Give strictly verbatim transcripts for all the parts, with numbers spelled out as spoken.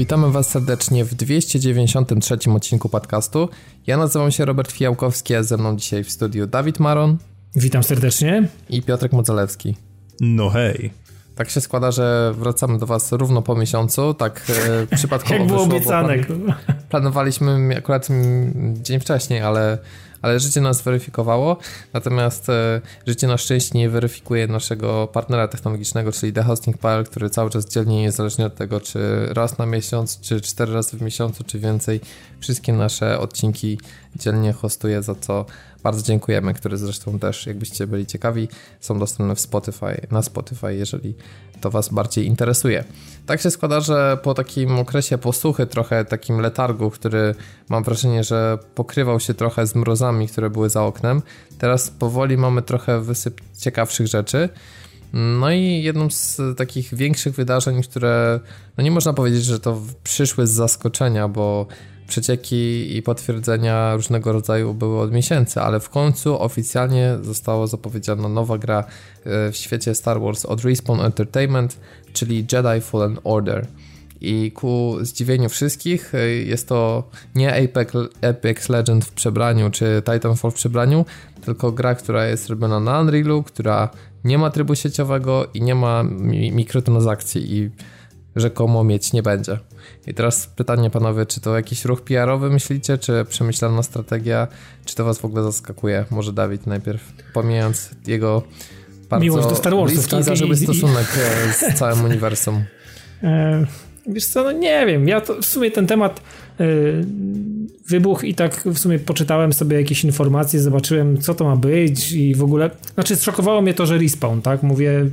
Witamy Was serdecznie w dwieście dziewięćdziesiątym trzecim odcinku podcastu. Ja nazywam się Robert Fijałkowski, a ze mną dzisiaj w studiu Dawid Maron. Witam serdecznie. I Piotrek Modzelewski. No hej. Tak się składa, że wracamy do Was równo po miesiącu, tak e, przypadkowo Jak było wyszło, obiecane. Plan, planowaliśmy akurat dzień wcześniej, ale, ale życie nas weryfikowało, natomiast e, życie na szczęście nie weryfikuje naszego partnera technologicznego, czyli The Hosting kropka p l, który cały czas dzielnie, niezależnie od tego, czy raz na miesiąc, czy cztery razy w miesiącu, czy więcej, wszystkie nasze odcinki dzielnie hostuje, za co bardzo dziękujemy, które zresztą też, jakbyście byli ciekawi, są dostępne w Spotify, na Spotify, jeżeli to Was bardziej interesuje. Tak się składa, że po takim okresie posłuchy, trochę takim letargu, który mam wrażenie, że pokrywał się trochę z mrozami, które były za oknem, teraz powoli mamy trochę wysyp ciekawszych rzeczy. No i jedną z takich większych wydarzeń, które, no nie można powiedzieć, że to przyszły z zaskoczenia, bo przecieki i potwierdzenia różnego rodzaju były od miesięcy, ale w końcu oficjalnie została zapowiedziana nowa gra w świecie Star Wars od Respawn Entertainment, czyli Jedi Fallen Order. I ku zdziwieniu wszystkich jest to nie Apex, Apex Legends w przebraniu, czy Titanfall w przebraniu, tylko gra, która jest robiona na Unrealu, która nie ma trybu sieciowego i nie ma mi- mikrotransakcji i rzekomo mieć nie będzie. I teraz pytanie, panowie, czy to jakiś ruch P R-owy myślicie, czy przemyślana strategia, czy to was w ogóle zaskakuje? Może Dawid najpierw, pomijając jego bardzo miłość do Star Warsów, bliski, tak? zażyły I, stosunek i... z całym uniwersum. E, wiesz co, no nie wiem, ja to w sumie ten temat e, wybuchł i tak w sumie poczytałem sobie jakieś informacje, zobaczyłem, co to ma być i w ogóle, znaczy zszokowało mnie to, że Respawn, tak? Mówię...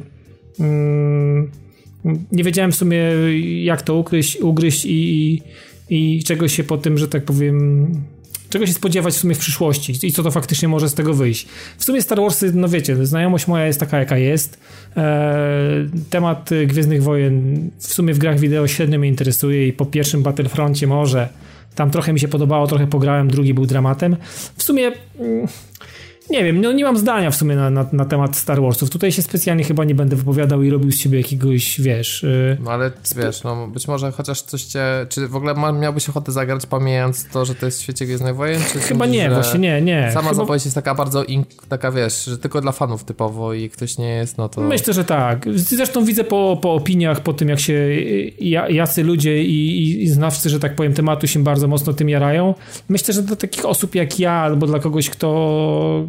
Mm, nie wiedziałem w sumie, jak to ugryźć, ugryźć i, i, i czego się po tym, że tak powiem, czego się spodziewać w sumie w przyszłości i co to faktycznie może z tego wyjść. W sumie Star Warsy, no wiecie, znajomość moja jest taka, jaka jest. Eee, temat Gwiezdnych Wojen w sumie w grach wideo średnio mnie interesuje i po pierwszym Battlefroncie może tam trochę mi się podobało, trochę pograłem, drugi był dramatem. W sumie... Mm, nie wiem, no nie mam zdania w sumie na, na, na temat Star Warsów. Tutaj się specjalnie chyba nie będę wypowiadał i robił z siebie jakiegoś, wiesz... Yy... No ale wiesz, no być może chociaż coś cię... Czy w ogóle ma, miałbyś ochotę zagrać, pomijając to, że to jest w świecie Gwiezdnych Wojen? Czy chyba sądzisz, nie, właśnie nie, nie. Sama chyba... zapowiedź jest taka bardzo, in, taka wiesz, że tylko dla fanów typowo i ktoś nie jest, no to... Myślę, że tak. Zresztą widzę po, po opiniach, po tym jak się jacy ludzie i, i, i znawcy, że tak powiem, tematu się bardzo mocno tym jarają. Myślę, że dla takich osób jak ja, albo dla kogoś, kto...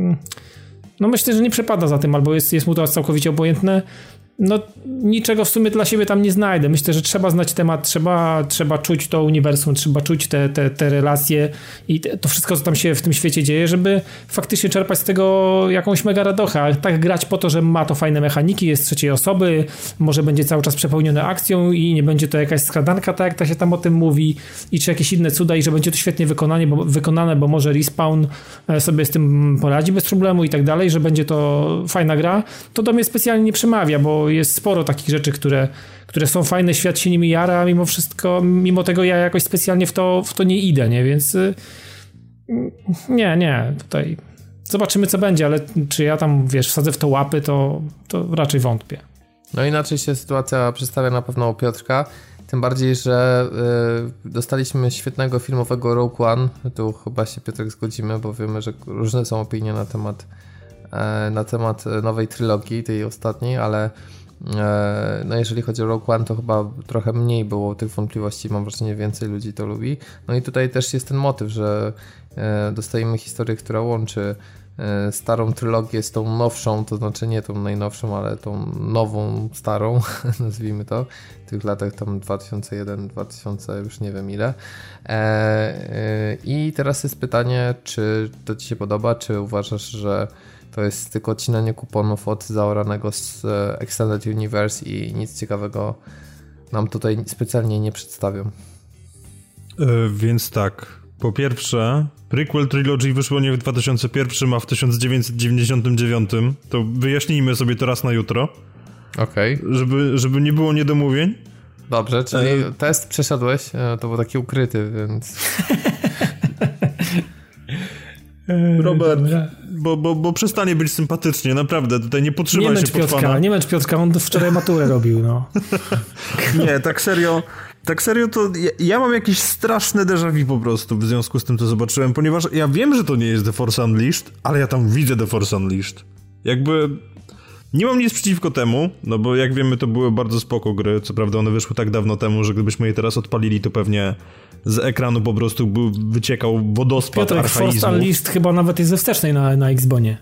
No myślę, że nie przepada za tym, albo jest, jest mu to całkowicie obojętne. No niczego w sumie dla siebie tam nie znajdę. Myślę, że trzeba znać temat, trzeba, trzeba czuć to uniwersum, trzeba czuć te, te, te relacje i te, to wszystko, co tam się w tym świecie dzieje, żeby faktycznie czerpać z tego jakąś mega radochę. Ale tak grać po to, że ma to fajne mechaniki, jest trzeciej osoby, może będzie cały czas przepełnione akcją i nie będzie to jakaś skradanka, tak jak to się tam o tym mówi, i czy jakieś inne cuda i że będzie to świetnie wykonane, bo, wykonane, bo może Respawn sobie z tym poradzi bez problemu i tak dalej, że będzie to fajna gra, to do mnie specjalnie nie przemawia, bo jest sporo takich rzeczy, które, które są fajne, świat się nimi jara, a mimo wszystko, mimo tego ja jakoś specjalnie w to, w to nie idę, nie? Więc nie, nie, tutaj zobaczymy, co będzie, ale czy ja tam, wiesz, wsadzę w to łapy, to, to raczej wątpię. No inaczej się sytuacja przedstawia na pewno u Piotrka, tym bardziej, że y, dostaliśmy świetnego filmowego Rogue One, tu chyba się Piotrek zgodzimy, bo wiemy, że różne są opinie na temat na temat nowej trylogii, tej ostatniej, ale no jeżeli chodzi o Rogue One, to chyba trochę mniej było tych wątpliwości, mam wrażenie, więcej ludzi to lubi. No i tutaj też jest ten motyw, że dostajemy historię, która łączy starą trylogię z tą nowszą, to znaczy nie tą najnowszą, ale tą nową, starą, nazwijmy to, w tych latach tam dwa tysiące jeden, dwa tysiące, już nie wiem ile. I teraz jest pytanie, czy to ci się podoba, czy uważasz, że to jest tylko odcinanie kuponów od zaoranego z Extended Universe i nic ciekawego nam tutaj specjalnie nie przedstawią. Yy, więc tak, po pierwsze, prequel Trilogy wyszło nie w dwa tysiące pierwszym, a w tysiąc dziewięćset dziewięćdziesiątym dziewiątym. To wyjaśnijmy sobie to raz na jutro. Okej. Okay. Żeby, żeby nie było niedomówień. Dobrze, czyli e... test przeszedłeś, to był taki ukryty, więc... Robert, bo, bo, bo przestanie być sympatycznie, naprawdę, tutaj nie podtrzymaj nie się pod Piotrka, fana. Nie męcz Piotrka, on wczoraj maturę robił, no. Nie, tak serio, Tak serio, to ja, ja mam jakieś straszne déjà vu po prostu w związku z tym, co zobaczyłem, ponieważ ja wiem, że to nie jest The Force Unleashed, ale ja tam widzę The Force Unleashed. Jakby nie mam nic przeciwko temu, no bo jak wiemy, to były bardzo spoko gry, co prawda one wyszły tak dawno temu, że gdybyśmy je teraz odpalili, to pewnie z ekranu po prostu by wyciekał wodospad Piotrek, archaizmów. Force Unleashed chyba nawet jest ze wstecznej na, na Xbonie.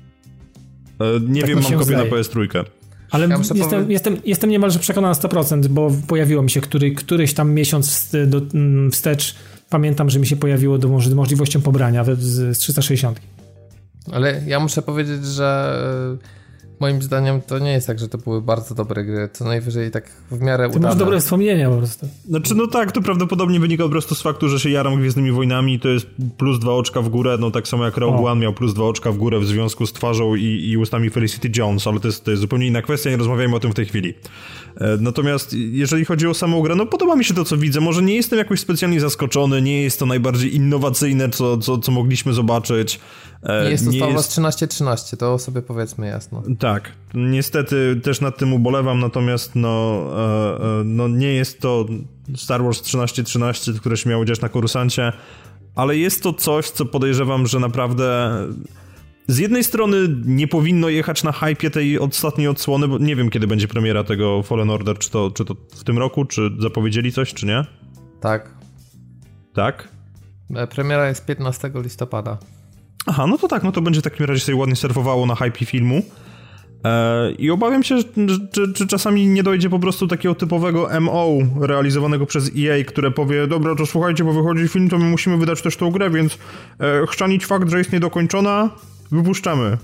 E, nie tak wiem, mam kopię zdaje. na P S trzy. Ale ja jestem, powie... jestem, jestem niemalże przekonany na sto procent, bo pojawiło mi się który, któryś tam miesiąc do, wstecz. Pamiętam, że mi się pojawiło do, z możliwością pobrania z, z trzysta sześćdziesiąt. Ale ja muszę powiedzieć, że moim zdaniem to nie jest tak, że to były bardzo dobre gry. To najwyżej tak w miarę Ty udane. masz dobre wspomnienia po prostu. Znaczy, no tak, to prawdopodobnie wynika po prostu z faktu, że się jaram Gwiezdnymi Wojnami, to jest plus dwa oczka w górę, no tak samo jak Rogue o. One miał plus dwa oczka w górę w związku z twarzą i, i ustami Felicity Jones, ale to jest, to jest zupełnie inna kwestia, nie rozmawiajmy o tym w tej chwili. E, natomiast jeżeli chodzi o samą grę, no podoba mi się to, co widzę. Może nie jestem jakoś specjalnie zaskoczony, nie jest to najbardziej innowacyjne, co, co, co mogliśmy zobaczyć. E, nie jest to nie Star Wars jest... trzynaście trzynaście, to sobie powiedzmy jasno. Tak, niestety też nad tym ubolewam, natomiast no, e, e, no nie jest to Star Wars trzynaście trzynaście, które się miało dziać na Korusancie, ale jest to coś, co podejrzewam, że naprawdę z jednej strony nie powinno jechać na hypie tej ostatniej odsłony, bo nie wiem, kiedy będzie premiera tego Fallen Order, czy to, czy to w tym roku, czy zapowiedzieli coś, czy nie? Tak. Tak? Premiera jest piętnastego listopada. Aha, no to tak, no to będzie w takim razie sobie ładnie surfowało na hypie filmu. Eee, I obawiam się, że, czy, czy czasami nie dojdzie po prostu takiego typowego M O realizowanego przez E A, które powie, dobra, to słuchajcie, bo wychodzi film, to my musimy wydać też tą grę, więc e, chrzanić fakt, że jest niedokończona, wypuszczamy.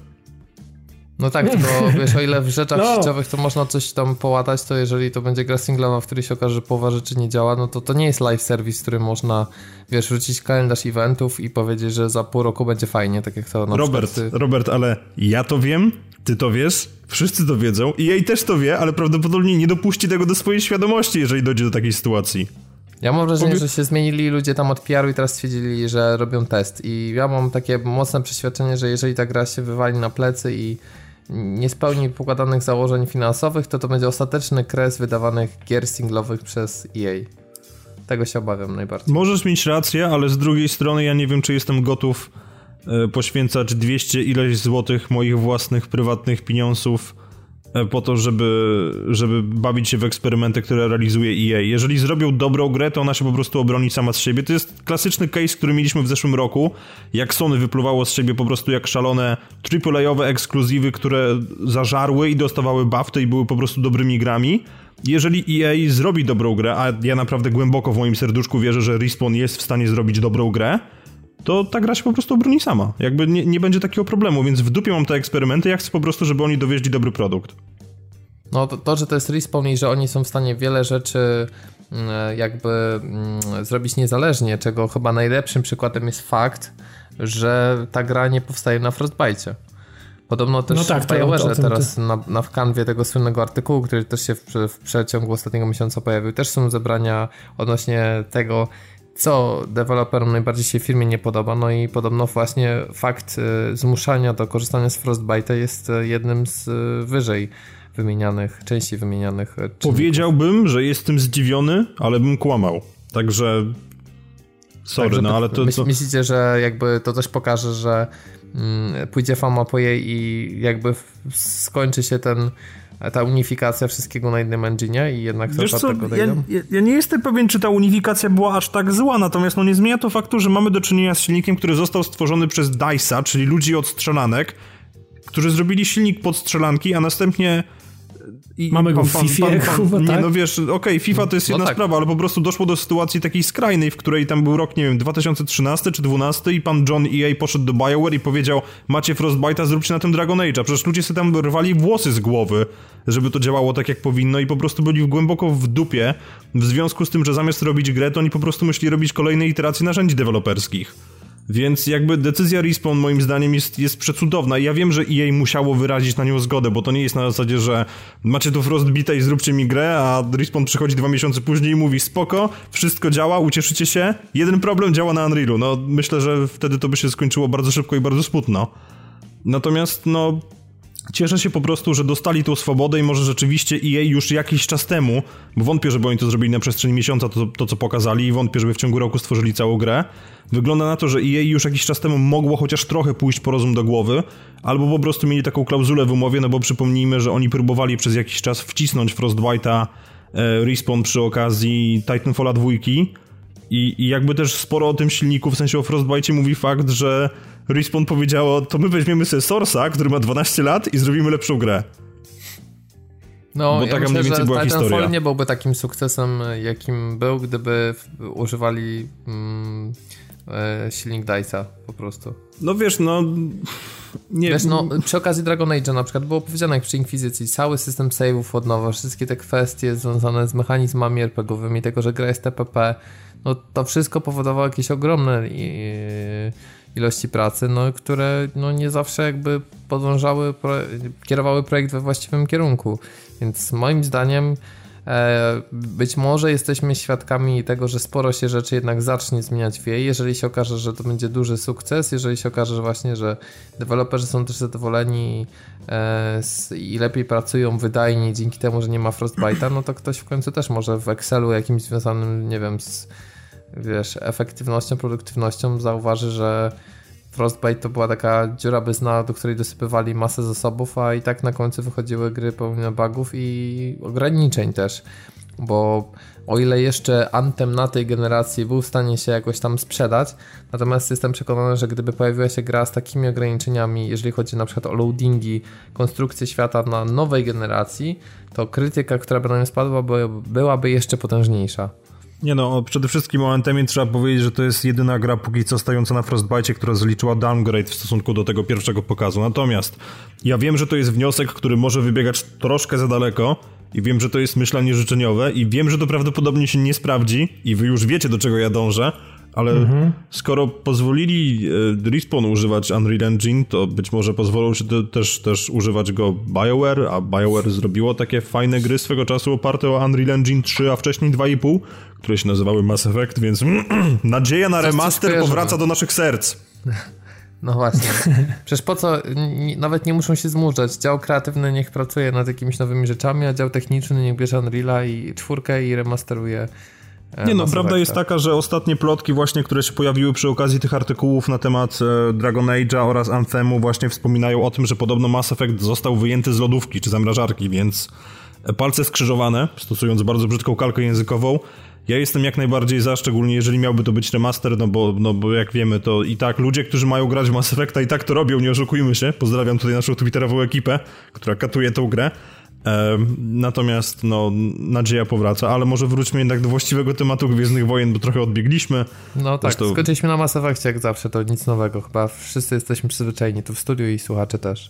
No tak, tylko wiesz, o ile w rzeczach no. sieciowych to można coś tam połatać, to jeżeli to będzie gra singlowa, w której się okaże, że połowa rzeczy nie działa, no to to nie jest live service, w którym można, wiesz, rzucić kalendarz eventów i powiedzieć, że za pół roku będzie fajnie, tak jak to na Robert, przykład ty... Robert, ale ja to wiem, ty to wiesz, wszyscy to wiedzą i E A też to wie, ale prawdopodobnie nie dopuści tego do swojej świadomości, jeżeli dojdzie do takiej sytuacji. Ja mam wrażenie, że się zmienili ludzie tam od P R u i teraz stwierdzili, że robią test i ja mam takie mocne przeświadczenie, że jeżeli ta gra się wywali na plecy i nie spełni pokładanych założeń finansowych, to to będzie ostateczny kres wydawanych gier singlowych przez E A. Tego się obawiam najbardziej. Możesz mieć rację, ale z drugiej strony ja nie wiem, czy jestem gotów e, poświęcać dwieście ileś złotych moich własnych, prywatnych pieniążów e, po to, żeby, żeby bawić się w eksperymenty, które realizuje E A. Jeżeli zrobią dobrą grę, to ona się po prostu obroni sama z siebie. To jest klasyczny case, który mieliśmy w zeszłym roku, jak Sony wypluwało z siebie po prostu jak szalone triple A-owe ekskluzywy, które zażarły i dostawały BAFTY i były po prostu dobrymi grami. Jeżeli E A zrobi dobrą grę, a ja naprawdę głęboko w moim serduszku wierzę, że Respawn jest w stanie zrobić dobrą grę, to ta gra się po prostu obroni sama. Jakby nie, nie będzie takiego problemu, więc w dupie mam te eksperymenty, ja chcę po prostu, żeby oni dowieźli dobry produkt. No to, to, że to jest Respawn i że oni są w stanie wiele rzeczy jakby mm, zrobić niezależnie, czego chyba najlepszym przykładem jest fakt, że ta gra nie powstaje na Frostbite'cie. Podobno też no tak, w BioWare'ze teraz to... na, na w kanwie tego słynnego artykułu, który też się w, w przeciągu ostatniego miesiąca pojawił, też są zebrania odnośnie tego, co deweloperom najbardziej się w firmie nie podoba, no i podobno właśnie fakt y, zmuszania do korzystania z Frostbite'a jest y, jednym z y, wyżej wymienianych, częściej wymienianych czynników. Powiedziałbym, że jestem zdziwiony, ale bym kłamał. Także sorry, Także no ale to, myśl, to... Myślicie, że jakby to też pokaże, że mm, pójdzie fama po jej i jakby skończy się ten ta unifikacja wszystkiego na jednym engine i jednak Wiesz to co, tego ja, ja, ja nie jestem pewien, czy ta unifikacja była aż tak zła, natomiast no nie zmienia to faktu, że mamy do czynienia z silnikiem, który został stworzony przez DICE'a, czyli ludzi od strzelanek, którzy zrobili silnik pod strzelanki, a następnie I mamy go pan, w pan, FIFA, pan, pan, kurwa, nie, tak? no wiesz, okej, okay, FIFA to jest jedna no tak. sprawa, ale po prostu doszło do sytuacji takiej skrajnej, w której tam był rok, nie wiem, dwa tysiące trzynasty czy dwunasty i pan John E A poszedł do BioWare i powiedział, macie Frostbite'a, zróbcie na tym Dragon Age'a. Przecież ludzie sobie tam rwali włosy z głowy, żeby to działało tak jak powinno i po prostu byli głęboko w dupie w związku z tym, że zamiast robić grę, to oni po prostu myśleli robić kolejne iteracje narzędzi deweloperskich. Więc jakby decyzja Respawn moim zdaniem jest, jest przecudowna i ja wiem, że E A musiało wyrazić na nią zgodę, bo to nie jest na zasadzie, że macie tu Frostbite'a i zróbcie mi grę, a Respawn przychodzi dwa miesiące później i mówi spoko, wszystko działa, ucieszycie się, jeden problem działa na Unrealu. No myślę, że wtedy to by się skończyło bardzo szybko i bardzo smutno. Natomiast no Cieszę się po prostu, że dostali tą swobodę i może rzeczywiście E A już jakiś czas temu, bo wątpię, żeby oni to zrobili na przestrzeni miesiąca, to, to co pokazali, i wątpię, żeby w ciągu roku stworzyli całą grę. Wygląda na to, że E A już jakiś czas temu mogło chociaż trochę pójść po rozum do głowy, albo po prostu mieli taką klauzulę w umowie, no bo przypomnijmy, że oni próbowali przez jakiś czas wcisnąć Frostbite'a e, Respawn przy okazji Titanfalla dwójki i, i jakby też sporo o tym silniku, w sensie o Frostbite'cie mówi fakt, że Respawn powiedziało, to my weźmiemy sobie Source'a, który ma dwanaście lat i zrobimy lepszą grę. No, bo ja taka myślę, mniej więcej że była Titanfall historia. nie byłby takim sukcesem, jakim był, gdyby używali mm, e, silnik DICE'a po prostu. No wiesz, no... Nie. Wiesz, no, przy okazji Dragon Age'a na przykład było powiedziane, jak przy Inkwizycji, cały system save'ów od nowa, wszystkie te kwestie związane z mechanizmami er pe gie owymi, tego, że gra jest T P P, no to wszystko powodowało jakieś ogromne ilości pracy, no, które no, nie zawsze jakby podążały, kierowały projekt we właściwym kierunku, więc moim zdaniem e, być może jesteśmy świadkami tego, że sporo się rzeczy jednak zacznie zmieniać w E A, jeżeli się okaże, że to będzie duży sukces, jeżeli się okaże, że właśnie, że deweloperzy są też zadowoleni e, z, i lepiej pracują wydajniej dzięki temu, że nie ma Frostbite'a, no to ktoś w końcu też może w Excelu jakimś związanym, nie wiem, z wiesz, efektywnością, produktywnością zauważy, że Frostbite to była taka dziura bez dna, do której dosypywali masę zasobów, a i tak na końcu wychodziły gry pełne bugów i ograniczeń też, bo o ile jeszcze Anthem na tej generacji był w stanie się jakoś tam sprzedać, natomiast jestem przekonany, że gdyby pojawiła się gra z takimi ograniczeniami, jeżeli chodzi na przykład o loadingi, konstrukcję świata na nowej generacji, to krytyka, która by na nią spadła, byłaby jeszcze potężniejsza. Nie no, przede wszystkim o Anthemie trzeba powiedzieć, że to jest jedyna gra póki co stojąca na Frostbite'cie, która zliczyła downgrade w stosunku do tego pierwszego pokazu. Natomiast ja wiem, że to jest wniosek, który może wybiegać troszkę za daleko i wiem, że to jest myślenie życzeniowe i wiem, że to prawdopodobnie się nie sprawdzi i wy już wiecie, do czego ja dążę, ale mhm. skoro pozwolili e, Respawn używać Unreal Engine, to być może pozwolą się to, też, też używać go BioWare, a BioWare zrobiło takie fajne gry swego czasu oparte o Unreal Engine trzy, a wcześniej dwa i pół, które się nazywały Mass Effect, więc mm, nadzieja na remaster powraca do naszych serc. No właśnie. Przecież po co, n- nawet nie muszą się zmurzać. Dział kreatywny niech pracuje nad jakimiś nowymi rzeczami, a dział techniczny niech bierze Unreal'a i czwórkę i remasteruje. Nie no, prawda jest taka, że ostatnie plotki właśnie, które się pojawiły przy okazji tych artykułów na temat e, Dragon Age'a oraz Anthemu właśnie wspominają o tym, że podobno Mass Effect został wyjęty z lodówki czy zamrażarki, więc palce skrzyżowane, stosując bardzo brzydką kalkę językową. Ja jestem jak najbardziej za, szczególnie jeżeli miałby to być remaster, no bo, no bo jak wiemy, to i tak ludzie, którzy mają grać w Mass Effecta i tak to robią, nie oszukujmy się. Pozdrawiam tutaj naszą twitterową ekipę, która katuje tą grę. Natomiast no, nadzieja powraca, ale może wróćmy jednak do właściwego tematu Gwiezdnych Wojen, bo trochę odbiegliśmy. No tak, Zresztą... skończyliśmy na Mass Effectie jak zawsze, to nic nowego, chyba wszyscy jesteśmy przyzwyczajeni tu w studiu i słuchacze też.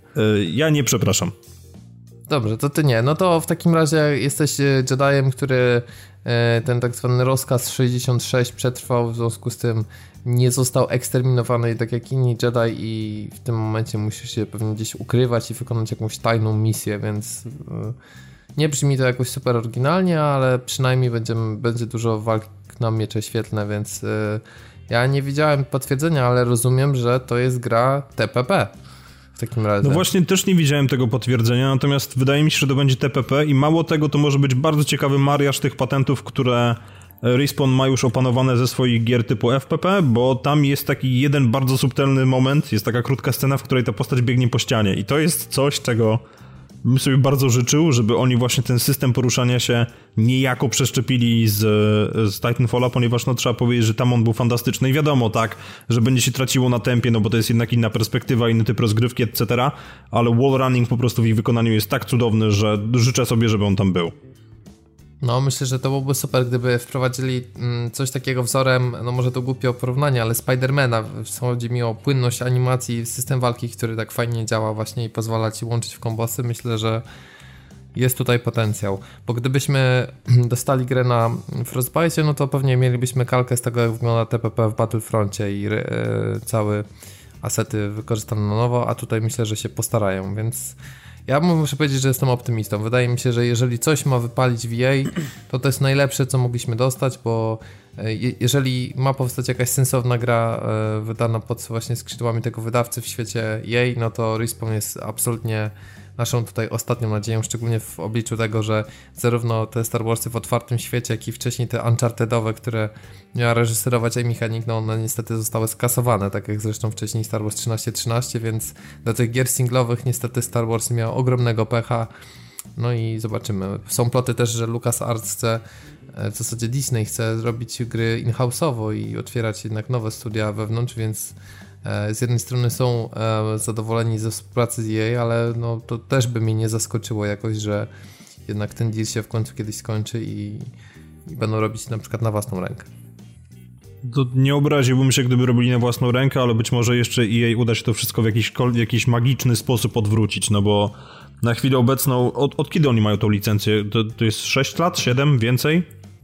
Ja nie przepraszam. Dobrze, to ty nie, no to w takim razie jesteś Jediem, który ten tak zwany rozkaz sześćdziesiąt sześć przetrwał, w związku z tym nie został eksterminowany tak jak inni Jedi i w tym momencie musisz się pewnie gdzieś ukrywać i wykonać jakąś tajną misję, więc nie brzmi to jakoś super oryginalnie, ale przynajmniej będzie, będzie dużo walk na miecze świetlne, więc ja nie widziałem potwierdzenia, ale rozumiem, że to jest gra T P P. W takim razie. No właśnie też nie widziałem tego potwierdzenia, natomiast wydaje mi się, że to będzie T P P i mało tego, to może być bardzo ciekawy mariaż tych patentów, które Respawn ma już opanowane ze swoich gier typu F P P, bo tam jest taki jeden bardzo subtelny moment, jest taka krótka scena, w której ta postać biegnie po ścianie i to jest coś, czego bym sobie bardzo życzył, żeby oni właśnie ten system poruszania się niejako przeszczepili z, z Titanfalla, ponieważ no trzeba powiedzieć, że tam on był fantastyczny i wiadomo tak, że będzie się traciło na tempie, no bo to jest jednak inna perspektywa, inny typ rozgrywki, et cetera, ale wallrunning po prostu w ich wykonaniu jest tak cudowny, że życzę sobie, żeby on tam był. No myślę, że to byłoby super, gdyby wprowadzili coś takiego wzorem, no może to głupie porównanie, ale Spidermana. Chodzi mi o płynność animacji, system walki, który tak fajnie działa właśnie i pozwala ci łączyć w kombosy. Myślę, że jest tutaj potencjał, bo gdybyśmy dostali grę na Frostbite, no to pewnie mielibyśmy kalkę z tego, jak wygląda T P P w Battlefroncie i yy, całe asety wykorzystane na nowo, a tutaj myślę, że się postarają, więc Ja muszę powiedzieć, że jestem optymistą. Wydaje mi się, że jeżeli coś ma wypalić w E A, to to jest najlepsze, co mogliśmy dostać, bo je, jeżeli ma powstać jakaś sensowna gra e, wydana pod właśnie skrzydłami tego wydawcy w świecie E A, no to Respawn jest absolutnie naszą tutaj ostatnią nadzieją, szczególnie w obliczu tego, że zarówno te Star Warsy w otwartym świecie, jak i wcześniej te Unchartedowe, które miała reżyserować Amy Hennig, no one niestety zostały skasowane, tak jak zresztą wcześniej Star Wars trzynaście trzynaście, więc do tych gier singlowych niestety Star Wars miał ogromnego pecha. No i zobaczymy. Są ploty też, że LucasArts chce, w zasadzie Disney chce zrobić gry in-house'owo i otwierać jednak nowe studia wewnątrz, więc z jednej strony są zadowoleni ze współpracy z E A, ale no to też by mnie nie zaskoczyło jakoś, że jednak ten deal się w końcu kiedyś skończy i, i będą robić na przykład na własną rękę. To nie obraziłbym się, gdyby robili na własną rękę, ale być może jeszcze E A uda się to wszystko w jakiś, w jakiś magiczny sposób odwrócić, no bo na chwilę obecną, od, od kiedy oni mają tą licencję? To, to jest sześć lat? siedem? Więcej?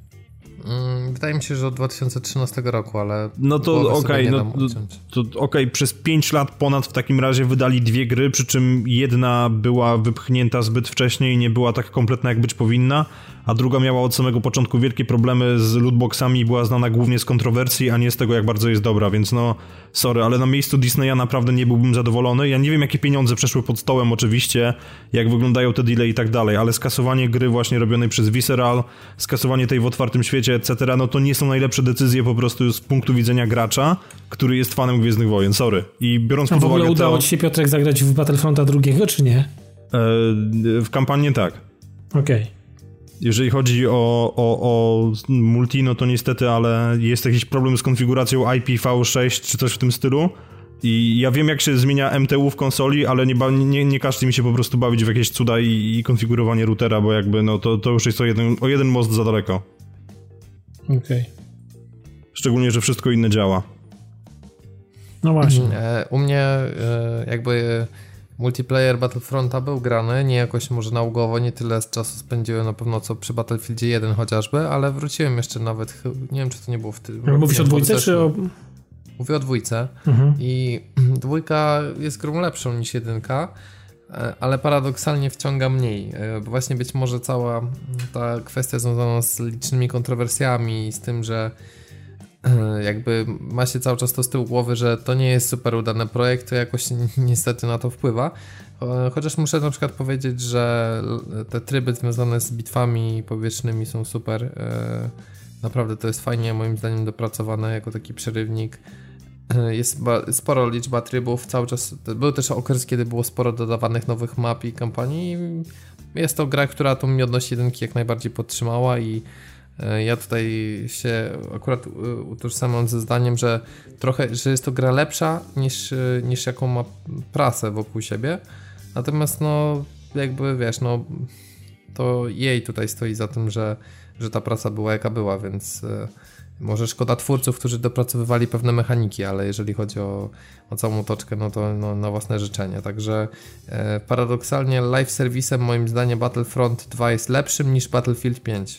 Wydaje mi się, że od dwa tysiące trzynastego roku, ale... No to okej, okay, no, to, to okay, przez pięć lat ponad w takim razie wydali dwie gry, przy czym jedna była wypchnięta zbyt wcześnie i nie była tak kompletna, jak być powinna, a druga miała od samego początku wielkie problemy z lootboxami i była znana głównie z kontrowersji, a nie z tego, jak bardzo jest dobra, więc no, sorry, ale na miejscu Disneya naprawdę nie byłbym zadowolony. Ja nie wiem, jakie pieniądze przeszły pod stołem oczywiście, jak wyglądają te deale i tak dalej, ale skasowanie gry właśnie robionej przez Visceral, skasowanie tej w otwartym świecie, et cetera, no to nie są najlepsze decyzje po prostu z punktu widzenia gracza, który jest fanem Gwiezdnych Wojen, sorry. I biorąc pod uwagę to... W ogóle udało ci się, Piotrek, zagrać w Battlefronta drugiego, czy nie? E, w kampanię tak. Okej. Okay. Jeżeli chodzi o, o, o multi, no to niestety, ale jest jakiś problem z konfiguracją I P v sześć czy coś w tym stylu. I ja wiem, jak się zmienia M T U w konsoli, ale nie, nie, nie każcie mi się po prostu bawić w jakieś cuda i, i konfigurowanie routera, bo jakby no to, to już jest o jeden, o jeden most za daleko. Okej. Okay. Szczególnie, że wszystko inne działa. No właśnie. U mnie jakby multiplayer Battlefronta był grany, nie jakoś może nałogowo, nie tyle z czasu spędziłem na pewno co przy Battlefieldzie jeden chociażby, ale wróciłem jeszcze nawet, nie wiem czy to nie było w tym... Mówisz o dwójce czy o... Mówię o dwójce mhm. i dwójka jest grą lepszą niż jedynka, ale paradoksalnie wciąga mniej, bo właśnie być może cała ta kwestia związana z licznymi kontrowersjami, z tym, że jakby ma się cały czas to z tyłu głowy, że to nie jest super udany projekt, to jakoś niestety na to wpływa. Chociaż muszę na przykład powiedzieć, że te tryby związane z bitwami powietrznymi są super. Naprawdę to jest fajnie moim zdaniem dopracowane jako taki przerywnik. Jest sporo liczba trybów, cały czas był też okres, kiedy było sporo dodawanych nowych map i kampanii. Jest to gra, która tą miodność jedynki jak najbardziej podtrzymała i ja tutaj się akurat utożsamiam ze zdaniem, że trochę, że jest to gra lepsza niż, niż jaką ma prasę wokół siebie. Natomiast no jakby wiesz, no to jej tutaj stoi za tym, że, że ta prasa była jaka była, więc może szkoda twórców, którzy dopracowywali pewne mechaniki, ale jeżeli chodzi o, o całą otoczkę, no to no, na własne życzenie. Także e, paradoksalnie live serwisem moim zdaniem Battlefront dwa jest lepszym niż Battlefield pięć.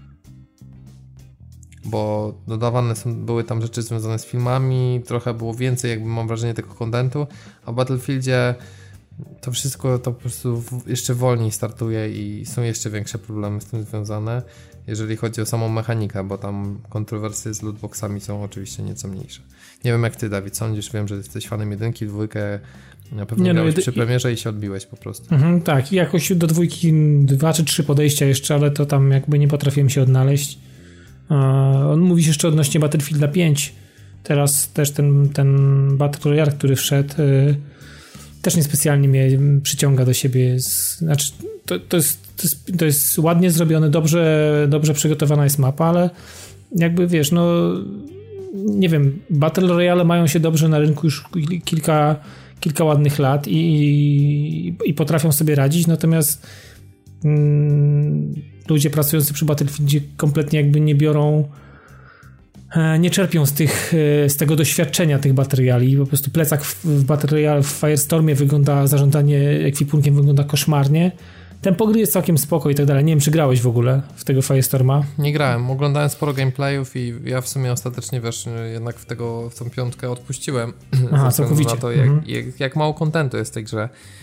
Bo dodawane są, były tam rzeczy związane z filmami, trochę było więcej, jakby mam wrażenie, tego kontentu, a w Battlefieldzie to wszystko to po prostu w, jeszcze wolniej startuje i są jeszcze większe problemy z tym związane, jeżeli chodzi o samą mechanikę, bo tam kontrowersje z lootboxami są oczywiście nieco mniejsze. Nie wiem jak ty, Dawid, sądzisz, wiem, że jesteś fanem jedynki, dwójkę na pewno nie, grałeś no, przy premierze i się odbiłeś po prostu. Mhm, tak, jakoś do dwójki dwa czy trzy podejścia jeszcze, ale to tam jakby nie potrafiłem się odnaleźć. On mówi jeszcze odnośnie Battlefielda pięć. Teraz też ten, ten Battle Royale, który wszedł, też niespecjalnie mnie przyciąga do siebie. Znaczy, to, to, jest, to, jest, to jest ładnie zrobione, dobrze, dobrze przygotowana jest mapa, ale jakby wiesz, no nie wiem, Battle Royale mają się dobrze na rynku już kilka, kilka ładnych lat i, i, i potrafią sobie radzić, natomiast mm, ludzie pracujący przy Battlefieldzie kompletnie jakby nie biorą, nie czerpią z, tych, z tego doświadczenia tych Battle Royali. Po prostu plecak w, w Battle Royale w Firestormie wygląda, zarządzanie ekwipunkiem wygląda koszmarnie. Tempo gry jest całkiem spoko i tak dalej. Nie wiem, czy grałeś w ogóle w tego Firestorma? Nie grałem. Oglądałem sporo gameplayów i ja w sumie ostatecznie, wiesz, jednak w, tego, w tą piątkę odpuściłem. Aha, całkowicie. Na to, jak, mhm. jak, jak mało kontentu jest w tej grze.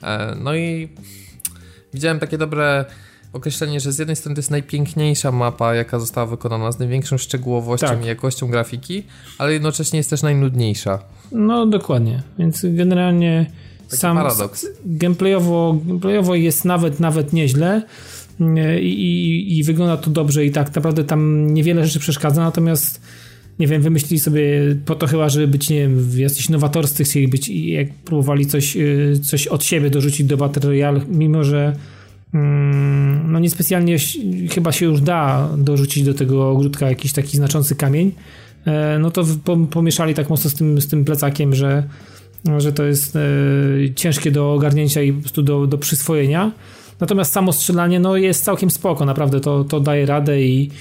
No i widziałem takie dobre określenie, że z jednej strony to jest najpiękniejsza mapa, jaka została wykonana, z największą szczegółowością tak. i jakością grafiki, ale jednocześnie jest też najnudniejsza. No dokładnie, więc generalnie taki sam paradoks. Gameplayowo, gameplayowo jest nawet nawet nieźle i, i, i wygląda to dobrze i tak naprawdę tam niewiele rzeczy przeszkadza, natomiast nie wiem, wymyślili sobie po to chyba, żeby być, nie wiem, jacyś nowatorscy chcieli być i jak próbowali coś, coś od siebie dorzucić do Battle Royale, mimo że no niespecjalnie chyba się już da dorzucić do tego ogródka jakiś taki znaczący kamień, no to pomieszali tak mocno z tym, z tym plecakiem, że, że to jest ciężkie do ogarnięcia i po prostu do, do przyswojenia. Natomiast samo strzelanie no jest całkiem spoko, naprawdę to, to daje radę i,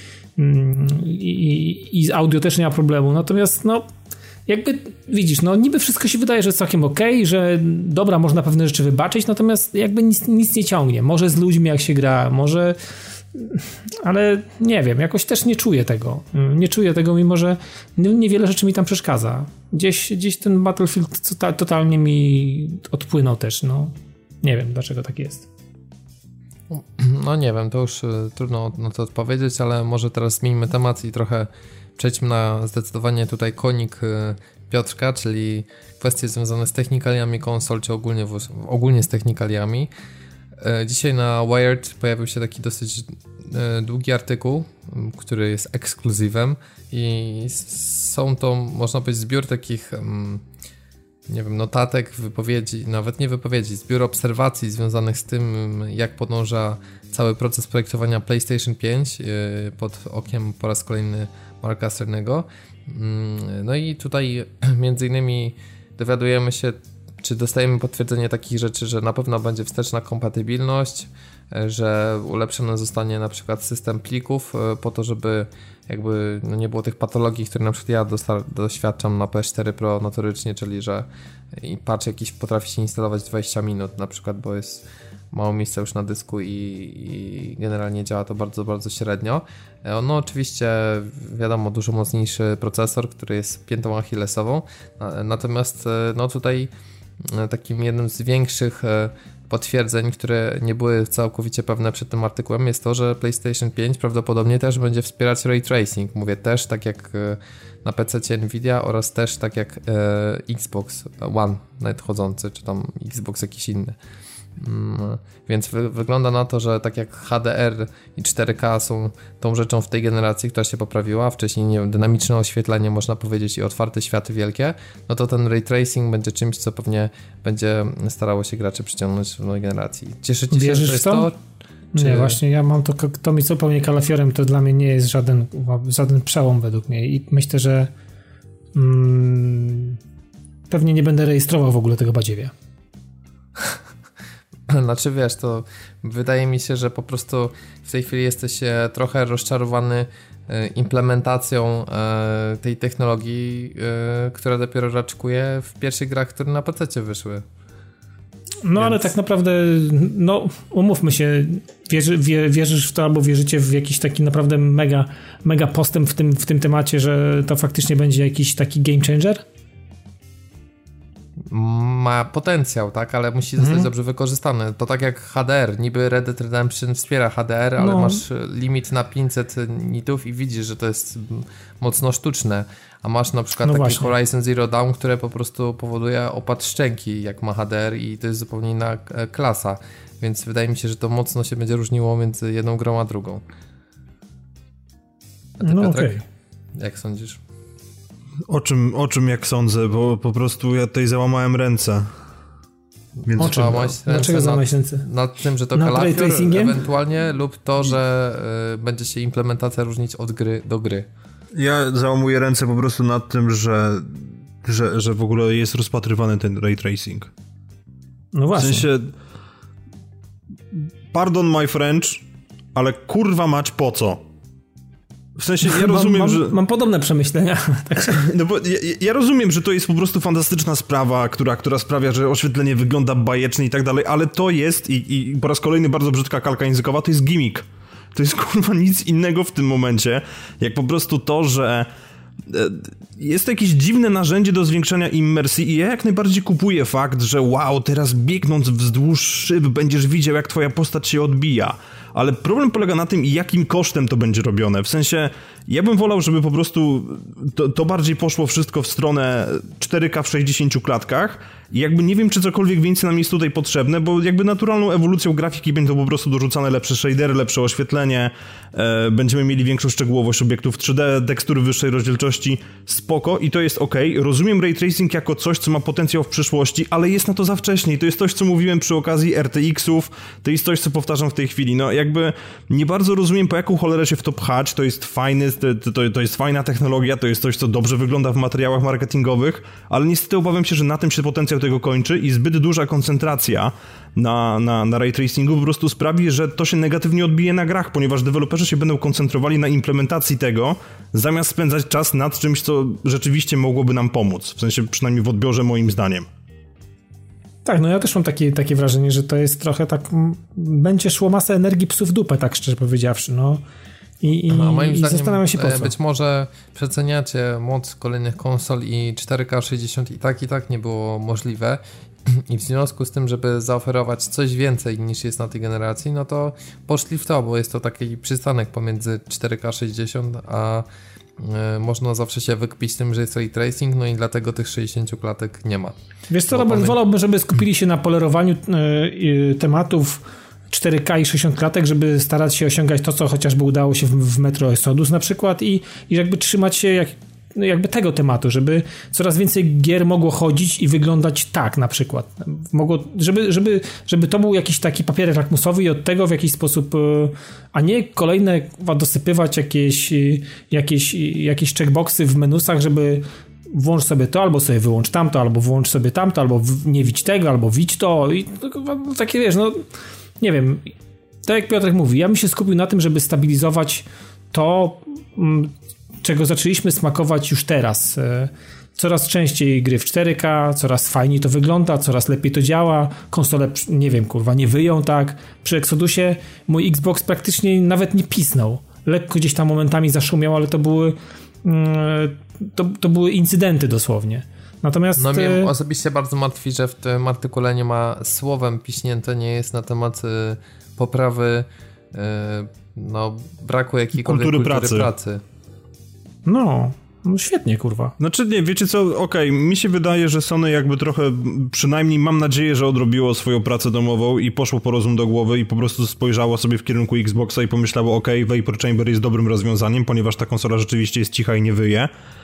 i, i z audio też nie ma problemu. Natomiast no jakby widzisz, no niby wszystko się wydaje, że jest całkiem okej, okay, że dobra, można pewne rzeczy wybaczyć, natomiast jakby nic, nic nie ciągnie. Może z ludźmi jak się gra, może... Ale nie wiem, jakoś też nie czuję tego. Nie czuję tego, mimo że niewiele rzeczy mi tam przeszkadza. Gdzieś, gdzieś ten Battlefield totalnie mi odpłynął też, no. Nie wiem, dlaczego tak jest. No nie wiem, to już trudno na to odpowiedzieć, ale może teraz zmieńmy temat i trochę przejdźmy na zdecydowanie tutaj konik Piotrka, czyli kwestie związane z technikaliami konsol, czy ogólnie, ogólnie z technikaliami. Dzisiaj na Wired pojawił się taki dosyć długi artykuł, który jest ekskluzywem i są to, można powiedzieć, zbiór takich, nie wiem, notatek, wypowiedzi, nawet nie wypowiedzi, zbiór obserwacji związanych z tym, jak podąża cały proces projektowania PlayStation pięć pod okiem po raz kolejny Marka Cernego. No i tutaj między innymi dowiadujemy się, czy dostajemy potwierdzenie takich rzeczy, że na pewno będzie wsteczna kompatybilność, że ulepszony zostanie na przykład system plików po to, żeby jakby no nie było tych patologii, które na przykład ja dosta- doświadczam na P S cztery Pro notorycznie, czyli że i patch jakiś potrafi się instalować dwadzieścia minut na przykład, bo jest mało miejsca już na dysku i, i generalnie działa to bardzo, bardzo średnio. No oczywiście wiadomo, dużo mocniejszy procesor, który jest piętą achillesową, natomiast no tutaj takim jednym z większych potwierdzeń, które nie były całkowicie pewne przed tym artykułem, jest to, że PlayStation pięć prawdopodobnie też będzie wspierać ray tracing. Mówię też tak jak na pececie Nvidia oraz też tak jak Xbox One nadchodzący, czy tam Xbox jakiś inny. Więc wy, wygląda na to, że tak jak H D R i cztery K są tą rzeczą w tej generacji, która się poprawiła, wcześniej nie wiem, dynamiczne oświetlenie, można powiedzieć, i otwarte światy wielkie, no to ten ray tracing będzie czymś, co pewnie będzie starało się graczy przyciągnąć w nowej generacji. Cieszycie się, Wierzysz że jest w to? to? Czy... Nie, właśnie ja mam to, to mi zupełnie kalafiorem, to dla mnie nie jest żaden, żaden przełom według mnie i myślę, że mm, pewnie nie będę rejestrował w ogóle tego badziewia. Znaczy wiesz, to wydaje mi się, że po prostu w tej chwili jesteś trochę rozczarowany implementacją tej technologii, która dopiero raczkuje w pierwszych grach, które na pececie wyszły. No Więc... ale tak naprawdę, no umówmy się, wierzy, wie, wierzysz w to albo wierzycie w jakiś taki naprawdę mega, mega postęp w tym, w tym temacie, że to faktycznie będzie jakiś taki game changer? Ma potencjał, tak, ale musi zostać mm. dobrze wykorzystany. To tak jak H D R, niby Red Dead Redemption wspiera H D R, ale no. masz limit na pięćset nitów i widzisz, że to jest mocno sztuczne, a masz na przykład no taki właśnie. Horizon Zero Dawn, które po prostu powoduje opad szczęki, jak ma H D R i to jest zupełnie inna klasa, więc wydaje mi się, że to mocno się będzie różniło między jedną grą a drugą. A ty, no Piotrek, okay. jak sądzisz? O czym, o czym jak sądzę, bo po prostu ja tutaj załamałem ręce. Więc o czym? Dlaczego załamałeś ręce? Nad tym, że to kalafior ewentualnie lub to, że y, będzie się implementacja różnić od gry do gry. Ja załamuję ręce po prostu nad tym, że, że, że w ogóle jest rozpatrywany ten ray tracing. No właśnie. W sensie, pardon my French, ale kurwa mać po co? W sensie, ja rozumiem, mam, mam, że... Mam podobne przemyślenia. No bo ja, ja rozumiem, że to jest po prostu fantastyczna sprawa, która, która sprawia, że oświetlenie wygląda bajecznie i tak dalej, ale to jest, i, i po raz kolejny bardzo brzydka kalka językowa, to jest gimmick. To jest kurwa nic innego w tym momencie, jak po prostu to, że jest to jakieś dziwne narzędzie do zwiększania immersji i ja jak najbardziej kupuję fakt, że wow, teraz biegnąc wzdłuż szyb będziesz widział, jak twoja postać się odbija. Ale problem polega na tym, jakim kosztem to będzie robione. W sensie, ja bym wolał, żeby po prostu to, to bardziej poszło wszystko w stronę cztery K w sześćdziesięciu klatkach i jakby nie wiem, czy cokolwiek więcej nam jest tutaj potrzebne, bo jakby naturalną ewolucją grafiki będą po prostu dorzucane lepsze shadery, lepsze oświetlenie, e, będziemy mieli większą szczegółowość obiektów trzy D, tekstury wyższej rozdzielczości, spoko i to jest okej. Rozumiem ray tracing jako coś, co ma potencjał w przyszłości, ale jest na to za wcześnie i to jest coś, co mówiłem przy okazji R T X-ów, to jest coś, co powtarzam w tej chwili. No jakby nie bardzo rozumiem, po jaką cholerę się w to pchać, to jest fajny, to, to, to jest fajna technologia, to jest coś, co dobrze wygląda w materiałach marketingowych, ale niestety obawiam się, że na tym się potencjał tego kończy i zbyt duża koncentracja na, na, na ray tracingu po prostu sprawi, że to się negatywnie odbije na grach, ponieważ deweloperzy się będą koncentrowali na implementacji tego, zamiast spędzać czas nad czymś, co rzeczywiście mogłoby nam pomóc, w sensie przynajmniej w odbiorze moim zdaniem. Tak, no ja też mam takie, takie wrażenie, że to jest trochę tak, będzie szło masę energii psów w dupę, tak szczerze powiedziawszy, no. I, i, no, moim i zdaniem zastanawiam się po co. Być może przeceniacie moc kolejnych konsol i cztery K sześćdziesiąt i tak i tak nie było możliwe i w związku z tym, żeby zaoferować coś więcej niż jest na tej generacji, no to poszli w to, bo jest to taki przystanek pomiędzy cztery K sześćdziesiąt a y, można zawsze się wykpić z tym, że jest ray tracing, no i dlatego tych sześćdziesięciu klatek nie ma. Wiesz co, Robert, wolałbym, żeby skupili się na polerowaniu y, y, tematów cztery K i sześćdziesiąt klatek, żeby starać się osiągać to, co chociażby udało się w, w Metro Exodus na przykład i, i jakby trzymać się jak, no jakby tego tematu, żeby coraz więcej gier mogło chodzić i wyglądać tak na przykład. Mogło, żeby, żeby, żeby to był jakiś taki papierek lakmusowy i od tego w jakiś sposób, a nie kolejne dosypywać jakieś, jakieś, jakieś checkboxy w menusach, żeby włącz sobie to, albo sobie wyłącz tamto, albo włącz sobie tamto, albo nie widź tego, albo widź to i no, takie wiesz, no nie wiem, tak jak Piotrek mówi, ja bym się skupił na tym, żeby stabilizować to, czego zaczęliśmy smakować już teraz. Coraz częściej gry w cztery K, coraz fajniej to wygląda, coraz lepiej to działa, konsole, nie wiem, kurwa, nie wyją tak. Przy Exodusie mój Xbox praktycznie nawet nie pisnął. Lekko gdzieś tam momentami zaszumiał, ale to były to, to były incydenty dosłownie. Natomiast... No mnie osobiście bardzo martwi, że w tym artykule nie ma słowem piśnięte, nie jest na temat y, poprawy y, no, braku jakiejkolwiek kultury, kultury pracy. pracy. No, no świetnie, kurwa. Znaczy nie, wiecie co, okej, okay, mi się wydaje, że Sony jakby trochę, przynajmniej mam nadzieję, że odrobiło swoją pracę domową i poszło po rozum do głowy i po prostu spojrzało sobie w kierunku Xboxa i pomyślało, okej, okay, Vapor Chamber jest dobrym rozwiązaniem, ponieważ ta konsola rzeczywiście jest cicha i nie wyje.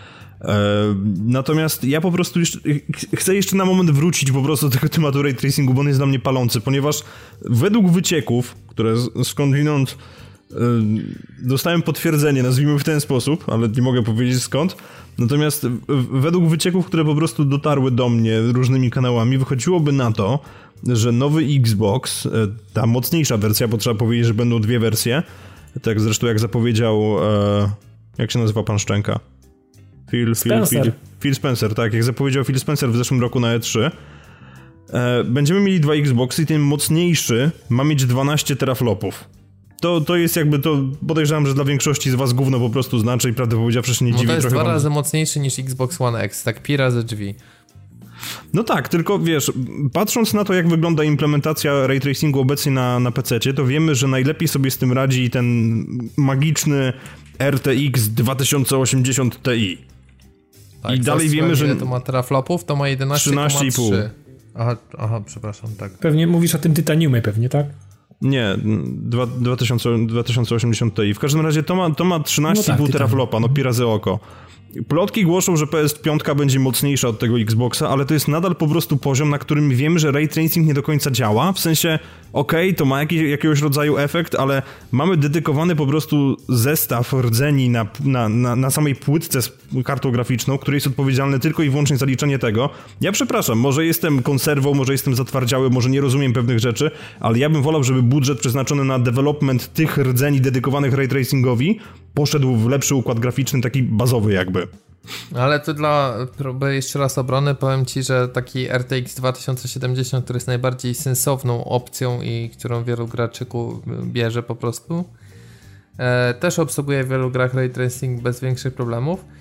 Natomiast ja po prostu jeszcze, chcę jeszcze na moment wrócić po prostu do tego tematu ray tracingu, bo on jest dla mnie palący, ponieważ według wycieków, które skądinąd dostałem potwierdzenie, nazwijmy w ten sposób, ale nie mogę powiedzieć skąd, natomiast według wycieków, które po prostu dotarły do mnie różnymi kanałami, wychodziłoby na to, że nowy Xbox, ta mocniejsza wersja, bo trzeba powiedzieć, że będą dwie wersje, tak zresztą jak zapowiedział, jak się nazywa pan Szczęka? Phil, Phil, Phil, Phil Spencer, tak, jak zapowiedział Phil Spencer w zeszłym roku na E trzy. E, będziemy mieli dwa Xboxy i ten mocniejszy ma mieć dwanaście teraflopów. To, to jest jakby to, podejrzewam, że dla większości z was gówno po prostu znaczy i prawdę powiedziawszy się nie no dziwi. To jest trochę dwa wam... razy mocniejszy niż Xbox One X, tak pi razy drzwi. No tak, tylko wiesz, patrząc na to, jak wygląda implementacja ray tracingu obecnie na, na pececie, to wiemy, że najlepiej sobie z tym radzi ten magiczny R T X dwa tysiące osiemdziesiąt Ti. Tak, i dalej wiemy, że... to ma teraflopów, to ma jedenaście przecinek trzy. trzynaście i pół. Aha, aha, przepraszam, tak. Pewnie mówisz o tym Titaniumie pewnie, tak? Nie, dwa tysiące osiemdziesiąt Ti. W każdym razie to ma, to ma trzynaście i pół no tak, teraflopa, no pi razy oko. Plotki głoszą, że P S pięć będzie mocniejsza od tego Xboxa, ale to jest nadal po prostu poziom, na którym wiemy, że ray tracing nie do końca działa. W sensie, okej, okay, to ma jakiś, jakiegoś rodzaju efekt, ale mamy dedykowany po prostu zestaw rdzeni na, na, na, na samej płytce z kartą graficzną, który jest odpowiedzialny tylko i wyłącznie za liczenie tego. Ja przepraszam, może jestem konserwą, może jestem zatwardziały, może nie rozumiem pewnych rzeczy, ale ja bym wolał, żeby budżet przeznaczony na development tych rdzeni dedykowanych ray tracingowi poszedł w lepszy układ graficzny, taki bazowy jakby. Ale to dla próby jeszcze raz obrony powiem ci, że taki R T X dwa tysiące siedemdziesiąt, który jest najbardziej sensowną opcją i którą wielu graczy bierze po prostu, e, też obsługuje w wielu grach ray tracing bez większych problemów.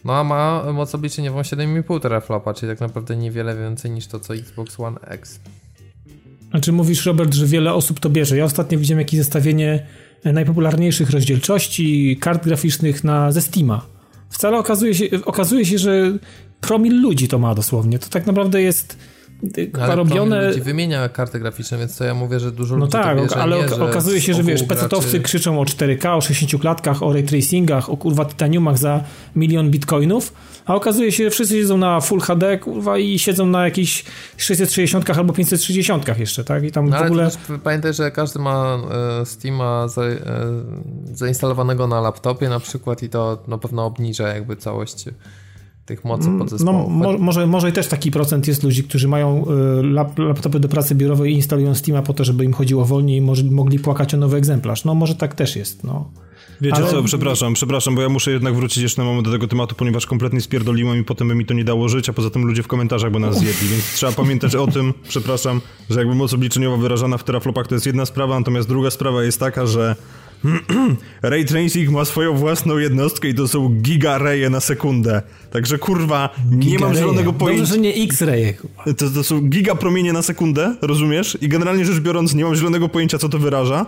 No a ma moc obliczeniową siedem i pół teraflopa, czyli tak naprawdę niewiele więcej niż to, co Xbox One X. Znaczy mówisz, Robert, że wiele osób to bierze. Ja ostatnio widziałem jakieś zestawienie najpopularniejszych rozdzielczości kart graficznych na, ze Steama. Wcale okazuje się, okazuje się, że promil ludzi to ma dosłownie. To tak naprawdę jest ale robione... ludzi wymienia karty graficzne, więc to ja mówię, że dużo no ludzi tak, to bierze, ale nie, ok- okazuje się, że wiesz, pecetowcy graczy... krzyczą o cztery K, o sześćdziesięciu klatkach, o ray tracingach, o kurwa titaniumach za milion bitcoinów, a okazuje się, że wszyscy siedzą na Full H D, kurwa, i siedzą na jakichś sześćset sześćdziesiątkach albo pięćset sześćdziesiątkach jeszcze, tak? I tam no, w ogóle... Ale też pamiętaj, że każdy ma e, Steama za, e, zainstalowanego na laptopie na przykład i to na pewno obniża jakby całość tych mocy podzespołów. No, mo- może, może i też taki procent jest ludzi, którzy mają y, lap, laptopy do pracy biurowej i instalują Steama po to, żeby im chodziło wolniej i może, mogli płakać o nowy egzemplarz. No może tak też jest, no. Wiecie ale... co, przepraszam, przepraszam, bo ja muszę jednak wrócić jeszcze na moment do tego tematu, ponieważ kompletnie spierdoliłem i potem by mi to nie dało żyć, a poza tym ludzie w komentarzach by nas zjedli, więc trzeba pamiętać o tym, przepraszam, że jakby moc obliczeniowa wyrażana w teraflopach to jest jedna sprawa, natomiast druga sprawa jest taka, że Ray Tracing ma swoją własną jednostkę i to są giga-raye na sekundę. Także kurwa, nie mam zielonego pojęcia. Dobrze, że nie X-raye. To, to są giga-promienie na sekundę, rozumiesz? I generalnie rzecz biorąc nie mam zielonego pojęcia, co to wyraża.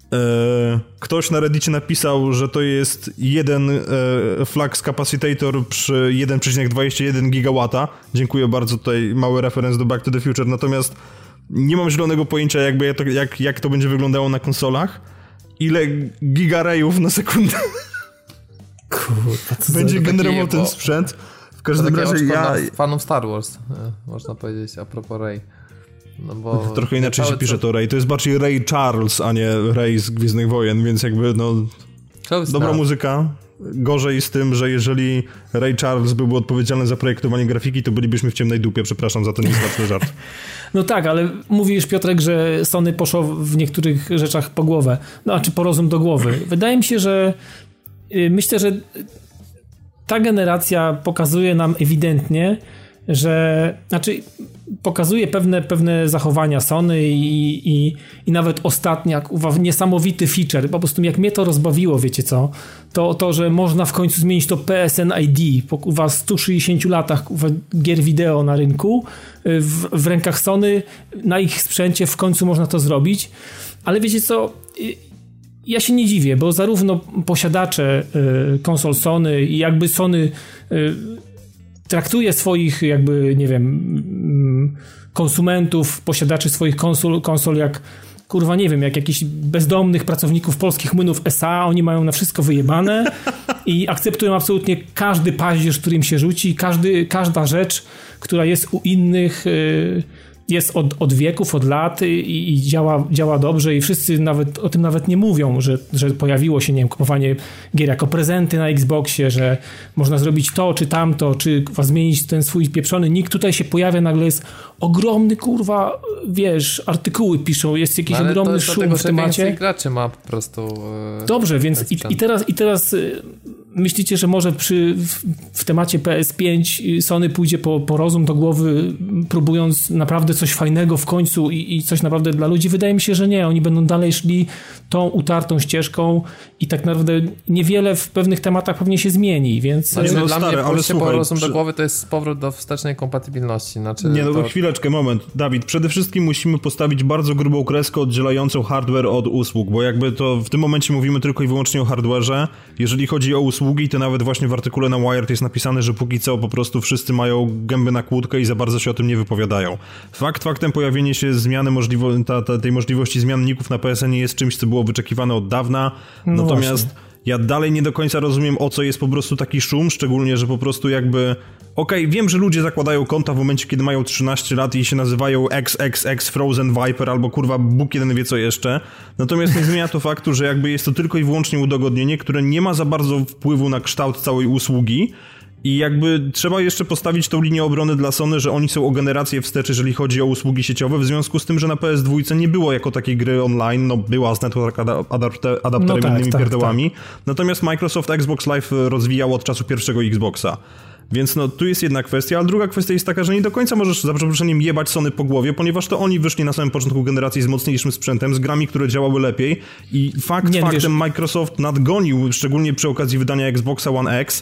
Ktoś na Reddicie napisał, że to jest jeden flux capacitor przy jeden przecinek dwadzieścia jeden gigawata. Dziękuję bardzo, tutaj mały referenc do Back to the Future. Natomiast nie mam zielonego pojęcia, jakby to, jak, jak to będzie wyglądało na konsolach. Ile gigarayów na sekundę kurwa, co będzie generował ten sprzęt. W każdym razie ja... fanów Star Wars, można powiedzieć, a propos Ray. No bo trochę inaczej się pisze co... to Ray. To jest bardziej Ray Charles, a nie Ray z Gwiezdnych Wojen, więc jakby no... Dobra muzyka. Gorzej z tym, że jeżeli Ray Charles byłby odpowiedzialny za projektowanie grafiki, to bylibyśmy w ciemnej dupie. Przepraszam za ten niesmaczny żart. No tak, ale mówisz, Piotrek, że Sony poszło w niektórych rzeczach po głowę. No, a czy po rozum do głowy. Wydaje mi się, że myślę, że ta generacja pokazuje nam ewidentnie, że znaczy pokazuje pewne, pewne zachowania Sony i, i, i nawet ostatnia uwa, niesamowity feature, po prostu jak mnie to rozbawiło, wiecie co, to to, że można w końcu zmienić to P S N I D po uwa, stu sześćdziesięciu latach uwa, gier wideo na rynku w, w rękach Sony, na ich sprzęcie w końcu można to zrobić, ale wiecie co, ja się nie dziwię, bo zarówno posiadacze y, konsol Sony i jakby Sony y, traktuje swoich jakby, nie wiem, konsumentów, posiadaczy swoich konsol, konsol jak, kurwa, nie wiem, jak jakichś bezdomnych pracowników polskich młynów S A, oni mają na wszystko wyjebane i akceptują absolutnie każdy paździerz, który im się rzuci, każdy, każda rzecz, która jest u innych, jest od, od wieków, od lat i, i działa, działa dobrze i wszyscy nawet o tym nawet nie mówią, że, że pojawiło się, nie wiem, kupowanie gier jako prezenty na Xboxie, że można zrobić to, czy tamto, czy kurwa, zmienić ten swój pieprzony nick. Tutaj się pojawia, nagle jest ogromny, kurwa, wiesz, artykuły piszą, jest jakiś no, ogromny szum tego, w temacie. Więcej graczy ma po prostu... Yy, Dobrze, więc i, i teraz, i teraz yy, myślicie, że może przy, w, w temacie P S pięć Sony pójdzie po, po rozum do głowy, próbując naprawdę coś fajnego w końcu i, i coś naprawdę dla ludzi? Wydaje mi się, że nie. Oni będą dalej szli tą utartą ścieżką i tak naprawdę niewiele w pewnych tematach pewnie się zmieni, więc... Znaczy, no, dla stary, mnie ale pójście słuchaj, po rozum przy... do głowy to jest powrót do wstecznej kompatybilności. Znaczy, nie, no to... chwileczkę, moment. Dawid, przede wszystkim musimy postawić bardzo grubą kreskę oddzielającą hardware od usług, bo jakby to w tym momencie mówimy tylko i wyłącznie o hardware'ze. Jeżeli chodzi o usługi, to nawet właśnie w artykule na Wired jest napisane, że póki co po prostu wszyscy mają gęby na kłódkę i za bardzo się o tym nie wypowiadają. Fakt faktem pojawienie się zmiany możliwo- ta, ta, tej możliwości zmian ników na P S N nie jest czymś, co było wyczekiwane od dawna. No natomiast właśnie. Ja dalej nie do końca rozumiem, o co jest po prostu taki szum, szczególnie, że po prostu jakby... Okej, okay, wiem, że ludzie zakładają konta w momencie, kiedy mają trzynaście lat i się nazywają X X X Frozen Viper albo kurwa Bóg jeden wie co jeszcze. Natomiast nie zmienia to faktu, że jakby jest to tylko i wyłącznie udogodnienie, które nie ma za bardzo wpływu na kształt całej usługi. I jakby trzeba jeszcze postawić tą linię obrony dla Sony, że oni są o generację wstecz, jeżeli chodzi o usługi sieciowe, w związku z tym, że na P S dwa nie było jako takiej gry online, no była z network adapterem, adapterem no tak, innymi tak, pierdołami. Tak. Natomiast Microsoft Xbox Live rozwijał od czasu pierwszego Xboxa. Więc no tu jest jedna kwestia, ale druga kwestia jest taka, że nie do końca możesz za przeproszeniem jebać Sony po głowie, ponieważ to oni wyszli na samym początku generacji z mocniejszym sprzętem, z grami, które działały lepiej i fakt nie, faktem wiesz... Microsoft nadgonił, szczególnie przy okazji wydania Xboxa One X,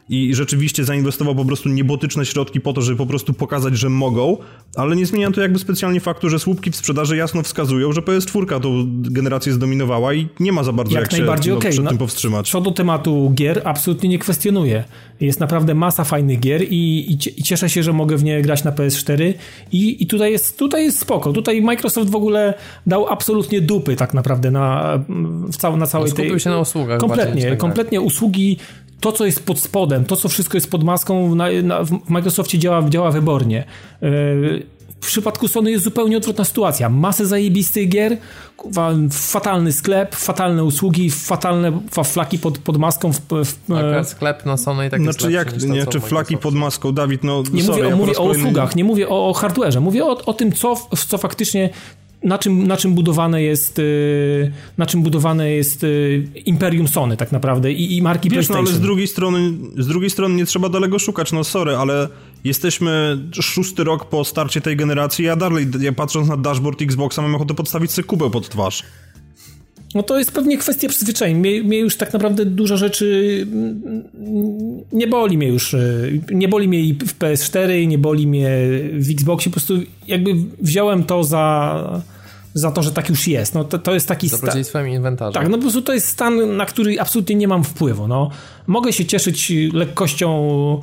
i rzeczywiście zainwestował po prostu niebotyczne środki po to, żeby po prostu pokazać, że mogą, ale nie zmienia to jakby specjalnie faktu, że słupki w sprzedaży jasno wskazują, że P S cztery tą generację zdominowała i nie ma za bardzo jak, jak się najbardziej no, okay. przed no, tym powstrzymać. Co do tematu gier, absolutnie nie kwestionuję. Jest naprawdę masa fajnych gier i, i cieszę się, że mogę w nie grać na P S cztery i, i tutaj, jest, tutaj jest spoko. Tutaj Microsoft w ogóle dał absolutnie dupy tak naprawdę na, w cał, na całej no, skupił tej... się na usługach. Kompletnie, kompletnie usługi, to co jest pod spodem, to co wszystko jest pod maską na, na, w Microsoftie działa, działa wybornie. Yy, w przypadku Sony jest zupełnie odwrotna sytuacja. Masę zajebistych gier, fatalny sklep, fatalne usługi, fatalne flaki pod, pod maską. W, w, Akurat sklep na Sony i tak znaczy jest jak, nie, czy flaki pod maską, Dawid, no nie sorry, mówię, ja mówię o kolejny... usługach, nie mówię o, o hardware'ze, mówię o, o tym, co, co faktycznie na czym, na czym budowane jest na czym budowane jest imperium Sony tak naprawdę i, i marki Wiesz, PlayStation. No ale z drugiej strony z drugiej strony nie trzeba daleko szukać, no sorry, ale jesteśmy szósty rok po starcie tej generacji, ja dalej, ja patrząc na dashboard Xboxa mam ochotę podstawić sobie kubeł pod twarz. No to jest pewnie kwestia przyzwyczajeń. Mnie, mnie już tak naprawdę dużo rzeczy nie boli mnie już. Nie boli mnie i w P S cztery, nie boli mnie w Xboxie. Po prostu jakby wziąłem to za, za to, że tak już jest. No to, to jest taki stan. Dobrodziejstwem inwentarza. Tak, no po prostu to jest stan, na który absolutnie nie mam wpływu. No. Mogę się cieszyć lekkością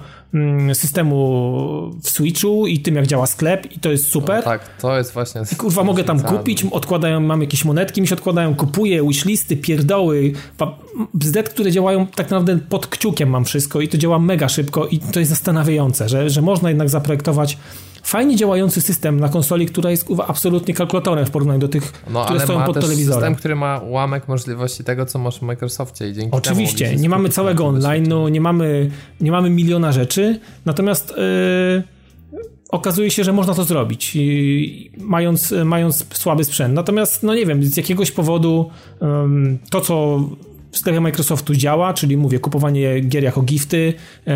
systemu w Switchu i tym, jak działa sklep i to jest super. No tak, to jest właśnie... I kurwa, mogę tam kupić, odkładają, mam jakieś monetki, mi się odkładają, kupuję, wishlisty, pierdoły, bzdet, które działają tak naprawdę pod kciukiem mam wszystko i to działa mega szybko i to jest zastanawiające, że, że można jednak zaprojektować fajnie działający system na konsoli, która jest kurwa, absolutnie kalkulatorem w porównaniu do tych, no, które stoją pod telewizorem. No ale system, który ma ułamek możliwości tego, co masz w Microsoftie i dzięki Oczywiście, temu nie mamy całego online'u, nie mamy, nie mamy miliona rzeczy, natomiast yy, okazuje się, że można to zrobić, yy, mając, mając słaby sprzęt. Natomiast, no nie wiem, z jakiegoś powodu yy, to, co w sklepie Microsoftu działa, czyli mówię, kupowanie gier jako gifty, yy,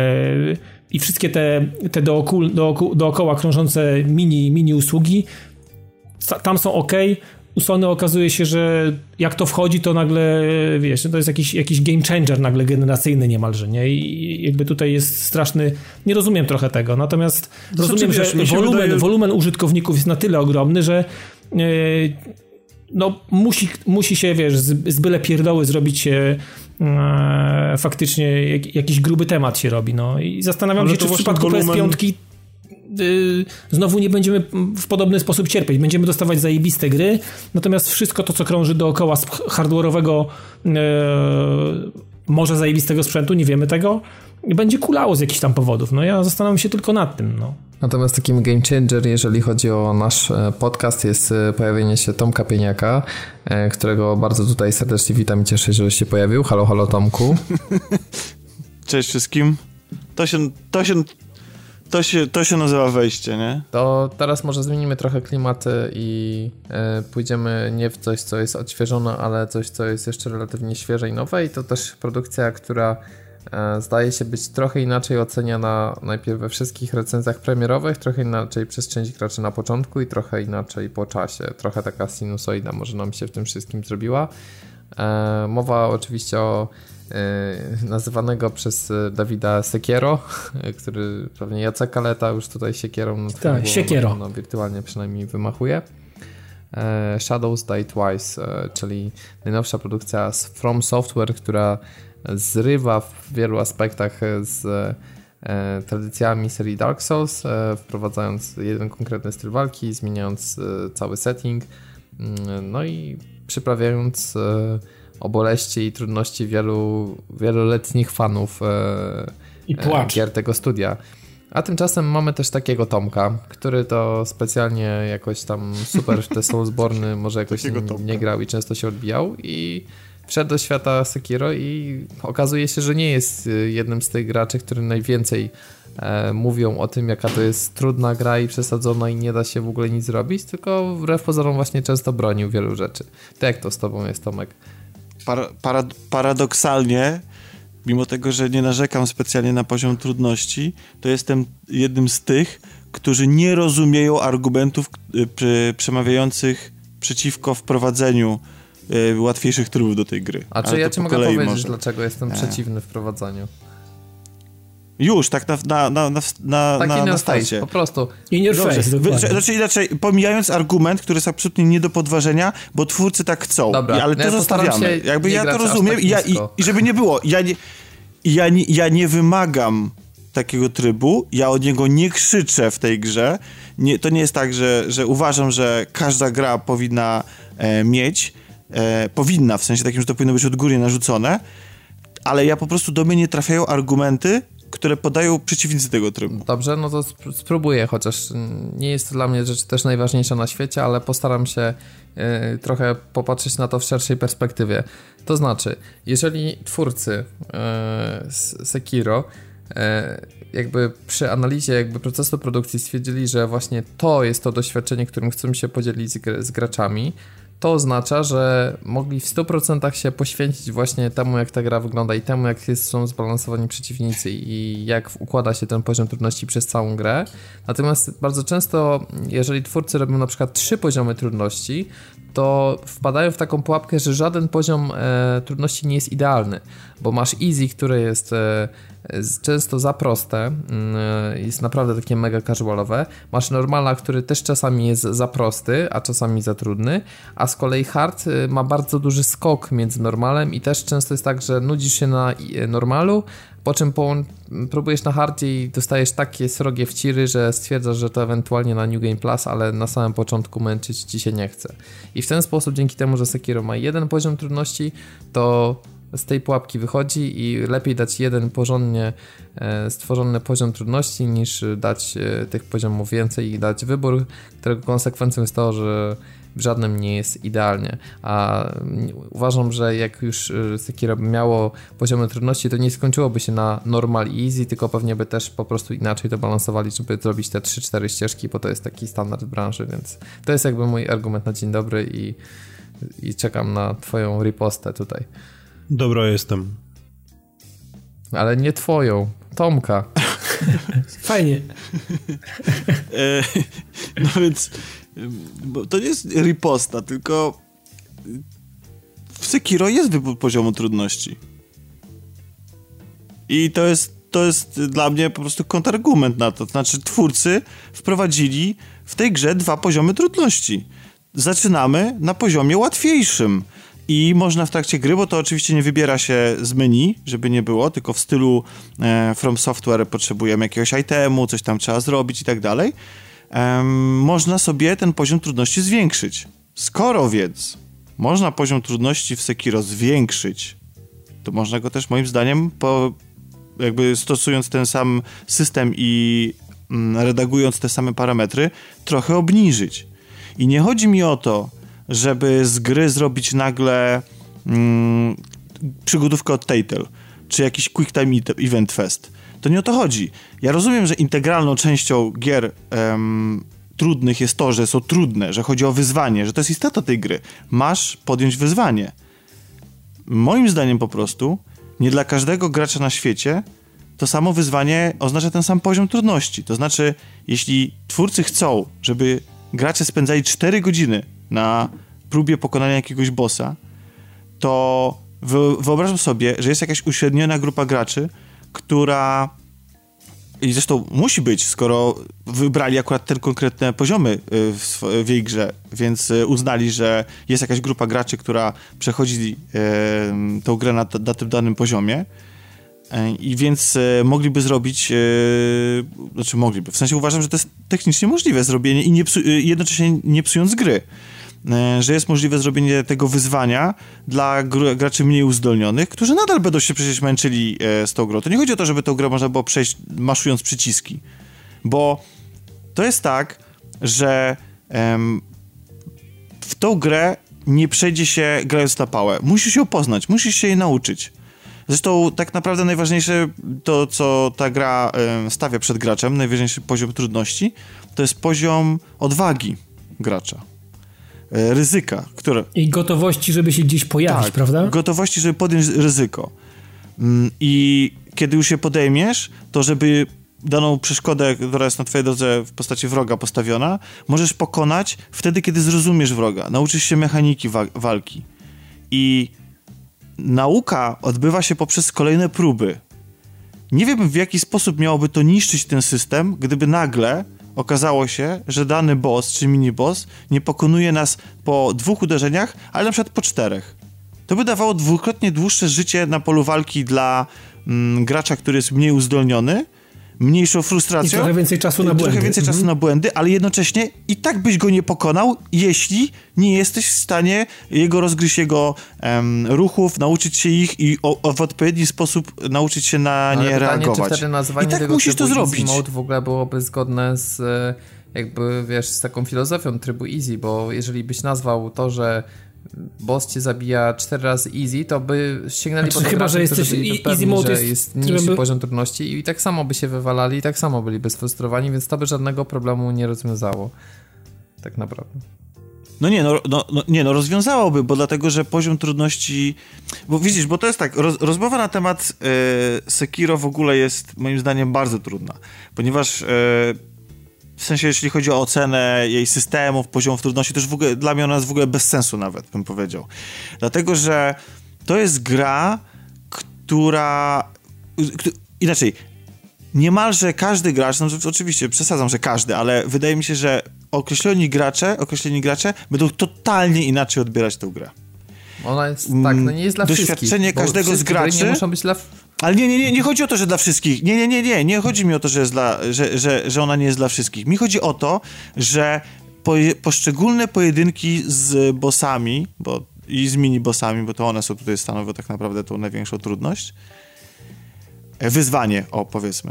i wszystkie te, te dookoła, dookoła krążące mini, mini usługi tam są ok. U Sony okazuje się, że jak to wchodzi, to nagle, wiesz, to jest jakiś, jakiś game changer nagle generacyjny niemalże, nie? I jakby tutaj jest straszny, nie rozumiem trochę tego, natomiast to rozumiem, znaczy, wiesz, że wolumen, wydaje... wolumen użytkowników jest na tyle ogromny, że yy, no musi, musi się, wiesz, z, z byle pierdoły zrobić się e, faktycznie jak, jakiś gruby temat się robi, no i zastanawiam się, czy w przypadku wolumen... P S pięć y, znowu nie będziemy w podobny sposób cierpieć, będziemy dostawać zajebiste gry, natomiast wszystko to, co krąży dookoła hardware'owego e, może zajebistego sprzętu, nie wiemy tego, będzie kulało z jakichś tam powodów, no ja zastanawiam się tylko nad tym, no. Natomiast takim game changer, jeżeli chodzi o nasz podcast, jest pojawienie się Tomka Pieniaka, którego bardzo tutaj serdecznie witam i cieszę się, że się pojawił. Halo, halo Tomku. Cześć wszystkim. To się, to się, to się, to się nazywa wejście, nie? To teraz może zmienimy trochę klimaty i y, pójdziemy nie w coś, co jest odświeżone, ale coś, co jest jeszcze relatywnie świeże i nowe i to też produkcja, która zdaje się być trochę inaczej oceniana najpierw we wszystkich recenzjach premierowych, trochę inaczej przez część graczy na początku i trochę inaczej po czasie. Trochę taka sinusoida może nam się w tym wszystkim zrobiła. E, mowa oczywiście o e, nazywanego przez Dawida Sekiero, który pewnie Jacek Kaleta już tutaj siekierą nad tak, Sekiero. No, wirtualnie przynajmniej wymachuje. E, Shadows Die Twice, e, czyli najnowsza produkcja z From Software, która zrywa w wielu aspektach z e, tradycjami serii Dark Souls, e, wprowadzając jeden konkretny styl walki, zmieniając e, cały setting, no i przyprawiając e, o boleści i trudności wielu wieloletnich fanów e, I e, gier tego studia. A tymczasem mamy też takiego Tomka, który to specjalnie jakoś tam super w te Soulsborny może jakoś nie, nie grał i często się odbijał i wszedł do świata Sekiro i okazuje się, że nie jest jednym z tych graczy, który najwięcej e, mówią o tym, jaka to jest trudna gra i przesadzona i nie da się w ogóle nic zrobić, tylko wbrew pozorom właśnie często bronił wielu rzeczy. Tak jak to z tobą jest, Tomek? Para, para, paradoksalnie, mimo tego, że nie narzekam specjalnie na poziom trudności, to jestem jednym z tych, którzy nie rozumieją argumentów y, przemawiających przeciwko wprowadzeniu y, łatwiejszych trybów do tej gry. A czy ja ci mogę powiedzieć, może. dlaczego jestem nie. przeciwny wprowadzaniu? Już, tak na, na, na, na, na, tak na, na starcie. Po prostu. In your Dobrze. face, dokładnie. Znaczy inaczej, pomijając argument, który jest absolutnie nie do podważenia, bo twórcy tak chcą. Dobra, I, ale ja to zostawiamy. Jakby ja to rozumiem i, ja, i, i żeby nie było, ja nie, ja, nie, ja nie wymagam takiego trybu, ja od niego nie krzyczę w tej grze. Nie, to nie jest tak, że, że uważam, że każda gra powinna e, mieć, e, powinna, w sensie takim, że to powinno być od góry narzucone, ale ja po prostu do mnie nie trafiają argumenty, które podają przeciwnicy tego trybu. Dobrze, no to sp- spróbuję, chociaż nie jest to dla mnie rzecz też najważniejsza na świecie, ale postaram się y, trochę popatrzeć na to w szerszej perspektywie. To znaczy, jeżeli twórcy y, Sekiro y, jakby przy analizie jakby procesu produkcji stwierdzili, że właśnie to jest to doświadczenie, którym chcą się podzielić z, gr- z graczami, to oznacza, że mogli w stu procentach się poświęcić właśnie temu, jak ta gra wygląda i temu, jak jest, są zbalansowani przeciwnicy i jak układa się ten poziom trudności przez całą grę. Natomiast bardzo często, jeżeli twórcy robią na przykład trzy poziomy trudności, to wpadają w taką pułapkę, że żaden poziom e, trudności nie jest idealny, bo masz easy, które jest e, często za proste, e, jest naprawdę takie mega casualowe, masz normala, który też czasami jest za prosty, a czasami za trudny, a z kolei hard e, ma bardzo duży skok między normalem i też często jest tak, że nudzisz się na e, normalu, po czym połą- próbujesz na hardzie i dostajesz takie srogie wciry, że stwierdzasz, że to ewentualnie na New Game Plus, ale na samym początku męczyć ci się nie chce. I w ten sposób, dzięki temu, że Sekiro ma jeden poziom trudności, to z tej pułapki wychodzi i lepiej dać jeden porządnie e, stworzony poziom trudności, niż dać e, tych poziomów więcej i dać wybór, którego konsekwencją jest to, że w żadnym nie jest idealnie, a uważam, że jak już Sekiro by miało poziomy trudności, to nie skończyłoby się na normal i easy, tylko pewnie by też po prostu inaczej to balansowali, żeby zrobić te trzy cztery ścieżki, bo to jest taki standard w branży, więc to jest jakby mój argument na dzień dobry i, i czekam na twoją ripostę tutaj. Dobra, jestem. Ale nie twoją, Tomka. Fajnie. e, no więc bo to nie jest riposta, tylko w Sekiro jest wybór poziomu trudności. I to jest, to jest dla mnie po prostu kontrargument na to. To znaczy twórcy wprowadzili w tej grze dwa poziomy trudności. Zaczynamy na poziomie łatwiejszym. I można w trakcie gry, bo to oczywiście nie wybiera się z menu, żeby nie było, tylko w stylu e, From Software potrzebujemy jakiegoś itemu, coś tam trzeba zrobić i tak dalej. Um, można sobie ten poziom trudności zwiększyć. Skoro więc można poziom trudności w Sekiro zwiększyć, to można go też moim zdaniem po, jakby stosując ten sam system i mm, redagując te same parametry, trochę obniżyć. I nie chodzi mi o to, żeby z gry zrobić nagle mm, przygodówkę od Telltale, czy jakiś Quick Time Event Fest. To nie o to chodzi. Ja rozumiem, że integralną częścią gier em, trudnych jest to, że są trudne, że chodzi o wyzwanie, że to jest istota tej gry. Masz podjąć wyzwanie. Moim zdaniem po prostu nie dla każdego gracza na świecie to samo wyzwanie oznacza ten sam poziom trudności. To znaczy, jeśli twórcy chcą, żeby gracze spędzali cztery godziny na próbie pokonania jakiegoś bossa, to wyobrażam sobie, że jest jakaś uśredniona grupa graczy, która i zresztą musi być, skoro wybrali akurat te konkretne poziomy w, w jej grze, więc uznali, że jest jakaś grupa graczy, która przechodzi e, tą grę na, na tym danym poziomie e, i więc e, mogliby zrobić e, znaczy mogliby, w sensie uważam, że to jest technicznie możliwe zrobienie i nie psu, jednocześnie nie psując gry, e, że jest możliwe zrobienie tego wyzwania dla gr- graczy mniej uzdolnionych, którzy nadal będą się przecież męczyli e, z tą grą. To nie chodzi o to, żeby tę grę można było przejść maszując przyciski, bo to jest tak, że em, w tą grę nie przejdzie się grając na pałę. Musisz ją poznać, musisz się jej nauczyć. Zresztą tak naprawdę najważniejsze to, co ta gra em, stawia przed graczem, najważniejszy poziom trudności, to jest poziom odwagi gracza. E, ryzyka, które... I gotowości, żeby się gdzieś pojawić, tak, prawda? gotowości, żeby podjąć ryzyko. Mm, I kiedy już się podejmiesz, to żeby daną przeszkodę, która jest na twojej drodze w postaci wroga postawiona, możesz pokonać wtedy, kiedy zrozumiesz wroga. Nauczysz się mechaniki wa- walki. I nauka odbywa się poprzez kolejne próby. Nie wiem, w jaki sposób miałoby to niszczyć ten system, gdyby nagle okazało się, że dany boss czy mini-boss nie pokonuje nas po dwóch uderzeniach, ale na przykład po czterech. To by dawało dwukrotnie dłuższe życie na polu walki dla mm, gracza, który jest mniej uzdolniony, mniejszą frustracją. I trochę więcej czasu na błędy. Trochę więcej mhm. czasu na błędy, ale jednocześnie i tak byś go nie pokonał, jeśli nie jesteś w stanie jego rozgryźć jego um, ruchów, nauczyć się ich i o, o, w odpowiedni sposób nauczyć się na ale nie pytanie, reagować. Czy wtedy nazwanie I tak tego musisz to trybu zrobić. Easy Mode w ogóle byłoby zgodne z jakby, wiesz, z taką filozofią trybu easy, bo jeżeli byś nazwał to, że boss cię zabija cztery razy easy, to by sięgnęli znaczy, po chyba, że jesteś i, easy mode że jest, jest niższy by... poziom trudności i tak samo by się wywalali i tak samo byliby sfrustrowani, więc to by żadnego problemu nie rozwiązało. Tak naprawdę. No nie, no, no, no, nie, no rozwiązałoby, bo dlatego, że poziom trudności... Bo widzisz, bo to jest tak, roz, rozmowa na temat e, Sekiro w ogóle jest moim zdaniem bardzo trudna, ponieważ e, w sensie, jeśli chodzi o ocenę jej systemów, poziomów trudności, to już w ogóle, dla mnie ona jest w ogóle bez sensu nawet, bym powiedział. Dlatego, że to jest gra, która... Inaczej, niemalże każdy gracz, no oczywiście przesadzam, że każdy, ale wydaje mi się, że określeni gracze, określeni gracze będą totalnie inaczej odbierać tę grę. Ona jest, tak, no nie jest dla wszystkich. Doświadczenie każdego z graczy... nie muszą być dla... Ale nie, nie, nie, nie chodzi o to, że dla wszystkich. Nie, nie, nie, nie, nie chodzi mi o to, że, jest dla, że, że, że ona nie jest dla wszystkich. Mi chodzi o to, że po, poszczególne pojedynki z bossami, bo i z mini-bossami, bo to one są tutaj stanowią tak naprawdę tą największą trudność, wyzwanie, o powiedzmy,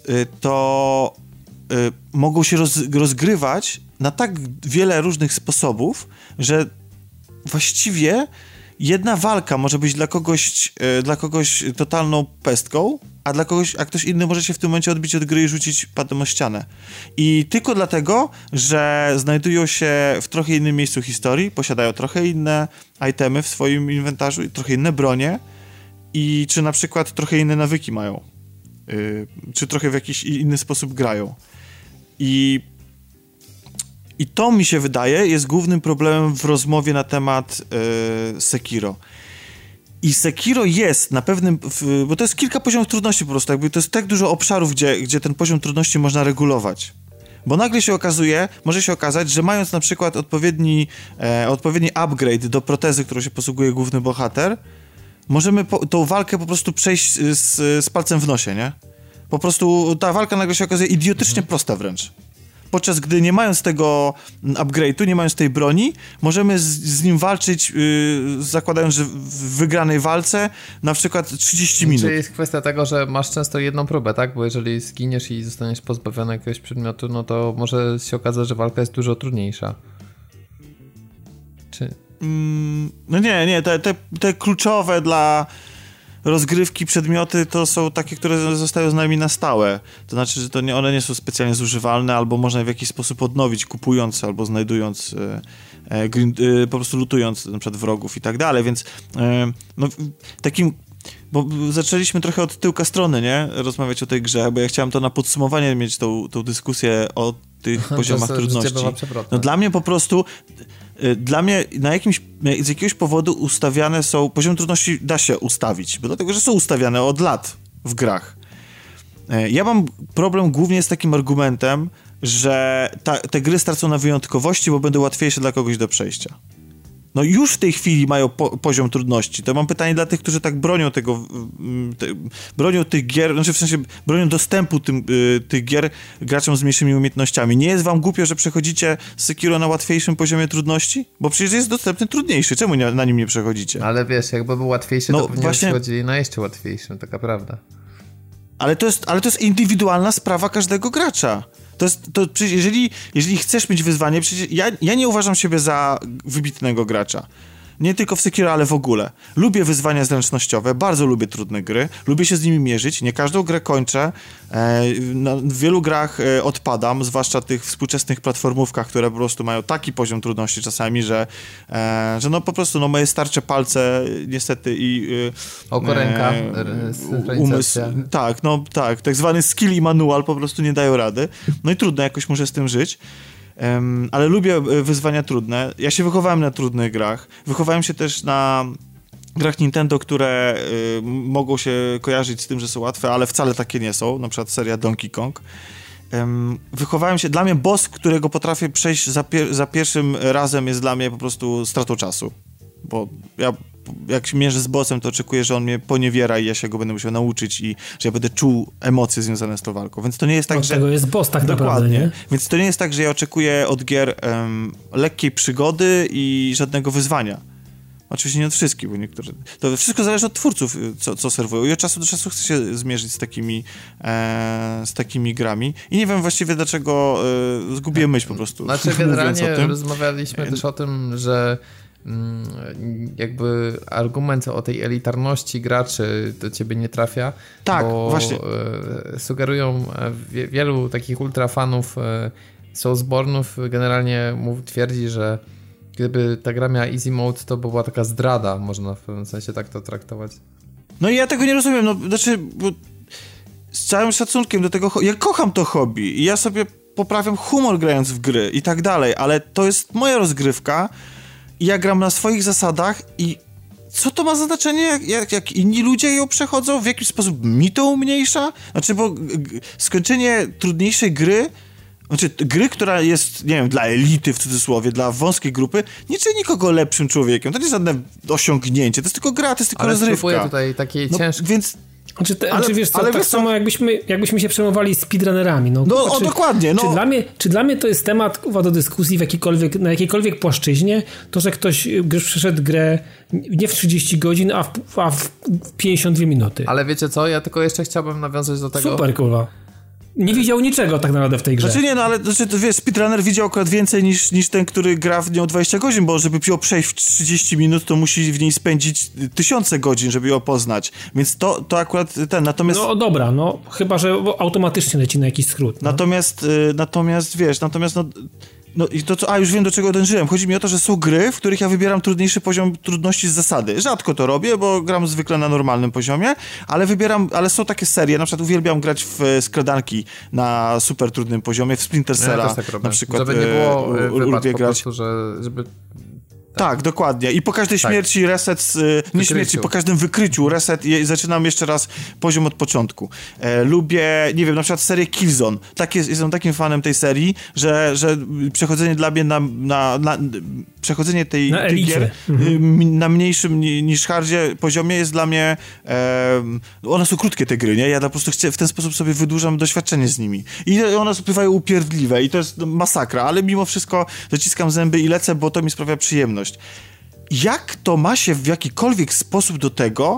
to y, mogą się roz, rozgrywać na tak wiele różnych sposobów, że właściwie jedna walka może być dla kogoś, y, dla kogoś totalną pestką, a dla kogoś, a ktoś inny może się w tym momencie odbić od gry i rzucić padem o ścianę. I tylko dlatego, że znajdują się w trochę innym miejscu historii, posiadają trochę inne itemy w swoim inwentarzu i trochę inne bronie, i czy na przykład trochę inne nawyki mają, yy, czy trochę w jakiś inny sposób grają. I, i to mi się wydaje jest głównym problemem w rozmowie na temat yy, Sekiro. I Sekiro jest na pewnym, w, bo to jest kilka poziomów trudności po prostu, jakby to jest tak dużo obszarów, gdzie, gdzie ten poziom trudności można regulować. Bo nagle się okazuje, może się okazać, że mając na przykład odpowiedni, e, odpowiedni upgrade do protezy, którą się posługuje główny bohater, możemy po, tą walkę po prostu przejść z, z palcem w nosie, nie? Po prostu ta walka nagle się okazuje idiotycznie mhm. prosta wręcz. Podczas gdy nie mając tego upgrade'u, nie mając tej broni, możemy z, z nim walczyć, yy, zakładając, że w wygranej walce na przykład trzydzieści minut. Czyli jest kwestia tego, że masz często jedną próbę, tak? Bo jeżeli zginiesz i zostaniesz pozbawiony jakiegoś przedmiotu, no to może się okazać, że walka jest dużo trudniejsza. Czy... No nie, nie, te, te, te kluczowe dla rozgrywki przedmioty to są takie, które zostają z nami na stałe. To znaczy, że to nie, one nie są specjalnie zużywalne, albo można je w jakiś sposób odnowić, kupując albo znajdując, e, e, green, e, po prostu lutując na przykład wrogów i tak dalej, więc e, no, takim, bo zaczęliśmy trochę od tyłka strony, nie? Rozmawiać o tej grze, bo ja chciałem to na podsumowanie mieć tą, tą dyskusję o tych poziomach trudności. No dla mnie po prostu Dla mnie na jakimś, z jakiegoś powodu ustawiane są, poziom trudności da się ustawić, bo dlatego, że są ustawiane od lat w grach. Ja mam problem głównie z takim argumentem, że ta, te gry stracą na wyjątkowości, bo będą łatwiejsze dla kogoś do przejścia. No już w tej chwili mają po, poziom trudności. To mam pytanie dla tych, którzy tak bronią tego, te, bronią tych gier, znaczy w sensie bronią dostępu tym, y, tych gier graczom z mniejszymi umiejętnościami. Nie jest wam głupio, że przechodzicie Sekiro na łatwiejszym poziomie trudności? Bo przecież jest dostępny trudniejszy. Czemu nie, na nim nie przechodzicie? Ale wiesz, jakby był łatwiejszy, no, to pewnie właśnie... przechodzili na jeszcze łatwiejszym, taka prawda. Ale to jest, ale to jest indywidualna sprawa każdego gracza. To jest, to przecież jeżeli, jeżeli chcesz mieć wyzwanie, przecież ja, ja nie uważam siebie za wybitnego gracza. Nie tylko w Sekiro, ale w ogóle. Lubię wyzwania zręcznościowe, bardzo lubię trudne gry, lubię się z nimi mierzyć, nie każdą grę kończę, e, na, w wielu grach e, odpadam, zwłaszcza tych współczesnych platformówkach, które po prostu mają taki poziom trudności czasami, że, e, że no po prostu no, moje starcze palce niestety i e, oko ręka, e, umysł, tak, no tak, tak zwany skill i manual po prostu nie dają rady, no i trudno, jakoś muszę z tym żyć. Um, ale lubię wyzwania trudne. Ja się wychowałem na trudnych grach. Wychowałem się też na grach Nintendo, które y, mogą się kojarzyć z tym, że są łatwe, ale wcale takie nie są, na przykład seria Donkey Kong. Ym, wychowałem się, dla mnie boss, którego potrafię przejść za, pier za pierwszym razem, jest dla mnie po prostu stratą czasu, bo ja jak się mierzę z bossem, to oczekuję, że on mnie poniewiera i ja się go będę musiał nauczyć i że ja będę czuł emocje związane z tą walką, więc to nie jest tak, od że... tego jest boss tak Dokładnie. naprawdę, nie? Więc to nie jest tak, że ja oczekuję od gier um, lekkiej przygody i żadnego wyzwania. Oczywiście nie od wszystkich, bo niektórzy... To wszystko zależy od twórców, co, co serwują. I od czasu do czasu chcę się zmierzyć z takimi, e, z takimi grami. I nie wiem właściwie, dlaczego e, zgubiłem myśl po prostu. Znaczy, generalnie rozmawialiśmy też o tym, że jakby argument o tej elitarności graczy do ciebie nie trafia, tak, bo właśnie. sugerują wielu takich ultrafanów Soulsborne'ów generalnie mów, twierdzi, że gdyby ta gra miała easy mode, to by była taka zdrada, można w pewnym sensie tak to traktować. No i ja tego nie rozumiem, no znaczy bo z całym szacunkiem do tego, ja kocham to hobby i ja sobie poprawiam humor grając w gry i tak dalej, ale to jest moja rozgrywka i ja gram na swoich zasadach i co to ma za znaczenie, jak, jak, jak inni ludzie ją przechodzą? W jakiś sposób mi to umniejsza? Znaczy, bo skończenie trudniejszej gry, znaczy gry, która jest, nie wiem, dla elity w cudzysłowie, dla wąskiej grupy, nie czyni nikogo lepszym człowiekiem. To nie jest żadne osiągnięcie, to jest tylko gra, to jest tylko ale rozrywka. Ale tutaj takiej no, ciężkiej... Więc... Znaczy, te, ale, znaczy wiesz co, ale tak wiesz samo co? jakbyśmy, jakbyśmy się przejmowali speedrunnerami. No, no kurwa, o, czy, dokładnie. No. Czy, dla mnie, czy dla mnie to jest temat kurwa, do dyskusji w jakiejkolwiek, na jakiejkolwiek płaszczyźnie, to, że ktoś przeszedł grę nie w trzydzieści godzin, a w, a w pięćdziesiąt dwie minuty. Ale wiecie co, ja tylko jeszcze chciałbym nawiązać do tego... Super, kurwa. Nie widział niczego tak naprawdę w tej grze. Znaczy nie, no ale znaczy, wiesz, speedrunner widział akurat więcej niż, niż ten, który gra w nią dwadzieścia godzin, bo żeby ją przejść w trzydzieści minut, to musi w niej spędzić tysiące godzin, żeby ją poznać. Więc to, to akurat ten, natomiast... No dobra, no chyba, że automatycznie leci na jakiś skrót. No. Natomiast, y, natomiast wiesz, natomiast no... No i to co, a już wiem do czego dążyłem. Chodzi mi o to, że są gry, w których ja wybieram trudniejszy poziom trudności z zasady. Rzadko to robię, bo gram zwykle na normalnym poziomie, ale wybieram, ale są takie serie, na przykład uwielbiam grać w skradanki na super trudnym poziomie, w Splinter Cella ja tak na przykład. Żeby nie było e, wypad po grać. prostu, że, żeby... Tak. tak, dokładnie. I po każdej tak. śmierci reset, y, nie śmierci, po każdym wykryciu reset i zaczynam jeszcze raz poziom od początku. E, lubię, nie wiem, na przykład serię Killzone. Tak jest, jestem takim fanem tej serii, że, że przechodzenie dla mnie na, na, na przechodzenie tej, na tej gier mhm. y, na mniejszym niż hardzie poziomie jest dla mnie e, one są krótkie te gry, nie? Ja po prostu chcę, w ten sposób sobie wydłużam doświadczenie z nimi. I one bywają upierdliwe i to jest masakra, ale mimo wszystko zaciskam zęby i lecę, bo to mi sprawia przyjemność. Jak to ma się w jakikolwiek sposób do tego,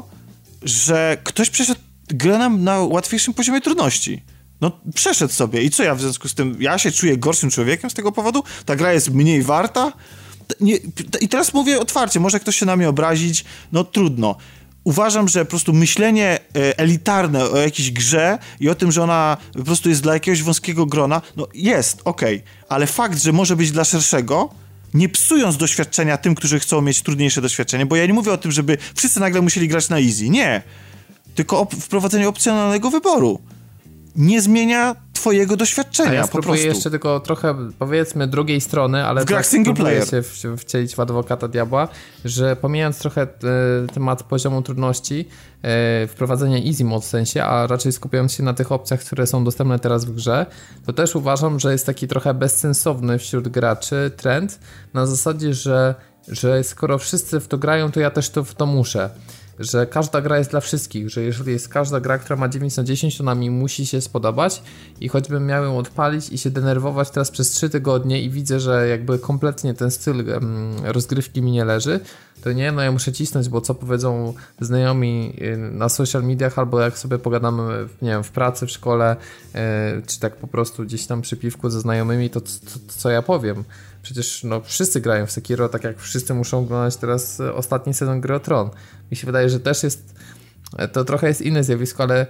że ktoś przeszedł grę na, na łatwiejszym poziomie trudności? No, przeszedł sobie. I co ja w związku z tym? Ja się czuję gorszym człowiekiem z tego powodu? Ta gra jest mniej warta? Nie, i teraz mówię otwarcie, może ktoś się na mnie obrazić, no trudno. Uważam, że po prostu myślenie elitarne o jakiejś grze i o tym, że ona po prostu jest dla jakiegoś wąskiego grona, no jest, okej, okay. Ale fakt, że może być dla szerszego, nie psując doświadczenia tym, którzy chcą mieć trudniejsze doświadczenie, bo ja nie mówię o tym, żeby wszyscy nagle musieli grać na easy, nie. Tylko op- wprowadzenie opcjonalnego wyboru nie zmienia twojego doświadczenia. A ja po spróbuję prostu. jeszcze tylko trochę, powiedzmy, drugiej strony, ale w grach tak single próbuję player. się w, wcielić w adwokata diabła, że pomijając trochę e, temat poziomu trudności, e, wprowadzenie easy mode w sensie, a raczej skupiając się na tych opcjach, które są dostępne teraz w grze, to też uważam, że jest taki trochę bezsensowny wśród graczy trend na zasadzie, że, że skoro wszyscy w to grają, to ja też to w to muszę. Że każda gra jest dla wszystkich, że jeżeli jest każda gra, która ma dziewięć na dziesięć, to ona mi musi się spodobać i choćbym miał ją odpalić i się denerwować teraz przez trzy tygodnie i widzę, że jakby kompletnie ten styl um, rozgrywki mi nie leży, to nie, no ja muszę cisnąć, bo co powiedzą znajomi na social mediach albo jak sobie pogadamy, nie wiem, w pracy, w szkole, yy, czy tak po prostu gdzieś tam przy piwku ze znajomymi, to, to, to co ja powiem? Przecież no, wszyscy grają w Sekiro, tak jak wszyscy muszą oglądać teraz ostatni sezon Gry o Tron. Mi się wydaje, że też jest, to trochę jest inne zjawisko, ale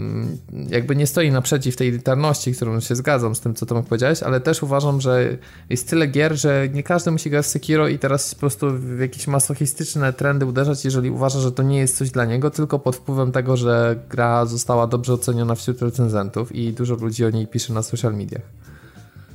jakby nie stoi naprzeciw tej elitarności, którą się zgadzam z tym, co Tomek powiedziałeś, ale też uważam, że jest tyle gier, że nie każdy musi grać w Sekiro i teraz po prostu w jakieś masochistyczne trendy uderzać, jeżeli uważa, że to nie jest coś dla niego, tylko pod wpływem tego, że gra została dobrze oceniona wśród recenzentów i dużo ludzi o niej pisze na social mediach.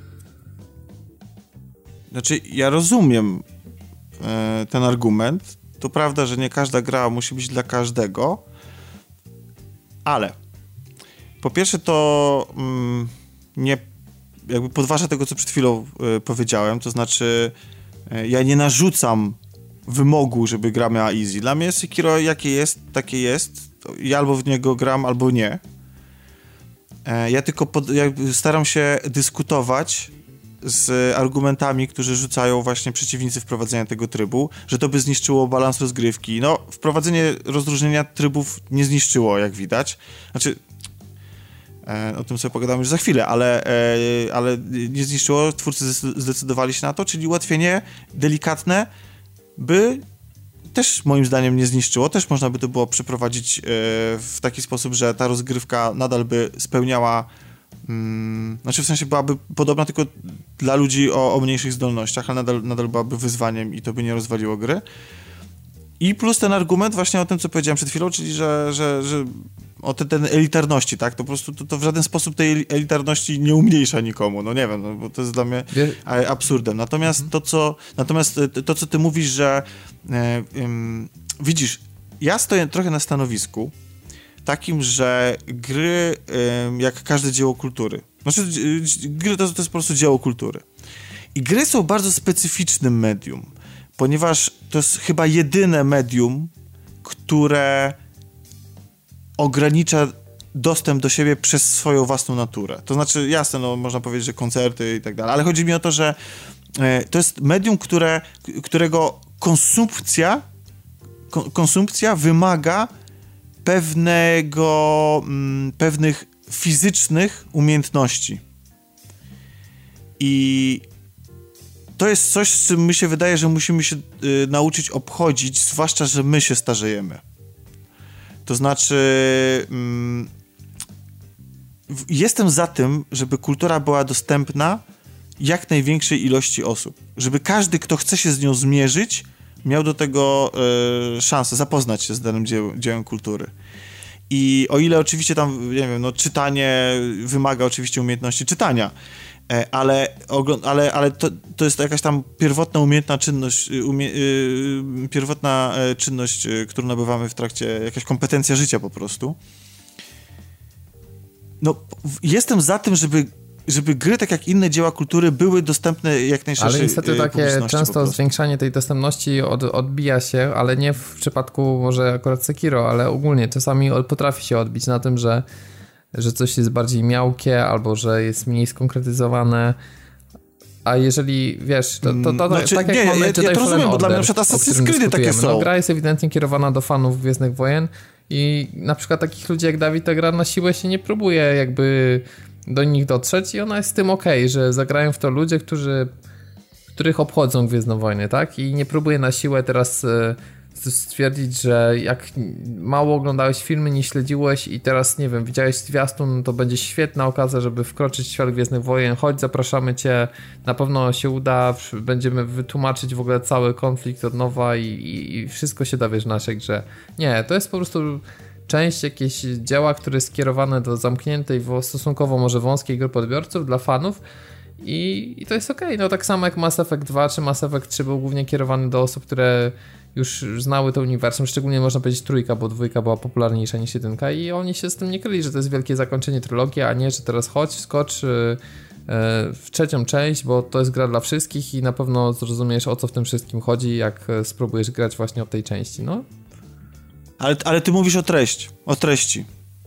Znaczy, ja rozumiem e, ten argument, To prawda, że nie każda gra musi być dla każdego, ale po pierwsze to mm, nie jakby podważa tego, co przed chwilą y, powiedziałem, to znaczy y, ja nie narzucam wymogu, żeby gra miała easy. Dla mnie Sekiro jakie jest, takie jest. Ja albo w niego gram, albo nie. Y, ja tylko pod, jakby staram się dyskutować z argumentami, które rzucają właśnie przeciwnicy wprowadzenia tego trybu, że to by zniszczyło balans rozgrywki. No, wprowadzenie rozróżnienia trybów nie zniszczyło, jak widać. Znaczy, e, o tym sobie pogadamy już za chwilę, ale, e, ale nie zniszczyło, twórcy zdecydowali się na to, czyli ułatwienie delikatne by też moim zdaniem nie zniszczyło, też można by to było przeprowadzić e, w taki sposób, że ta rozgrywka nadal by spełniała Hmm, znaczy w sensie byłaby podobna tylko dla ludzi o, o mniejszych zdolnościach, ale nadal, nadal byłaby wyzwaniem i to by nie rozwaliło gry. I plus ten argument właśnie o tym, co powiedziałem przed chwilą, czyli że, że, że o te, ten elitarności, tak? To po prostu to, to w żaden sposób tej elitarności nie umniejsza nikomu, no nie wiem, no, bo to jest dla mnie absurdem. Natomiast mhm. to, co, natomiast to, co ty mówisz, że e, um, widzisz, ja stoję trochę na stanowisku takim, że gry, jak każde dzieło kultury, znaczy gry to, to jest po prostu dzieło kultury. I gry są bardzo specyficznym medium, ponieważ to jest chyba jedyne medium, które ogranicza dostęp do siebie przez swoją własną naturę. To znaczy, jasne, no można powiedzieć, że koncerty i tak dalej, ale chodzi mi o to, że to jest medium, które, którego konsumpcja, konsumpcja wymaga pewnego, m, pewnych fizycznych umiejętności. I to jest coś, z czym mi się wydaje, że musimy się y, nauczyć obchodzić, zwłaszcza, że my się starzejemy. To znaczy mm, w, jestem za tym, żeby kultura była dostępna jak największej ilości osób. Żeby każdy, kto chce się z nią zmierzyć, miał do tego y, szansę zapoznać się z danym dzieł, dziełem kultury. I o ile oczywiście tam, nie wiem, no czytanie wymaga oczywiście umiejętności czytania, e, ale, ale, ale to, to jest jakaś tam pierwotna umiejętna czynność, umie, y, pierwotna e, czynność, y, którą nabywamy w trakcie, jakaś kompetencja życia po prostu. No, jestem za tym, żeby żeby gry, tak jak inne dzieła kultury, były dostępne jak najszerszej Ale niestety takie często zwiększanie tej dostępności od, odbija się, ale nie w przypadku może akurat Sekiro, ale ogólnie czasami potrafi się odbić na tym, że, że coś jest bardziej miałkie albo że jest mniej skonkretyzowane. A jeżeli, wiesz, to, to, to znaczy, tak jak nie, mamy ja, tutaj ja to rozumiem, Order, bo dla mnie na przykład Assassin's Creed takie są. No, gra jest ewidentnie kierowana do fanów Gwiezdnych Wojen i na przykład takich ludzi jak Dawid ta gra na siłę się nie próbuje jakby do nich dotrzeć i ona jest z tym okej, okay, że zagrają w to ludzie, którzy, których obchodzą Gwiezdne Wojny, tak? I nie próbuję na siłę teraz e, stwierdzić, że jak mało oglądałeś filmy, nie śledziłeś i teraz, nie wiem, widziałeś zwiastun, to będzie świetna okazja, żeby wkroczyć w świat Gwiezdnych Wojen. Chodź, zapraszamy cię, na pewno się uda, będziemy wytłumaczyć w ogóle cały konflikt od nowa i, i, i wszystko się dowiesz w naszej grze. Nie, to jest po prostu część jakieś dzieła, które jest skierowane do zamkniętej, stosunkowo może wąskiej grupy odbiorców, dla fanów i, i to jest okej. Okay. No tak samo jak Mass Effect dwa czy Mass Effect trzy był głównie kierowany do osób, które już znały to uniwersum, szczególnie można powiedzieć trójka, bo dwójka była popularniejsza niż jedynka i oni się z tym nie kryli, że to jest wielkie zakończenie trylogii, a nie, że teraz chodź, skocz yy, w trzecią część, bo to jest gra dla wszystkich i na pewno zrozumiesz, o co w tym wszystkim chodzi, jak spróbujesz grać właśnie od tej części, no. Ale, ale ty mówisz o treści, o treści.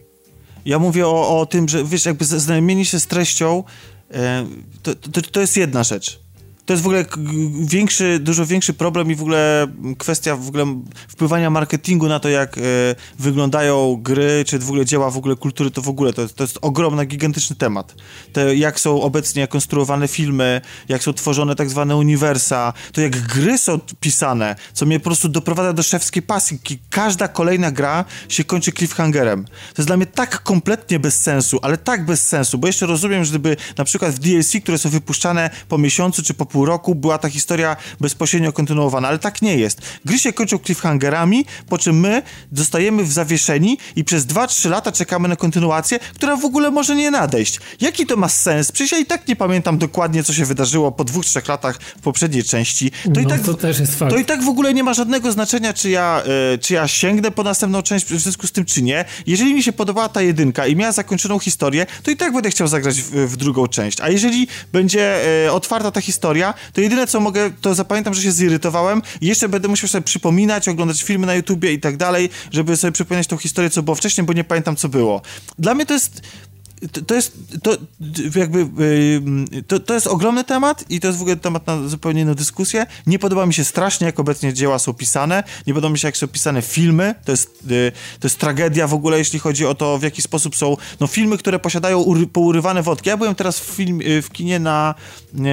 Ja mówię o, o tym, że wiesz, jakby zaznajomienie się z treścią e, to, to, to jest jedna rzecz. To jest w ogóle większy, dużo większy problem i w ogóle kwestia w ogóle wpływania marketingu na to, jak e, wyglądają gry, czy w ogóle dzieła w ogóle kultury, to w ogóle to, to jest ogromny, gigantyczny temat. Te, jak są obecnie konstruowane filmy, jak są tworzone tak zwane uniwersa, to jak gry są pisane, co mnie po prostu doprowadza do szewskiej pasji. Każda kolejna gra się kończy cliffhangerem. To jest dla mnie tak kompletnie bez sensu, ale tak bez sensu, bo jeszcze rozumiem, że gdyby na przykład w D L C, które są wypuszczane po miesiącu czy po pół pół roku była ta historia bezpośrednio kontynuowana, ale tak nie jest. Gry się kończą cliffhangerami, po czym my zostajemy w zawieszeni i przez dwa trzy lata czekamy na kontynuację, która w ogóle może nie nadejść. Jaki to ma sens? Przecież ja i tak nie pamiętam dokładnie, co się wydarzyło po dwóch, trzech latach w poprzedniej części. To, no, i, tak, to też jest fakt. To i tak w ogóle nie ma żadnego znaczenia, czy ja, y, czy ja sięgnę po następną część w związku z tym, czy nie. Jeżeli mi się podobała ta jedynka i miała zakończoną historię, to i tak będę chciał zagrać w, w drugą część. A jeżeli będzie y, otwarta ta historia, to jedyne, co mogę, to zapamiętam, że się zirytowałem i jeszcze będę musiał sobie przypominać, oglądać filmy na YouTubie i tak dalej, żeby sobie przypominać tą historię, co było wcześniej, bo nie pamiętam, co było. Dla mnie to jest... To, to jest to jakby yy, to, to jest ogromny temat i to jest w ogóle temat na zupełnie inną dyskusję. Nie podoba mi się strasznie, jak obecnie dzieła są pisane. Nie podoba mi się, jak są pisane filmy. To jest, yy, to jest tragedia w ogóle, jeśli chodzi o to, w jaki sposób są no, filmy, które posiadają ury, pourywane wątki. Ja byłem teraz w, film, yy, w kinie na yy,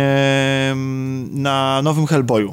na nowym Hellboyu.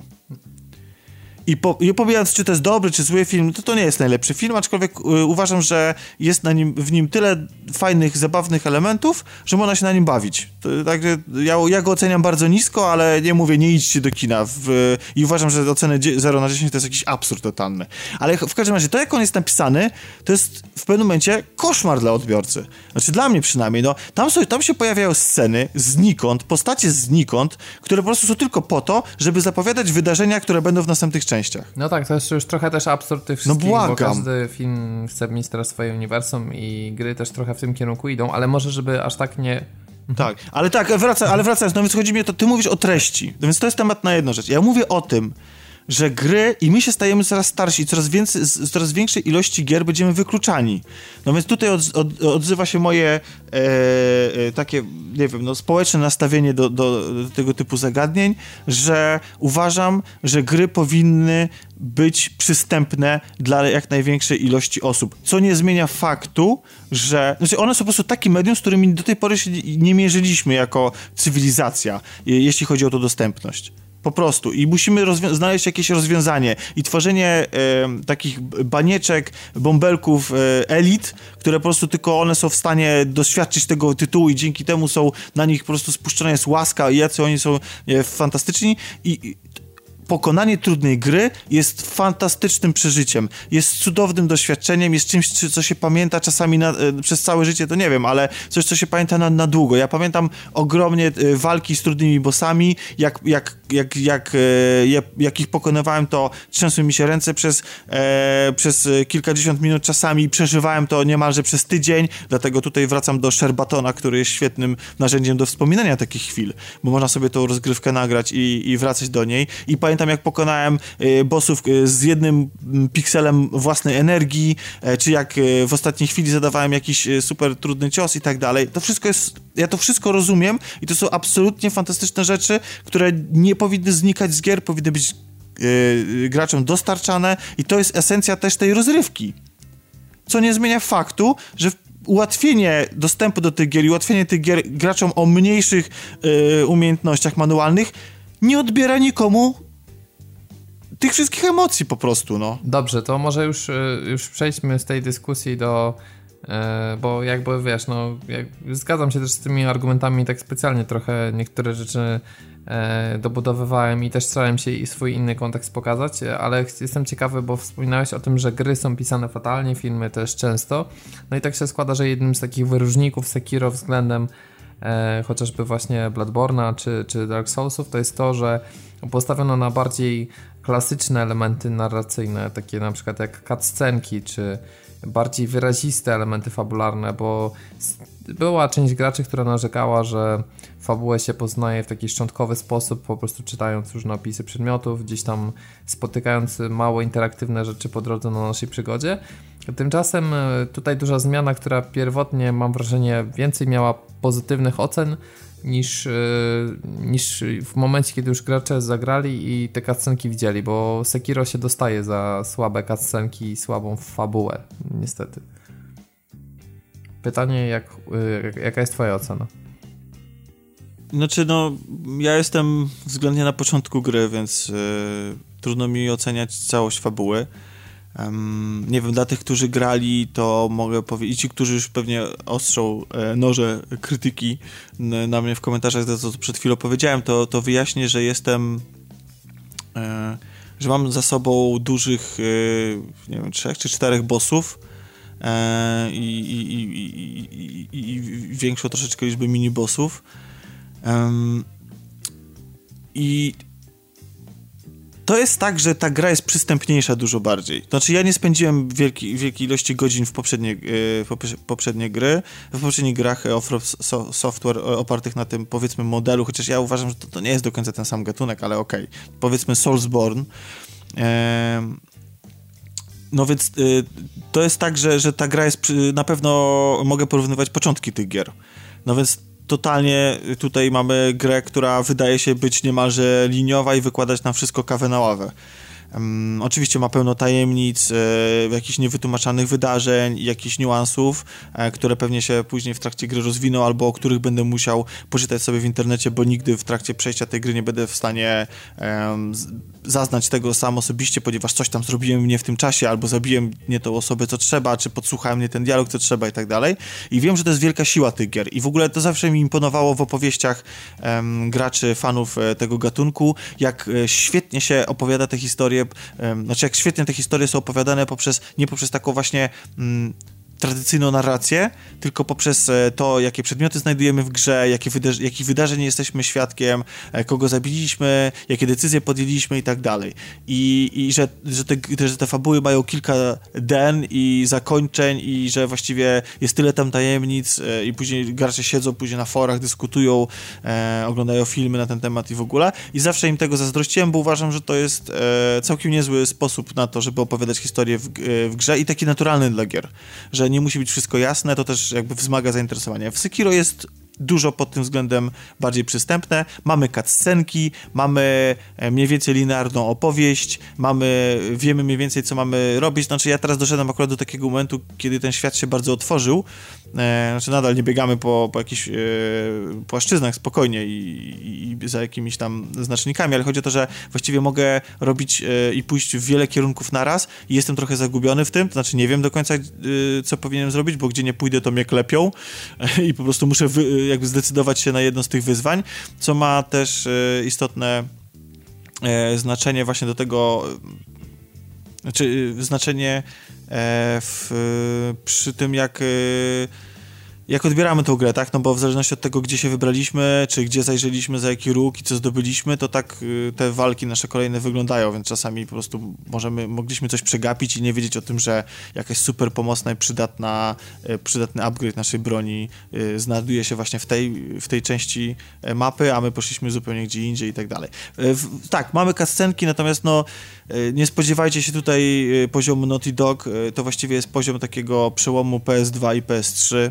I, po, I pomijając, czy to jest dobry, czy zły film, to to nie jest najlepszy film, aczkolwiek y, uważam, że jest na nim, w nim tyle fajnych, zabawnych elementów, że można się na nim bawić. To, także ja, ja go oceniam bardzo nisko, ale nie mówię, nie idźcie do kina. W, I uważam, że ocenę zero na dziesięć to jest jakiś absurd totalny. Ale w każdym razie, to jak on jest napisany, to jest w pewnym momencie koszmar dla odbiorcy. Znaczy dla mnie przynajmniej. No, tam, są, tam się pojawiają sceny znikąd, postacie znikąd, które po prostu są tylko po to, żeby zapowiadać wydarzenia, które będą w następnych częściach. No tak, to jest już trochę też absurd tych wszystkich, no błagam. Bo każdy film chce mieć teraz swoje uniwersum i gry też trochę w tym kierunku idą, ale może żeby aż tak nie... Tak, ale tak, wraca, ale wracając, no więc chodzi mi o to, ty mówisz o treści, no więc to jest temat na jedną rzecz. Ja mówię o tym, że gry i my się stajemy coraz starsi i coraz, więcej, z coraz większej ilości gier będziemy wykluczani. No więc tutaj od, od, odzywa się moje e, e, takie, nie wiem, no społeczne nastawienie do, do, do tego typu zagadnień, że uważam, że gry powinny być przystępne dla jak największej ilości osób. Co nie zmienia faktu, że znaczy one są po prostu takim medium, z którymi do tej pory się nie mierzyliśmy jako cywilizacja, jeśli chodzi o tą dostępność. Po prostu. I musimy rozwią- znaleźć jakieś rozwiązanie. I tworzenie e, takich banieczek, bąbelków e, elit, które po prostu tylko one są w stanie doświadczyć tego tytułu i dzięki temu są na nich po prostu spuszczona jest łaska i jacy oni są e, fantastyczni. I, i pokonanie trudnej gry jest fantastycznym przeżyciem, jest cudownym doświadczeniem, jest czymś, co się pamięta czasami na, e, przez całe życie, to nie wiem, ale coś, co się pamięta na, na długo. Ja pamiętam ogromnie e, walki z trudnymi bossami, jak, jak, jak, jak, e, jak, jak ich pokonywałem, to trzęsły mi się ręce przez, e, przez kilkadziesiąt minut czasami i przeżywałem to niemalże przez tydzień, dlatego tutaj wracam do Sherbatona, który jest świetnym narzędziem do wspominania takich chwil, bo można sobie tą rozgrywkę nagrać i, i wracać do niej. I pamiętam, jak pokonałem y, bossów y, z jednym y, pikselem własnej energii, y, czy jak y, w ostatniej chwili zadawałem jakiś y, super trudny cios i tak dalej. To wszystko jest, ja to wszystko rozumiem i to są absolutnie fantastyczne rzeczy, które nie powinny znikać z gier, powinny być y, y, graczom dostarczane i to jest esencja też tej rozrywki. Co nie zmienia faktu, że ułatwienie dostępu do tych gier i ułatwienie tych gier graczom o mniejszych y, umiejętnościach manualnych nie odbiera nikomu tych wszystkich emocji po prostu, no. Dobrze, to może już, już przejdźmy z tej dyskusji do... E, bo jakby wiesz, no jak, zgadzam się też z tymi argumentami, tak specjalnie trochę niektóre rzeczy e, dobudowywałem i też starałem się i swój inny kontekst pokazać, ale jestem ciekawy, bo wspominałeś o tym, że gry są pisane fatalnie, filmy też często, no i tak się składa, że jednym z takich wyróżników Sekiro względem e, chociażby właśnie Bloodborne'a czy, czy Dark Soulsów to jest to, że postawiono na bardziej klasyczne elementy narracyjne, takie na przykład jak cutscenki, czy bardziej wyraziste elementy fabularne, bo była część graczy, która narzekała, że fabułę się poznaje w taki szczątkowy sposób, po prostu czytając różne opisy przedmiotów, gdzieś tam spotykając małe interaktywne rzeczy po drodze na naszej przygodzie. Tymczasem tutaj duża zmiana, która pierwotnie, mam wrażenie, więcej miała pozytywnych ocen niż, niż w momencie, kiedy już gracze zagrali i te cutscenki widzieli, bo Sekiro się dostaje za słabe cutscenki i słabą fabułę, niestety. Pytanie, jak, jaka jest twoja ocena? Znaczy, no, ja jestem względnie na początku gry, więc yy, trudno mi oceniać całość fabuły. Um, nie wiem, dla tych, którzy grali, to mogę powiedzieć, i ci, którzy już pewnie ostrzą e, noże krytyki n, na mnie w komentarzach za to, co przed chwilą powiedziałem, to, to wyjaśnię, że jestem, e, że mam za sobą dużych, e, nie wiem, trzech czy czterech bossów e, i, i, i, i, i, i większą troszeczkę liczbę mini-bossów. Um, I to jest tak, że ta gra jest przystępniejsza dużo bardziej. To znaczy ja nie spędziłem wielkiej, wielkiej ilości godzin w poprzednie, yy, poprzednie gry, w poprzednich grach of so, Software opartych na tym, powiedzmy, modelu, chociaż ja uważam, że to, to nie jest do końca ten sam gatunek, ale okej. Okay. Powiedzmy Soulsborne. Yy, no więc yy, to jest tak, że, że ta gra jest, przy, na pewno mogę porównywać początki tych gier. No więc totalnie tutaj mamy grę, która wydaje się być niemalże liniowa i wykładać nam wszystko kawę na ławę. Um, oczywiście ma pełno tajemnic, e, jakichś niewytłumaczanych wydarzeń, jakichś niuansów, e, które pewnie się później w trakcie gry rozwiną, albo o których będę musiał poczytać sobie w internecie, bo nigdy w trakcie przejścia tej gry nie będę w stanie e, z, zaznać tego sam osobiście, ponieważ coś tam zrobiłem nie w tym czasie, albo zabiłem nie tą osobę, co trzeba, czy podsłuchałem nie ten dialog, co trzeba i tak dalej. I wiem, że to jest wielka siła tych gier. I w ogóle to zawsze mi imponowało w opowieściach e, graczy, fanów e, tego gatunku, jak e, świetnie się opowiada te historie. Znaczy, jak świetnie te historie są opowiadane poprzez, nie poprzez taką właśnie mm, tradycyjną narrację, tylko poprzez to, jakie przedmioty znajdujemy w grze, jakie wydarzy- jakich wydarzeń jesteśmy świadkiem, kogo zabiliśmy, jakie decyzje podjęliśmy i tak dalej. I, i że, że, te, że te fabuły mają kilka den i zakończeń i że właściwie jest tyle tam tajemnic i później gracze siedzą później na forach, dyskutują, e, oglądają filmy na ten temat i w ogóle. I zawsze im tego zazdrościłem, bo uważam, że to jest e, całkiem niezły sposób na to, żeby opowiadać historię w, w grze i taki naturalny dla gier, że nie musi być wszystko jasne, to też jakby wzmaga zainteresowanie. W Sekiro jest dużo pod tym względem bardziej przystępne. Mamy cutscenki, mamy mniej więcej linearną opowieść, mamy, wiemy mniej więcej, co mamy robić. Znaczy ja teraz doszedłem akurat do takiego momentu, kiedy ten świat się bardzo otworzył. E, znaczy nadal nie biegamy po, po jakichś e, płaszczyznach spokojnie i, i za jakimiś tam znacznikami, ale chodzi o to, że właściwie mogę robić e, i pójść w wiele kierunków naraz i jestem trochę zagubiony w tym, to znaczy nie wiem do końca, e, co powinienem zrobić, bo gdzie nie pójdę, to mnie klepią e, i po prostu muszę wy, jakby zdecydować się na jedno z tych wyzwań, co ma też e, istotne e, znaczenie właśnie do tego, e, znaczy znaczenie e, w, przy tym, jak e, jak odbieramy tą grę, tak? No bo w zależności od tego, gdzie się wybraliśmy, czy gdzie zajrzeliśmy, za jaki róg i co zdobyliśmy, to tak y, te walki nasze kolejne wyglądają, więc czasami po prostu możemy, mogliśmy coś przegapić i nie wiedzieć o tym, że jakaś super pomocna i przydatna, y, przydatny upgrade naszej broni y, znajduje się właśnie w tej, w tej części y, mapy, a my poszliśmy zupełnie gdzie indziej i tak dalej. Y, w, tak, mamy cutscenki, natomiast no y, nie spodziewajcie się tutaj y, poziomu Naughty Dog, y, to właściwie jest poziom takiego przełomu P S dwa i P S trzy.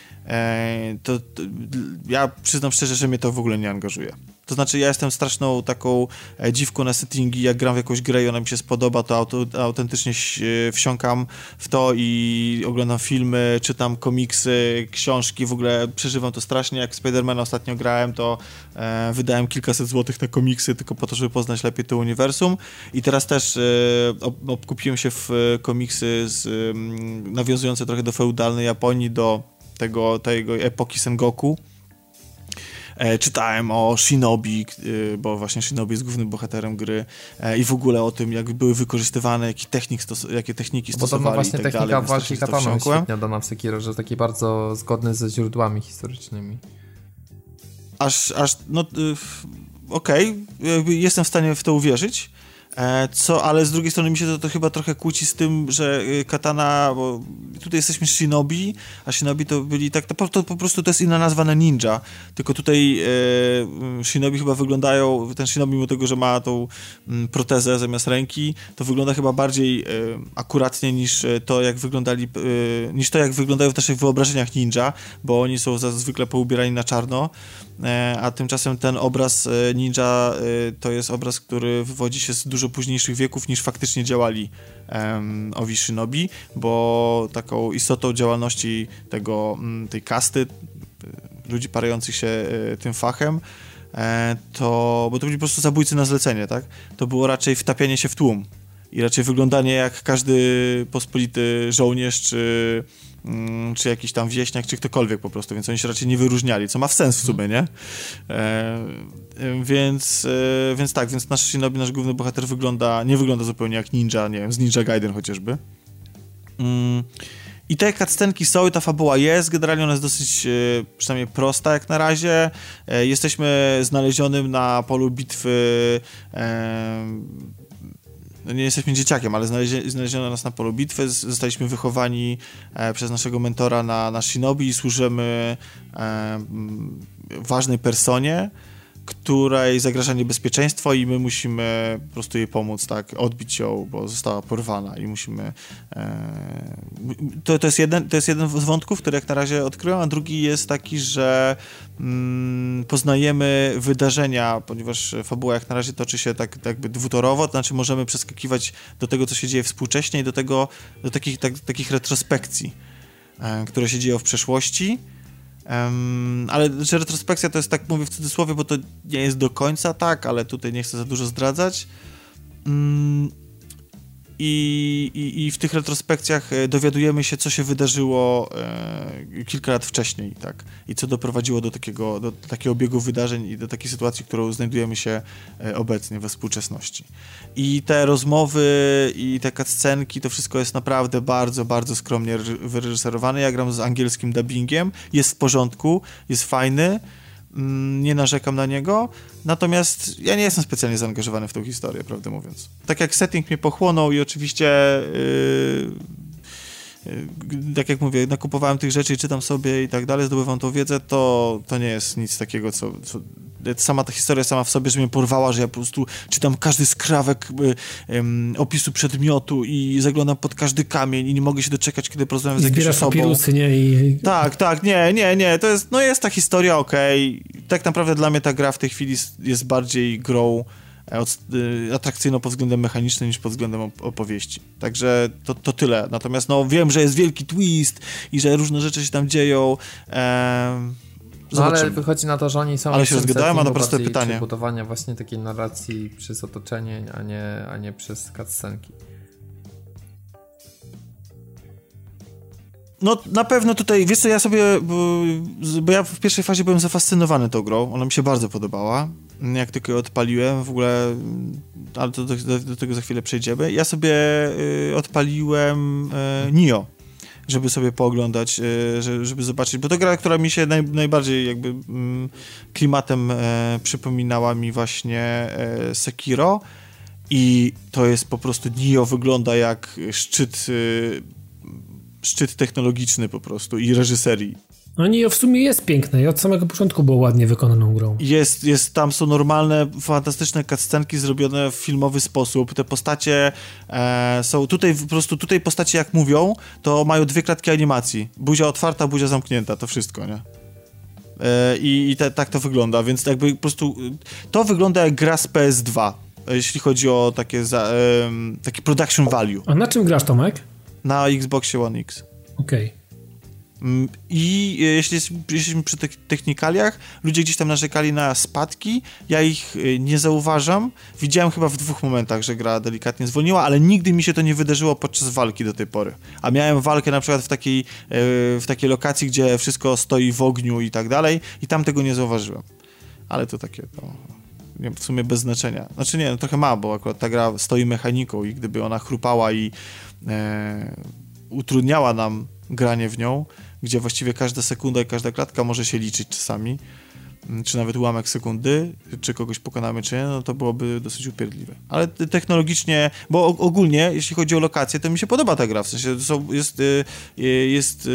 To, to ja przyznam szczerze, że mnie to w ogóle nie angażuje. To znaczy ja jestem straszną taką dziwką na settingi, jak gram w jakąś grę i ona mi się spodoba, to auto, autentycznie wsiąkam w to i oglądam filmy, czytam komiksy, książki, w ogóle przeżywam to strasznie. Jak Spidermana ostatnio grałem, to e, wydałem kilkaset złotych na komiksy tylko po to, żeby poznać lepiej to uniwersum i teraz też e, ob, obkupiłem się w komiksy z, m, nawiązujące trochę do feudalnej Japonii, do tego, tego epoki Sengoku. E, czytałem o Shinobi, e, bo właśnie Shinobi jest głównym bohaterem gry e, i w ogóle o tym, jak były wykorzystywane, jaki technik stos- jakie techniki bo stosowali. Bo to właśnie i tak technika dalej, walki kataną jest świetnie dana w Sekiro, że taki bardzo zgodny ze źródłami historycznymi. Aż, aż no okej, okay, jestem w stanie w to uwierzyć. Co, ale z drugiej strony mi się to, to chyba trochę kłóci z tym, że katana, bo tutaj jesteśmy Shinobi, a Shinobi to byli tak, to, to po prostu to jest inna nazwa na ninja, tylko tutaj e, Shinobi chyba wyglądają, ten Shinobi mimo tego, że ma tą m, protezę zamiast ręki, to wygląda chyba bardziej e, akuratnie niż to, jak wyglądali, e, niż to, jak wyglądają w naszych wyobrażeniach ninja, bo oni są zwykle poubierani na czarno, e, a tymczasem ten obraz e, ninja e, to jest obraz, który wywodzi się z dużo późniejszych wieków niż faktycznie działali um, owi Shinobi, bo taką istotą działalności tego, tej kasty, ludzi parających się e, tym fachem, e, to, bo to byli po prostu zabójcy na zlecenie, tak? To było raczej wtapianie się w tłum. i raczej wyglądanie jak każdy pospolity żołnierz, czy, czy jakiś tam wieśniak, czy ktokolwiek po prostu, więc oni się raczej nie wyróżniali, co ma w sens w sumie, nie? E, więc, e, więc tak, więc nasz Shinobi, nasz główny bohater wygląda, nie wygląda zupełnie jak ninja, nie wiem, z Ninja Gaiden chociażby. Mm. I te cutscenki są i ta fabuła jest, generalnie ona jest dosyć e, przynajmniej prosta jak na razie. E, jesteśmy znalezionym na polu bitwy, e, no nie jesteśmy dzieciakiem, ale znalezie, znaleziono nas na polu bitwy, zostaliśmy wychowani e, przez naszego mentora na, na Shinobi i służymy e, ważnej personie, której zagraża niebezpieczeństwo i my musimy po prostu jej pomóc, tak, odbić ją, bo została porwana i musimy... E, to, to, jest jeden, to jest jeden z wątków, który jak na razie odkryłem, a drugi jest taki, że mm, poznajemy wydarzenia, ponieważ fabuła jak na razie toczy się tak, tak jakby dwutorowo, to znaczy możemy przeskakiwać do tego, co się dzieje współcześnie i do tego, do takich, tak, takich retrospekcji, e, które się dzieją w przeszłości. Um, ale że retrospekcja to jest, tak mówię w cudzysłowie, bo to nie jest do końca tak, ale tutaj nie chcę za dużo zdradzać. Um, i, i, I w tych retrospekcjach dowiadujemy się, co się wydarzyło e, kilka lat wcześniej, tak? I co doprowadziło do takiego, do takiego biegu wydarzeń i do takiej sytuacji, w którą znajdujemy się e, obecnie we współczesności. I te rozmowy i te cutscenki, to wszystko jest naprawdę bardzo, bardzo skromnie wyreżyserowane. Ja gram z angielskim dubbingiem, jest w porządku, jest fajny, nie narzekam na niego, natomiast ja nie jestem specjalnie zaangażowany w tą historię, prawdę mówiąc. Tak jak setting mnie pochłonął i oczywiście yy, yy, tak jak mówię, nakupowałem tych rzeczy i czytam sobie i tak dalej, zdobywam tą wiedzę, to, to nie jest nic takiego, co, co sama ta historia sama w sobie, że mnie porwała, że ja po prostu czytam każdy skrawek y, um, opisu przedmiotu i zaglądam pod każdy kamień i nie mogę się doczekać, kiedy porozmawiam z jakimś osobą. Papirusy, nie? I... Tak, tak, nie, nie, nie, to jest, no jest ta historia okej. Okay. Tak naprawdę dla mnie ta gra w tej chwili jest bardziej grą od, y, atrakcyjną pod względem mechanicznym niż pod względem op- opowieści. Także to, to tyle. Natomiast no wiem, że jest wielki twist i że różne rzeczy się tam dzieją. Ehm, No ale wychodzi na to, że oni są... Ale się rozgadałem, a na proste pytanie. Budowania właśnie takiej narracji przez otoczenie, a nie, a nie przez cutscenki. No na pewno tutaj, wiesz co, ja sobie, bo, bo ja w pierwszej fazie byłem zafascynowany tą grą, ona mi się bardzo podobała, jak tylko ją odpaliłem, w ogóle, ale to do, do, do tego za chwilę przejdziemy. Ja sobie y, odpaliłem y, Nioh, żeby sobie pooglądać, y, żeby zobaczyć, bo to gra, która mi się naj, najbardziej jakby mm, klimatem y, przypominała mi właśnie y, Sekiro i to jest po prostu, Nioh wygląda jak szczyt y, szczyt technologiczny po prostu i reżyserii. No nie, w sumie jest piękne i od samego początku było ładnie wykonaną grą. Jest, jest, tam są normalne, fantastyczne cutscenki zrobione w filmowy sposób. Te postacie e, są tutaj po prostu, tutaj postacie jak mówią, to mają dwie klatki animacji. Buzia otwarta, buzia zamknięta, to wszystko, nie? E, I i te, tak to wygląda, więc jakby po prostu to wygląda jak gra z P S dwa, jeśli chodzi o takie za, e, taki production value. A na czym grasz, Tomek? Na Xboxie One X. Okej. Okay. I jeśli jesteśmy przy tych technikaliach, ludzie gdzieś tam narzekali na spadki, ja ich nie zauważam. Widziałem chyba w dwóch momentach, że gra delikatnie zwolniła, ale nigdy mi się to nie wydarzyło podczas walki do tej pory. A miałem walkę na przykład w takiej, w takiej lokacji, gdzie wszystko stoi w ogniu i tak dalej i tam tego nie zauważyłem. Ale to takie, no, nie, w sumie bez znaczenia. Znaczy nie, no trochę ma, bo akurat ta gra stoi mechaniką i gdyby ona chrupała i e, utrudniała nam granie w nią, gdzie właściwie każda sekunda i każda klatka może się liczyć czasami, czy nawet ułamek sekundy, czy kogoś pokonamy, czy nie, no to byłoby dosyć upierdliwe. Ale technologicznie, bo ogólnie, jeśli chodzi o lokacje, to mi się podoba ta gra, w sensie są, jest, jest,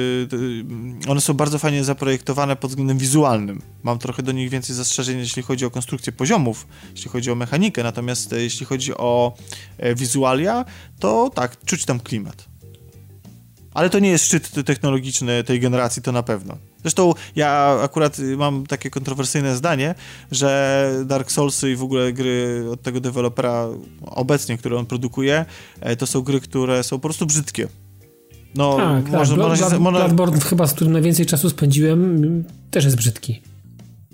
one są bardzo fajnie zaprojektowane pod względem wizualnym. Mam trochę do nich więcej zastrzeżeń, jeśli chodzi o konstrukcję poziomów, jeśli chodzi o mechanikę, natomiast jeśli chodzi o wizualia, to tak, czuć tam klimat. Ale to nie jest szczyt technologiczny tej generacji, to na pewno. Zresztą ja akurat mam takie kontrowersyjne zdanie, że Dark Soulsy i w ogóle gry od tego dewelopera obecnie, które on produkuje, to są gry, które są po prostu brzydkie. No, tak, może, tak. Można, Blood, można... Bloodborne chyba, z którym najwięcej czasu spędziłem, też jest brzydki.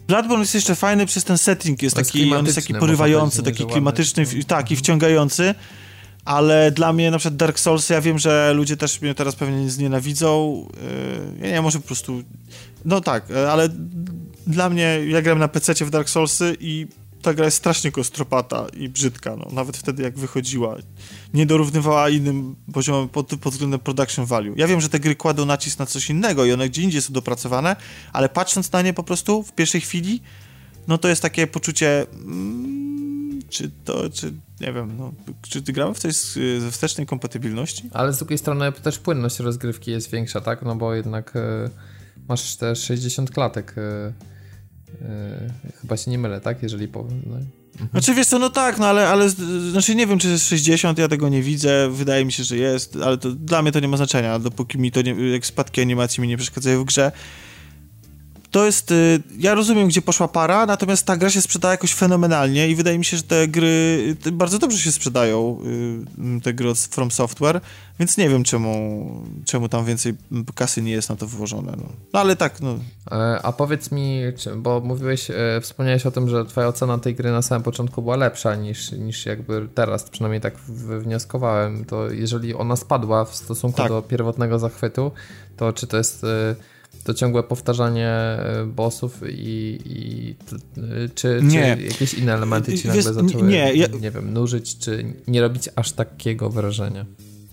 Bloodborne jest jeszcze fajny przez ten setting, jest jest taki, on jest taki porywający, taki klimatyczny, tak, i wciągający, ale dla mnie na przykład Dark Souls, ja wiem, że ludzie też mnie teraz pewnie znienawidzą, yy, ja nie, może po prostu, no tak, ale dla mnie, ja gram na pececie w Dark Soulsy i ta gra jest strasznie kostropata i brzydka, no, nawet wtedy jak wychodziła. Nie dorównywała innym poziomom pod, pod względem production value. Ja wiem, że te gry kładą nacisk na coś innego i one gdzie indziej są dopracowane, ale patrząc na nie po prostu w pierwszej chwili, no to jest takie poczucie, mm, czy to, czy nie wiem, no, czy ty grałeś w coś z, ze wstecznej kompatybilności? Ale z drugiej strony też płynność rozgrywki jest większa, tak? No bo jednak y, masz te sześćdziesiąt klatek. Y, y, chyba się nie mylę, tak? Jeżeli powiem. No. Mhm. Znaczy wiesz co, no tak, no ale, ale znaczy nie wiem, czy jest sześćdziesiąt, ja tego nie widzę, wydaje mi się, że jest, ale to, dla mnie to nie ma znaczenia, dopóki mi to nie, jak spadki animacji mi nie przeszkadzają w grze. To jest, ja rozumiem, gdzie poszła para, natomiast ta gra się sprzedała jakoś fenomenalnie i wydaje mi się, że te gry bardzo dobrze się sprzedają, te gry od From Software, więc nie wiem, czemu, czemu tam więcej kasy nie jest na to wyłożone. No, no ale tak, no. A powiedz mi, bo mówiłeś, wspomniałeś o tym, że twoja ocena tej gry na samym początku była lepsza niż, niż jakby teraz, przynajmniej tak wywnioskowałem, to jeżeli ona spadła w stosunku tak. do pierwotnego zachwytu, to czy to jest... to ciągłe powtarzanie bossów i, i czy, czy jakieś inne elementy ci nagle zaczęły, nie, ja... nie wiem, nużyć, czy nie robić aż takiego wrażenia?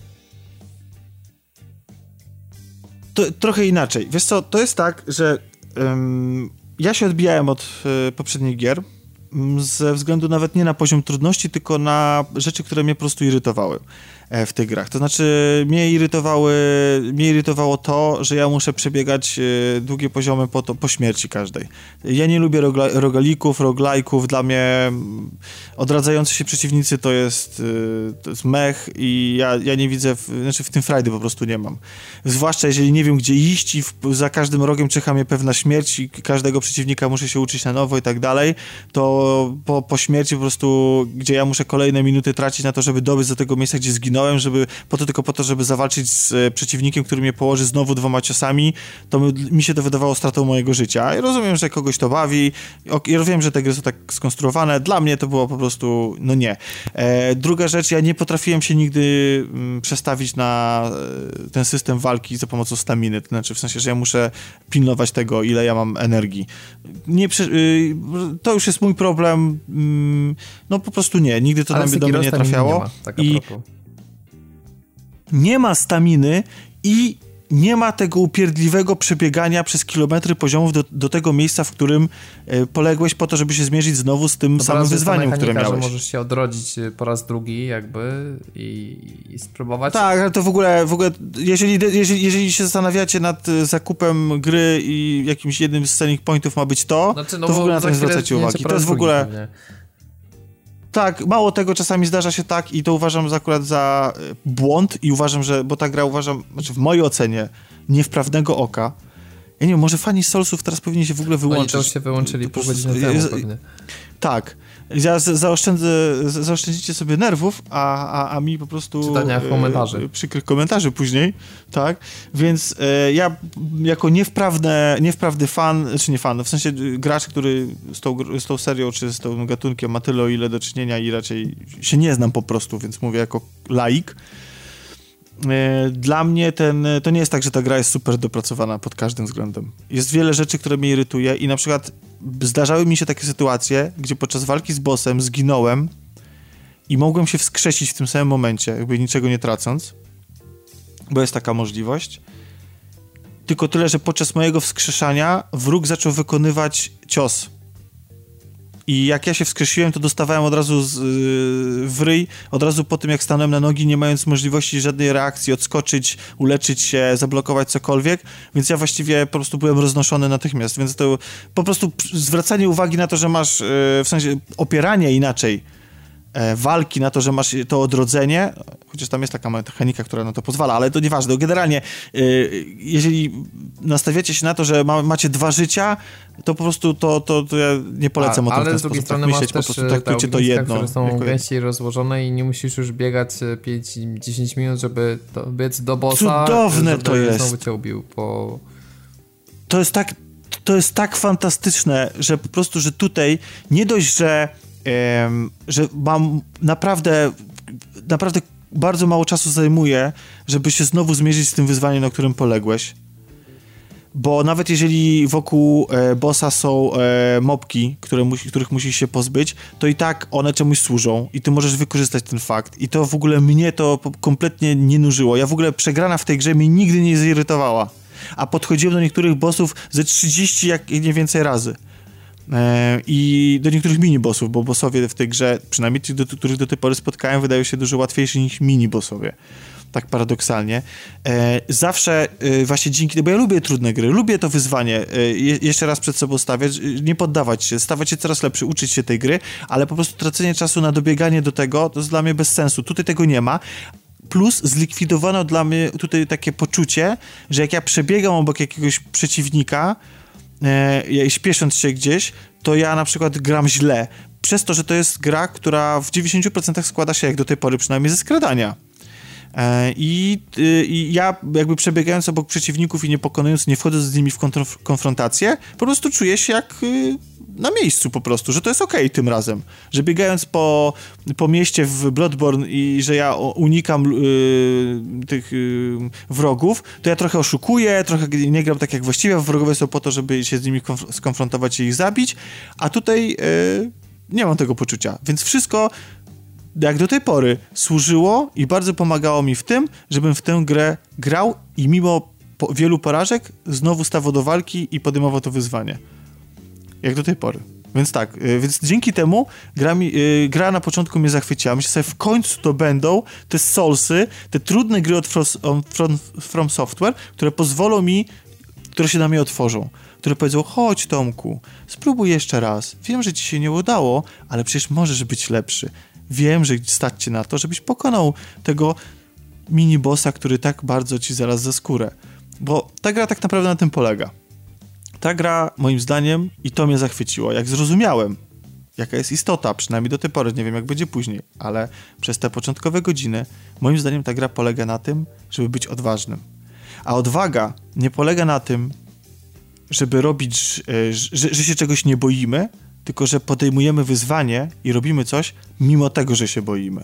To, trochę inaczej. Wiesz co, to jest tak, że um, ja się odbijałem od y, poprzednich gier ze względu nawet nie na poziom trudności, tylko na rzeczy, które mnie po prostu irytowały w tych grach. To znaczy mnie irytowały, mnie irytowało to, że ja muszę przebiegać długie poziomy po, to, po śmierci każdej. Ja nie lubię rogla, rogalików, roglajków. Dla mnie odradzający się przeciwnicy to jest, to jest mech i ja, ja nie widzę, w, znaczy w tym frajdy po prostu nie mam. Zwłaszcza jeżeli nie wiem, gdzie iść i w, za każdym rogiem czeka mnie pewna śmierć i każdego przeciwnika muszę się uczyć na nowo i tak dalej, to po, po śmierci po prostu, gdzie ja muszę kolejne minuty tracić na to, żeby dobyć do tego miejsca, gdzie zginąłem, żeby po to tylko po to, żeby zawalczyć z e, przeciwnikiem, który mnie położy znowu dwoma ciosami, to mi, mi się to wydawało stratą mojego życia. Ja rozumiem, że kogoś to bawi, ja wiem, że te gry są tak skonstruowane, dla mnie to było po prostu, no nie. E, druga rzecz, ja nie potrafiłem się nigdy m, przestawić na e, ten system walki za pomocą staminy, to znaczy w sensie, że ja muszę pilnować tego, ile ja mam energii. Nie, prze, y, to już jest mój problem, mm, no po prostu nie, nigdy to do mnie nie trafiało. Nie ma, tak i nie ma staminy i nie ma tego upierdliwego przebiegania przez kilometry poziomów do, do tego miejsca, w którym e, poległeś po to, żeby się zmierzyć znowu z tym to samym wyzwaniem, które miałeś. Że możesz się odrodzić po raz drugi jakby i, i spróbować. Tak, ale to w ogóle, w ogóle jeżeli, jeżeli, jeżeli się zastanawiacie nad zakupem gry i jakimś jednym z selling pointów ma być to, znaczy, no to w ogóle na to nie zwracacie uwagi. To jest w ogóle... Pewnie. Tak, mało tego, czasami zdarza się tak i to uważam za akurat za błąd i uważam, że, bo ta gra uważam, znaczy w mojej ocenie, niewprawnego oka. Ja nie wiem, może fani Soulsów teraz powinni się w ogóle wyłączyć. Oni to już się wyłączyli pół godziny temu pewnie. Tak. Ja zaoszczędzę, zaoszczędzicie sobie nerwów, a, a, a mi po prostu... Czytania komentarzy. E, przykrych komentarzy później, tak? Więc e, ja jako niewprawny, niewprawny fan, czy nie fan, w sensie gracz, który z tą, z tą serią, czy z tą gatunkiem ma tyle o ile do czynienia i raczej się nie znam po prostu, więc mówię jako laik. Dla mnie ten, to nie jest tak, że ta gra jest super dopracowana pod każdym względem. Jest wiele rzeczy, które mnie irytuje i na przykład zdarzały mi się takie sytuacje, gdzie podczas walki z bossem zginąłem i mogłem się wskrzesić w tym samym momencie, jakby niczego nie tracąc, bo jest taka możliwość. Tylko tyle, że podczas mojego wskrzeszania wróg zaczął wykonywać cios. I jak ja się wskrzesiłem, to dostawałem od razu z, yy, w ryj, od razu po tym, jak stanąłem na nogi, nie mając możliwości żadnej reakcji, odskoczyć, uleczyć się, zablokować cokolwiek, więc ja właściwie po prostu byłem roznoszony natychmiast, więc to po prostu zwracanie uwagi na to, że masz, yy, w sensie opieranie inaczej e, walki na to, że masz to odrodzenie, chociaż tam jest taka mechanika, która na to pozwala, ale to nieważne. Generalnie, yy, jeżeli nastawiacie się na to, że ma, macie dwa życia, to po prostu to, to, to ja nie polecam A, o tym w ten sposób tak myśleć, po prostu traktujcie to jedno. Które są gęściej rozłożone i nie musisz już biegać pięć dziesięć minut, żeby to biec do bossa, Cudowne żeby to jest. znowu cię ubił po... To jest tak to jest tak fantastyczne, że po prostu, że tutaj nie dość, że, em, że mam naprawdę, naprawdę bardzo mało czasu zajmuje, żeby się znowu zmierzyć z tym wyzwaniem, na którym poległeś. Bo nawet jeżeli wokół e, bossa są e, mopki, które musi, których musisz się pozbyć, to i tak one czemuś służą i ty możesz wykorzystać ten fakt. I to w ogóle mnie to kompletnie nie nużyło. Ja w ogóle przegrana w tej grze mnie nigdy nie zirytowała. A podchodziłem do niektórych bossów ze trzydzieści, jak nie więcej razy. E, I do niektórych mini-bossów, bo bossowie w tej grze, przynajmniej tych, do których do tej pory spotkałem, wydają się dużo łatwiejsi niż mini-bossowie. Tak paradoksalnie. E, zawsze e, właśnie dzięki, bo ja lubię trudne gry, lubię to wyzwanie, e, je, jeszcze raz przed sobą stawiać, nie poddawać się, stawać się coraz lepszy, uczyć się tej gry, ale po prostu tracenie czasu na dobieganie do tego, to jest dla mnie bez sensu. Tutaj tego nie ma. Plus zlikwidowano dla mnie tutaj takie poczucie, że jak ja przebiegam obok jakiegoś przeciwnika, e, śpiesząc się gdzieś, to ja na przykład gram źle. Przez to, że to jest gra, która w dziewięćdziesięciu procentach składa się, jak do tej pory przynajmniej, ze skradania. I, I ja jakby przebiegając obok przeciwników i nie pokonując, nie wchodząc z nimi w konf- konfrontację, po prostu czuję się jak na miejscu po prostu, że to jest okej okay tym razem. Że biegając po, po mieście w Bloodborne i że ja unikam y, tych y, wrogów, to ja trochę oszukuję, trochę nie gram tak jak właściwie, wrogowie są po to, żeby się z nimi konf- skonfrontować i ich zabić, a tutaj y, nie mam tego poczucia. Więc wszystko jak do tej pory służyło i bardzo pomagało mi w tym, żebym w tę grę grał i mimo po wielu porażek znowu stawał do walki i podejmował to wyzwanie. Jak do tej pory. Więc tak, yy, więc dzięki temu gra, mi, yy, gra na początku mnie zachwyciła. Myślę sobie, w końcu to będą te Soulsy, te trudne gry od From, from, from Software, które pozwolą mi, które się na mnie otworzą. Które powiedzą, chodź Tomku, spróbuj jeszcze raz. Wiem, że ci się nie udało, ale przecież możesz być lepszy. Wiem, że stać cię na to, żebyś pokonał tego mini-bossa, który tak bardzo ci zaraz za skórę. Bo ta gra tak naprawdę na tym polega. Ta gra, moim zdaniem, i to mnie zachwyciło, jak zrozumiałem, jaka jest istota, przynajmniej do tej pory, nie wiem jak będzie później, ale przez te początkowe godziny, moim zdaniem ta gra polega na tym, żeby być odważnym. A odwaga nie polega na tym, żeby robić, że, że się czegoś nie boimy, tylko że podejmujemy wyzwanie i robimy coś mimo tego, że się boimy.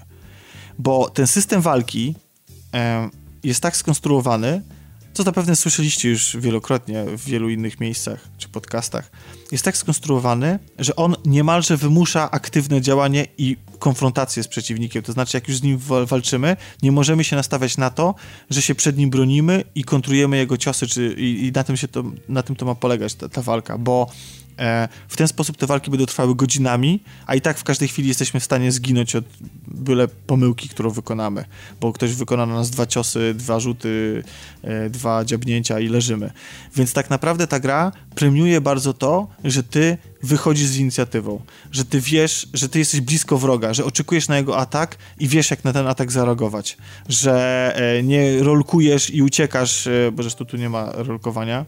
Bo ten system walki e, jest tak skonstruowany, co zapewne słyszeliście już wielokrotnie w wielu innych miejscach czy podcastach, jest tak skonstruowany, że on niemalże wymusza aktywne działanie i konfrontację z przeciwnikiem. To znaczy, jak już z nim walczymy, nie możemy się nastawiać na to, że się przed nim bronimy i kontrujemy jego ciosy, czy, i, i na tym się to, na tym to ma polegać ta, ta walka, bo e, w ten sposób te walki będą trwały godzinami, a i tak w każdej chwili jesteśmy w stanie zginąć od byle pomyłki, którą wykonamy, bo ktoś wykona na nas dwa ciosy, dwa rzuty, e, dwa dziabnięcia i leżymy. Więc tak naprawdę ta gra premiuje bardzo to, że ty wychodzisz z inicjatywą, że ty wiesz, że ty jesteś blisko wroga, że oczekujesz na jego atak i wiesz, jak na ten atak zareagować, że e, nie rolkujesz i uciekasz, e, bo zresztą tu nie ma rolkowania,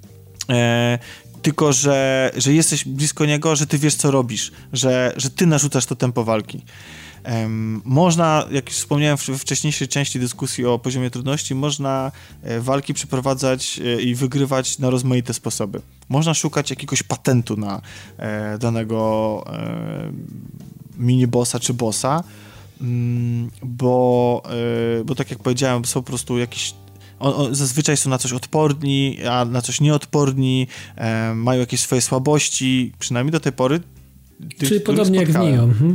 e, tylko, że, że jesteś blisko niego, że ty wiesz, co robisz, że, że ty narzucasz to tempo walki. Um, można, jak już wspomniałem w, we wcześniejszej części dyskusji o poziomie trudności, można e, walki przeprowadzać e, i wygrywać na rozmaite sposoby. Można szukać jakiegoś patentu na e, danego e, mini-bossa czy bossa, mm, bo, e, bo tak jak powiedziałem, są po prostu jakieś On, on, zazwyczaj są na coś odporni, a na coś nieodporni, e, mają jakieś swoje słabości, przynajmniej do tej pory. Tych, Czyli podobnie jak w Nioh. Mhm.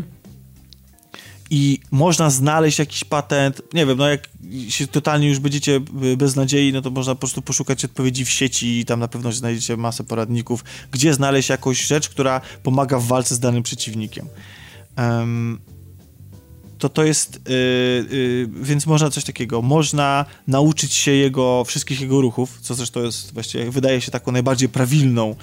I można znaleźć jakiś patent, nie wiem, no jak się totalnie już będziecie bez nadziei, no to można po prostu poszukać odpowiedzi w sieci i tam na pewno znajdziecie masę poradników, gdzie znaleźć jakąś rzecz, która pomaga w walce z danym przeciwnikiem. Um, to to jest, yy, yy, więc można coś takiego, można nauczyć się jego, wszystkich jego ruchów, co zresztą jest właściwie, wydaje się taką najbardziej prawilną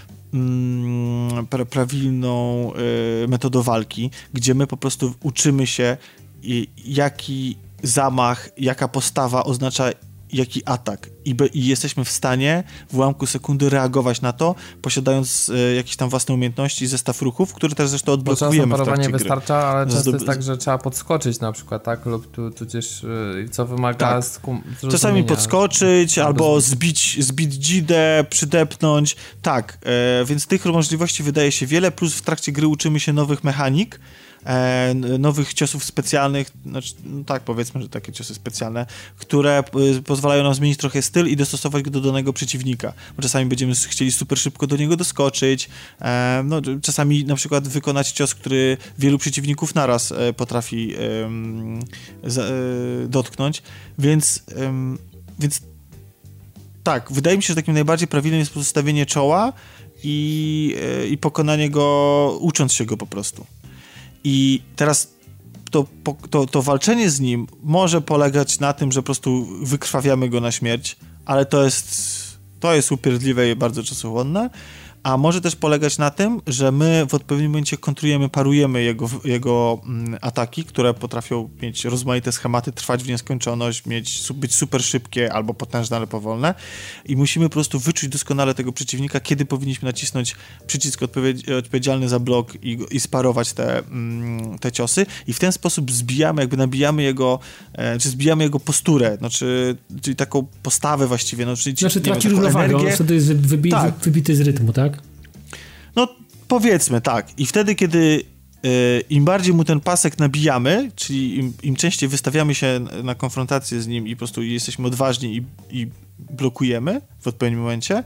mm, pra, prawilną yy, metodą walki, gdzie my po prostu uczymy się, i, jaki zamach, jaka postawa oznacza jaki atak i, be, i jesteśmy w stanie w ułamku sekundy reagować na to, posiadając e, jakieś tam własne umiejętności i zestaw ruchów, które też zresztą odblokujemy w trakcie gry. Wystarcza, ale często Zdoby... jest tak, że trzeba podskoczyć na przykład, tak? Lub tu, tudzież y, co wymaga tak. skum... Czasami podskoczyć, albo, albo zbić, zbić dzidę, przydepnąć. Tak, e, więc tych możliwości wydaje się wiele, plus w trakcie gry uczymy się nowych mechanik, e, nowych ciosów specjalnych, znaczy, no tak, powiedzmy, że takie ciosy specjalne, które y, pozwalają nam zmienić trochę styl i dostosować go do danego przeciwnika. Bo czasami będziemy chcieli super szybko do niego doskoczyć, e, no, czasami na przykład wykonać cios, który wielu przeciwników naraz e, potrafi e, za, e, dotknąć, więc, e, więc tak, wydaje mi się, że takim najbardziej prawidłowym jest pozostawienie czoła i, e, i pokonanie go, ucząc się go po prostu. I teraz to, to, to walczenie z nim może polegać na tym, że po prostu wykrwawiamy go na śmierć, ale to jest, to jest upierdliwe i bardzo czasochłonne, a może też polegać na tym, że my w odpowiednim momencie kontrujemy, parujemy jego, jego mm, ataki, które potrafią mieć rozmaite schematy, trwać w nieskończoność, mieć, być super szybkie albo potężne, ale powolne i musimy po prostu wyczuć doskonale tego przeciwnika, kiedy powinniśmy nacisnąć przycisk odpowiedzi, odpowiedzialny za blok i, i sparować te, mm, te ciosy i w ten sposób zbijamy, jakby nabijamy jego, e, czy zbijamy jego posturę, znaczy, czyli taką postawę właściwie. No, czyli, znaczy traci równowagę, on wtedy jest wybi- tak. wybity z rytmu, tak? No powiedzmy tak. I wtedy, kiedy y, im bardziej mu ten pasek nabijamy, czyli im, im częściej wystawiamy się na konfrontację z nim i po prostu jesteśmy odważni i, i blokujemy w odpowiednim momencie,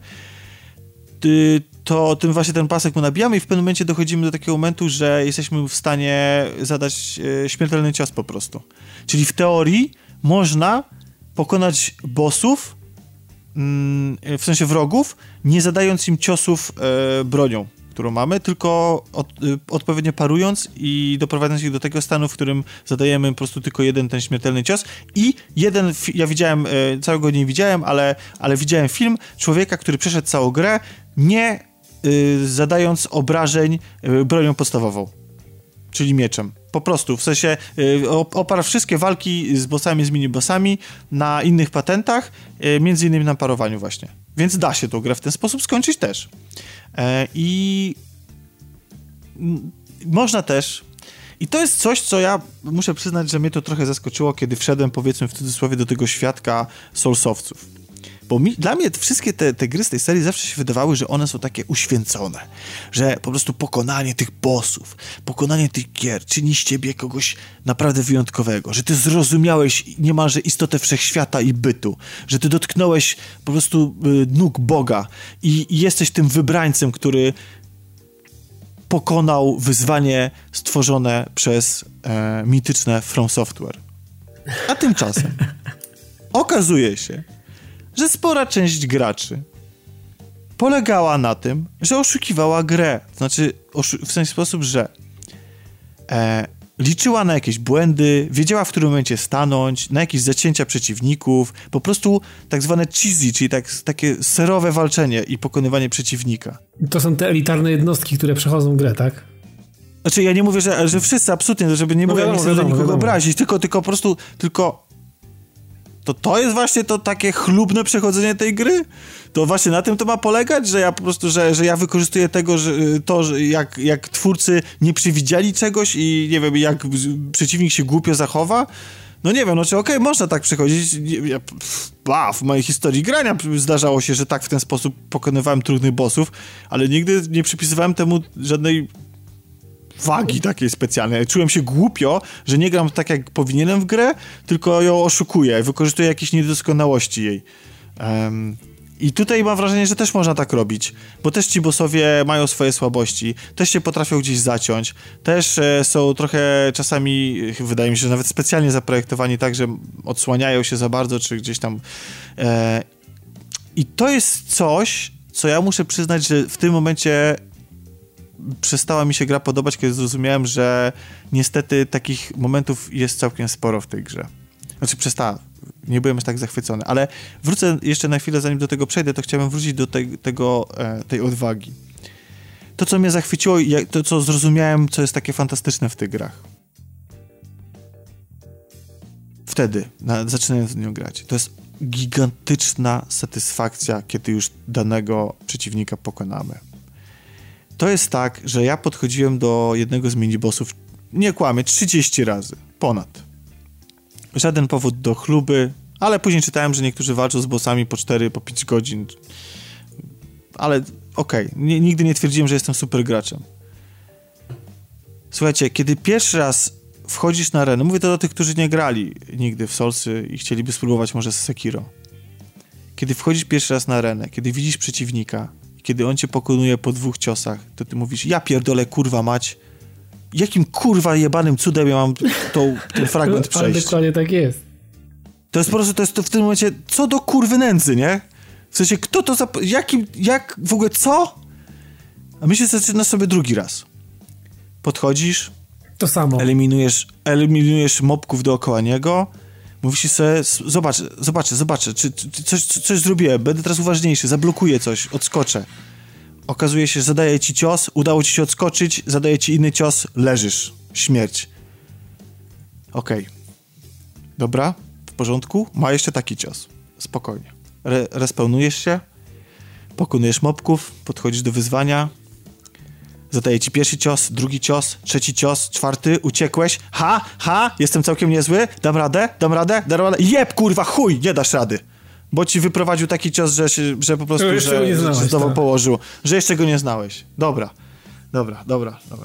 y, to tym właśnie ten pasek mu nabijamy i w pewnym momencie dochodzimy do takiego momentu, że jesteśmy w stanie zadać y, śmiertelny cios po prostu. Czyli w teorii można pokonać bossów, w sensie wrogów, nie zadając im ciosów e, bronią, którą mamy, tylko od, e, odpowiednio parując i doprowadzając ich do tego stanu, w którym zadajemy po prostu tylko jeden ten śmiertelny cios i jeden, ja widziałem, e, całego nie widziałem, ale, ale widziałem film człowieka, który przeszedł całą grę, nie e, zadając obrażeń e, bronią podstawową, czyli mieczem. Po prostu, w sensie y, oparł wszystkie walki z bossami, z minibossami na innych patentach, y, między innymi na parowaniu właśnie. Więc da się tą grę w ten sposób skończyć też. E, I m, można też, i to jest coś, co ja muszę przyznać, że mnie to trochę zaskoczyło, kiedy wszedłem, powiedzmy w cudzysłowie, do tego świadka Soulsowców. Bo mi, dla mnie wszystkie te, te gry z tej serii zawsze się wydawały, że one są takie uświęcone, że po prostu pokonanie tych bossów, pokonanie tych gier czyni z ciebie kogoś naprawdę wyjątkowego, że ty zrozumiałeś niemalże istotę wszechświata i bytu, że ty dotknąłeś po prostu y, nóg Boga i, i jesteś tym wybrańcem, który pokonał wyzwanie stworzone przez e, mityczne From Software. A tymczasem okazuje się, że spora część graczy polegała na tym, że oszukiwała grę. Znaczy, oszu- w ten sposób, że e, liczyła na jakieś błędy, wiedziała, w którym momencie stanąć, na jakieś zacięcia przeciwników, po prostu tak zwane cheesy, czyli tak, takie serowe walczenie i pokonywanie przeciwnika. To są te elitarne jednostki, które przechodzą grę, tak? Znaczy, ja nie mówię, że, że wszyscy, absolutnie, żeby nie no mówię, wiadomo, nie chcę do nikogo wiadomo. obrazić, tylko, tylko po prostu, tylko to to jest właśnie to takie chlubne przechodzenie tej gry? To właśnie na tym to ma polegać, że ja po prostu, że, że ja wykorzystuję tego, że to, że jak, jak twórcy nie przewidzieli czegoś i nie wiem, jak przeciwnik się głupio zachowa? No nie wiem, no czy okej, okay, można tak przechodzić. Ja, bah, w mojej historii grania zdarzało się, że tak w ten sposób pokonywałem trudnych bossów, ale nigdy nie przypisywałem temu żadnej wagi takiej specjalnej. Czułem się głupio, że nie gram tak, jak powinienem w grę, tylko ją oszukuję, wykorzystuję jakieś niedoskonałości jej. Um, I tutaj mam wrażenie, że też można tak robić, bo też ci bossowie mają swoje słabości, też się potrafią gdzieś zaciąć, też e, są trochę czasami, wydaje mi się, że nawet specjalnie zaprojektowani tak, że odsłaniają się za bardzo, czy gdzieś tam... E, I to jest coś, co ja muszę przyznać, że w tym momencie przestała mi się gra podobać, kiedy zrozumiałem, że niestety takich momentów jest całkiem sporo w tej grze. Znaczy przestała. Nie byłem aż tak zachwycony, ale wrócę jeszcze na chwilę, zanim do tego przejdę, to chciałem wrócić do te, tego, tej odwagi. To, co mnie zachwyciło i to, co zrozumiałem, co jest takie fantastyczne w tych grach. Wtedy, na, zaczynając w nią grać. To jest gigantyczna satysfakcja, kiedy już danego przeciwnika pokonamy. To jest tak, że ja podchodziłem do jednego z minibossów, nie kłamię, trzydzieści razy, ponad. Żaden powód do chluby, ale później czytałem, że niektórzy walczą z bossami po cztery, po pięć godzin. Ale okej, okay. nigdy nie twierdziłem, że jestem super graczem. Słuchajcie, kiedy pierwszy raz wchodzisz na arenę, mówię to do tych, którzy nie grali nigdy w Soulsy i chcieliby spróbować może z Sekiro. Kiedy wchodzisz pierwszy raz na arenę, kiedy widzisz przeciwnika, kiedy on cię pokonuje po dwóch ciosach, to ty mówisz, ja pierdolę, kurwa mać, jakim kurwa jebanym cudem ja mam tą, ten fragment przejść. Ale dokładnie tak jest. To jest po prostu, to jest to w tym momencie, co do kurwy nędzy, nie? W sensie, kto to, zap- jakim, jak, w ogóle co? A my się zaczyna sobie drugi raz. Podchodzisz, to samo. Eliminujesz, eliminujesz mobków dookoła niego, mówisz sobie, zobacz, zobaczę, zobaczę, czy, czy coś, coś zrobiłem, będę teraz uważniejszy, zablokuję coś, odskoczę. Okazuje się, że zadaje ci cios, udało ci się odskoczyć, zadaje ci inny cios, leżysz. Śmierć. Okej. Okay. Dobra, w porządku. Ma jeszcze taki cios. Spokojnie. Re- respełnujesz się, pokonujesz mobków, podchodzisz do wyzwania, zadaje ci pierwszy cios, drugi cios, trzeci cios, czwarty, uciekłeś. Ha, ha, jestem całkiem niezły, dam radę, dam radę, dam radę. Jeb, kurwa, chuj, nie dasz rady. Bo ci wyprowadził taki cios, że, się, że po prostu, że, nie znałeś, że znowu tak. położył. Że jeszcze go nie znałeś. Dobra, dobra, dobra, dobra.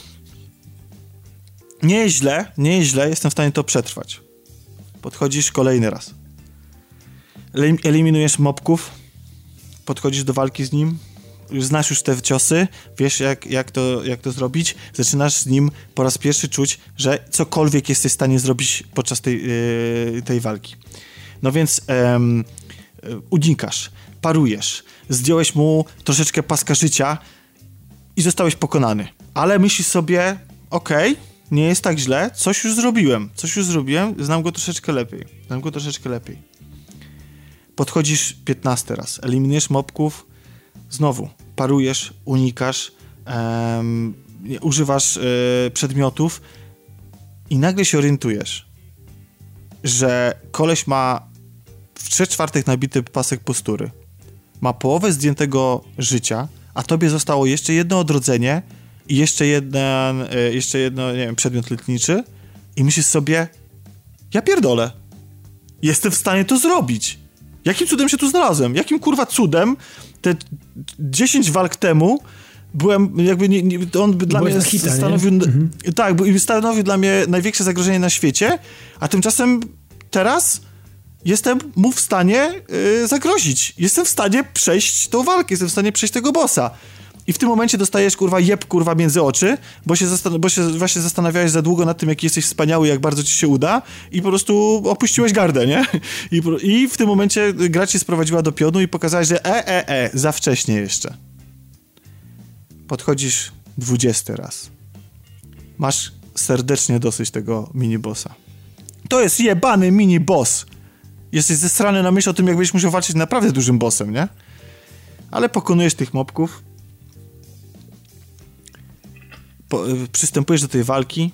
Nieźle, nieźle, jestem w stanie to przetrwać. Podchodzisz kolejny raz. Eliminujesz mobków, podchodzisz do walki z nim, znasz już te ciosy, wiesz jak, jak, to, jak to zrobić, zaczynasz z nim po raz pierwszy czuć, że cokolwiek jesteś w stanie zrobić podczas tej, yy, tej walki. No więc um, unikasz, parujesz, zdjąłeś mu troszeczkę paska życia i zostałeś pokonany. Ale myślisz sobie, okej, okay, nie jest tak źle, coś już zrobiłem, coś już zrobiłem, znam go troszeczkę lepiej, znam go troszeczkę lepiej. Podchodzisz piętnasty raz, eliminujesz mobków, znowu parujesz, unikasz, um, używasz y, przedmiotów i nagle się orientujesz, że koleś ma w trzech czwartych nabity pasek postury, ma połowę zdjętego życia, a tobie zostało jeszcze jedno odrodzenie i jeszcze jeden, y, jeszcze jedno, nie wiem, przedmiot leczniczy i myślisz sobie, ja pierdolę, jestem w stanie to zrobić. Jakim cudem się tu znalazłem? Jakim kurwa cudem te dziesięć walk temu byłem, jakby nie, nie, on by dla mnie hita, stanowił, mhm. tak, stanowił dla mnie największe zagrożenie na świecie, a tymczasem teraz jestem mu w stanie yy, zagrozić. Jestem w stanie przejść tą walkę, jestem w stanie przejść tego bossa. I w tym momencie dostajesz, kurwa, jeb, kurwa, między oczy, bo się, zastan- bo się właśnie zastanawiałeś za długo nad tym, jaki jesteś wspaniały, jak bardzo ci się uda i po prostu opuściłeś gardę, nie? I, i w tym momencie gra cię sprowadziła do pionu i pokazałeś, że e, e, e, za wcześnie jeszcze. Podchodzisz dwudziesty raz. Masz serdecznie dosyć tego mini-bossa. To jest jebany mini-boss. Jesteś zesrany na myśl o tym, jak będziesz musiał walczyć naprawdę dużym bossem, nie? Ale pokonujesz tych mobków. Po, przystępujesz do tej walki,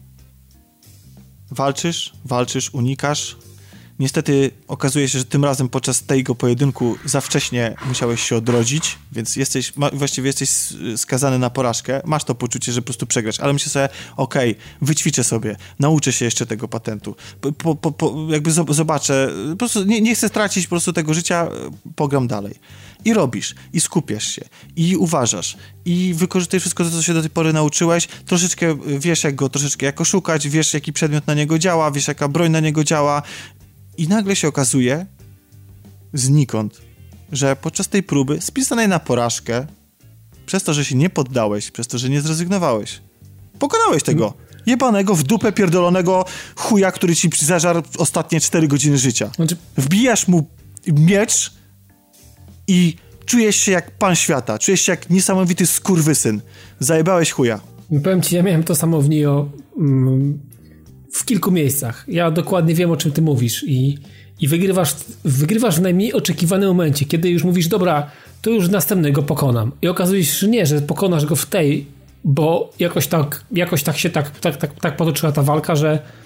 walczysz, walczysz, unikasz. Niestety okazuje się, że tym razem podczas tego pojedynku za wcześnie musiałeś się odrodzić, więc jesteś, ma, właściwie jesteś skazany na porażkę. Masz to poczucie, że po prostu przegrasz, ale myślę sobie, okej, okay, wyćwiczę sobie, nauczę się jeszcze tego patentu, po, po, po, jakby zobaczę, po prostu nie, nie chcę stracić po prostu tego życia, pogram dalej. I robisz, i skupiasz się, i uważasz, i wykorzystaj wszystko to, co się do tej pory nauczyłeś, troszeczkę wiesz, jak go troszeczkę jak oszukać, wiesz, jaki przedmiot na niego działa, wiesz, jaka broń na niego działa i nagle się okazuje znikąd, że podczas tej próby spisanej na porażkę, przez to, że się nie poddałeś, przez to, że nie zrezygnowałeś, pokonałeś tego jebanego w dupę pierdolonego chuja, który ci zażarł ostatnie cztery godziny życia. Wbijasz mu miecz i czujesz się jak pan świata, czujesz się jak niesamowity skurwysyn. Zajebałeś chuja. Powiem ci, ja miałem to samo w Nioh mm, w kilku miejscach. Ja dokładnie wiem, o czym ty mówisz i, i wygrywasz, wygrywasz w najmniej oczekiwanym momencie, kiedy już mówisz, dobra, to już następnego pokonam. I okazuje się, że nie, że pokonasz go w tej, bo jakoś tak, jakoś tak się tak, tak, tak, tak potoczyła ta walka, że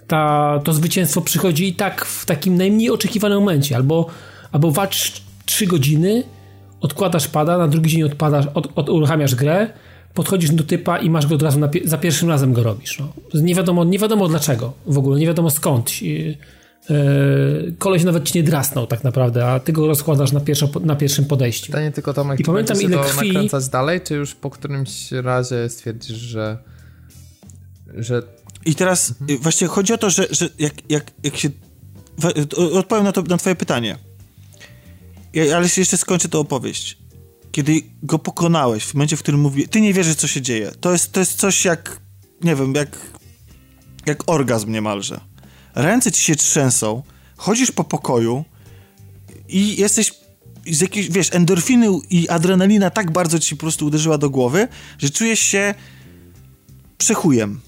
ta, to zwycięstwo przychodzi i tak w takim najmniej oczekiwanym momencie, albo, albo walczysz trzy godziny, odkładasz pada, na drugi dzień odpadasz, od, od, uruchamiasz grę, podchodzisz do typa i masz go od razu na, za pierwszym razem go robisz. No. Nie wiadomo, nie wiadomo dlaczego w ogóle, nie wiadomo skąd. Yy, koleś nawet ci nie drasnął tak naprawdę, a ty go rozkładasz na, pierwszo, na pierwszym podejściu. Pytanie tylko, Tomek, I pamiętam, ile to krwi... nakręcać dalej, czy już po którymś razie stwierdzisz, że że I teraz mhm. właśnie chodzi o to, że, że jak, jak, jak się... Odpowiem na, to, na twoje pytanie. Ja, ale jeszcze skończę tę opowieść. Kiedy go pokonałeś, w momencie, w którym mówi, ty nie wierzysz, co się dzieje. To jest, to jest coś jak, nie wiem, jak jak orgazm niemalże. Ręce ci się trzęsą, chodzisz po pokoju i jesteś z jakiejś, wiesz, endorfiny i adrenalina tak bardzo ci po prostu uderzyła do głowy, że czujesz się przechujem.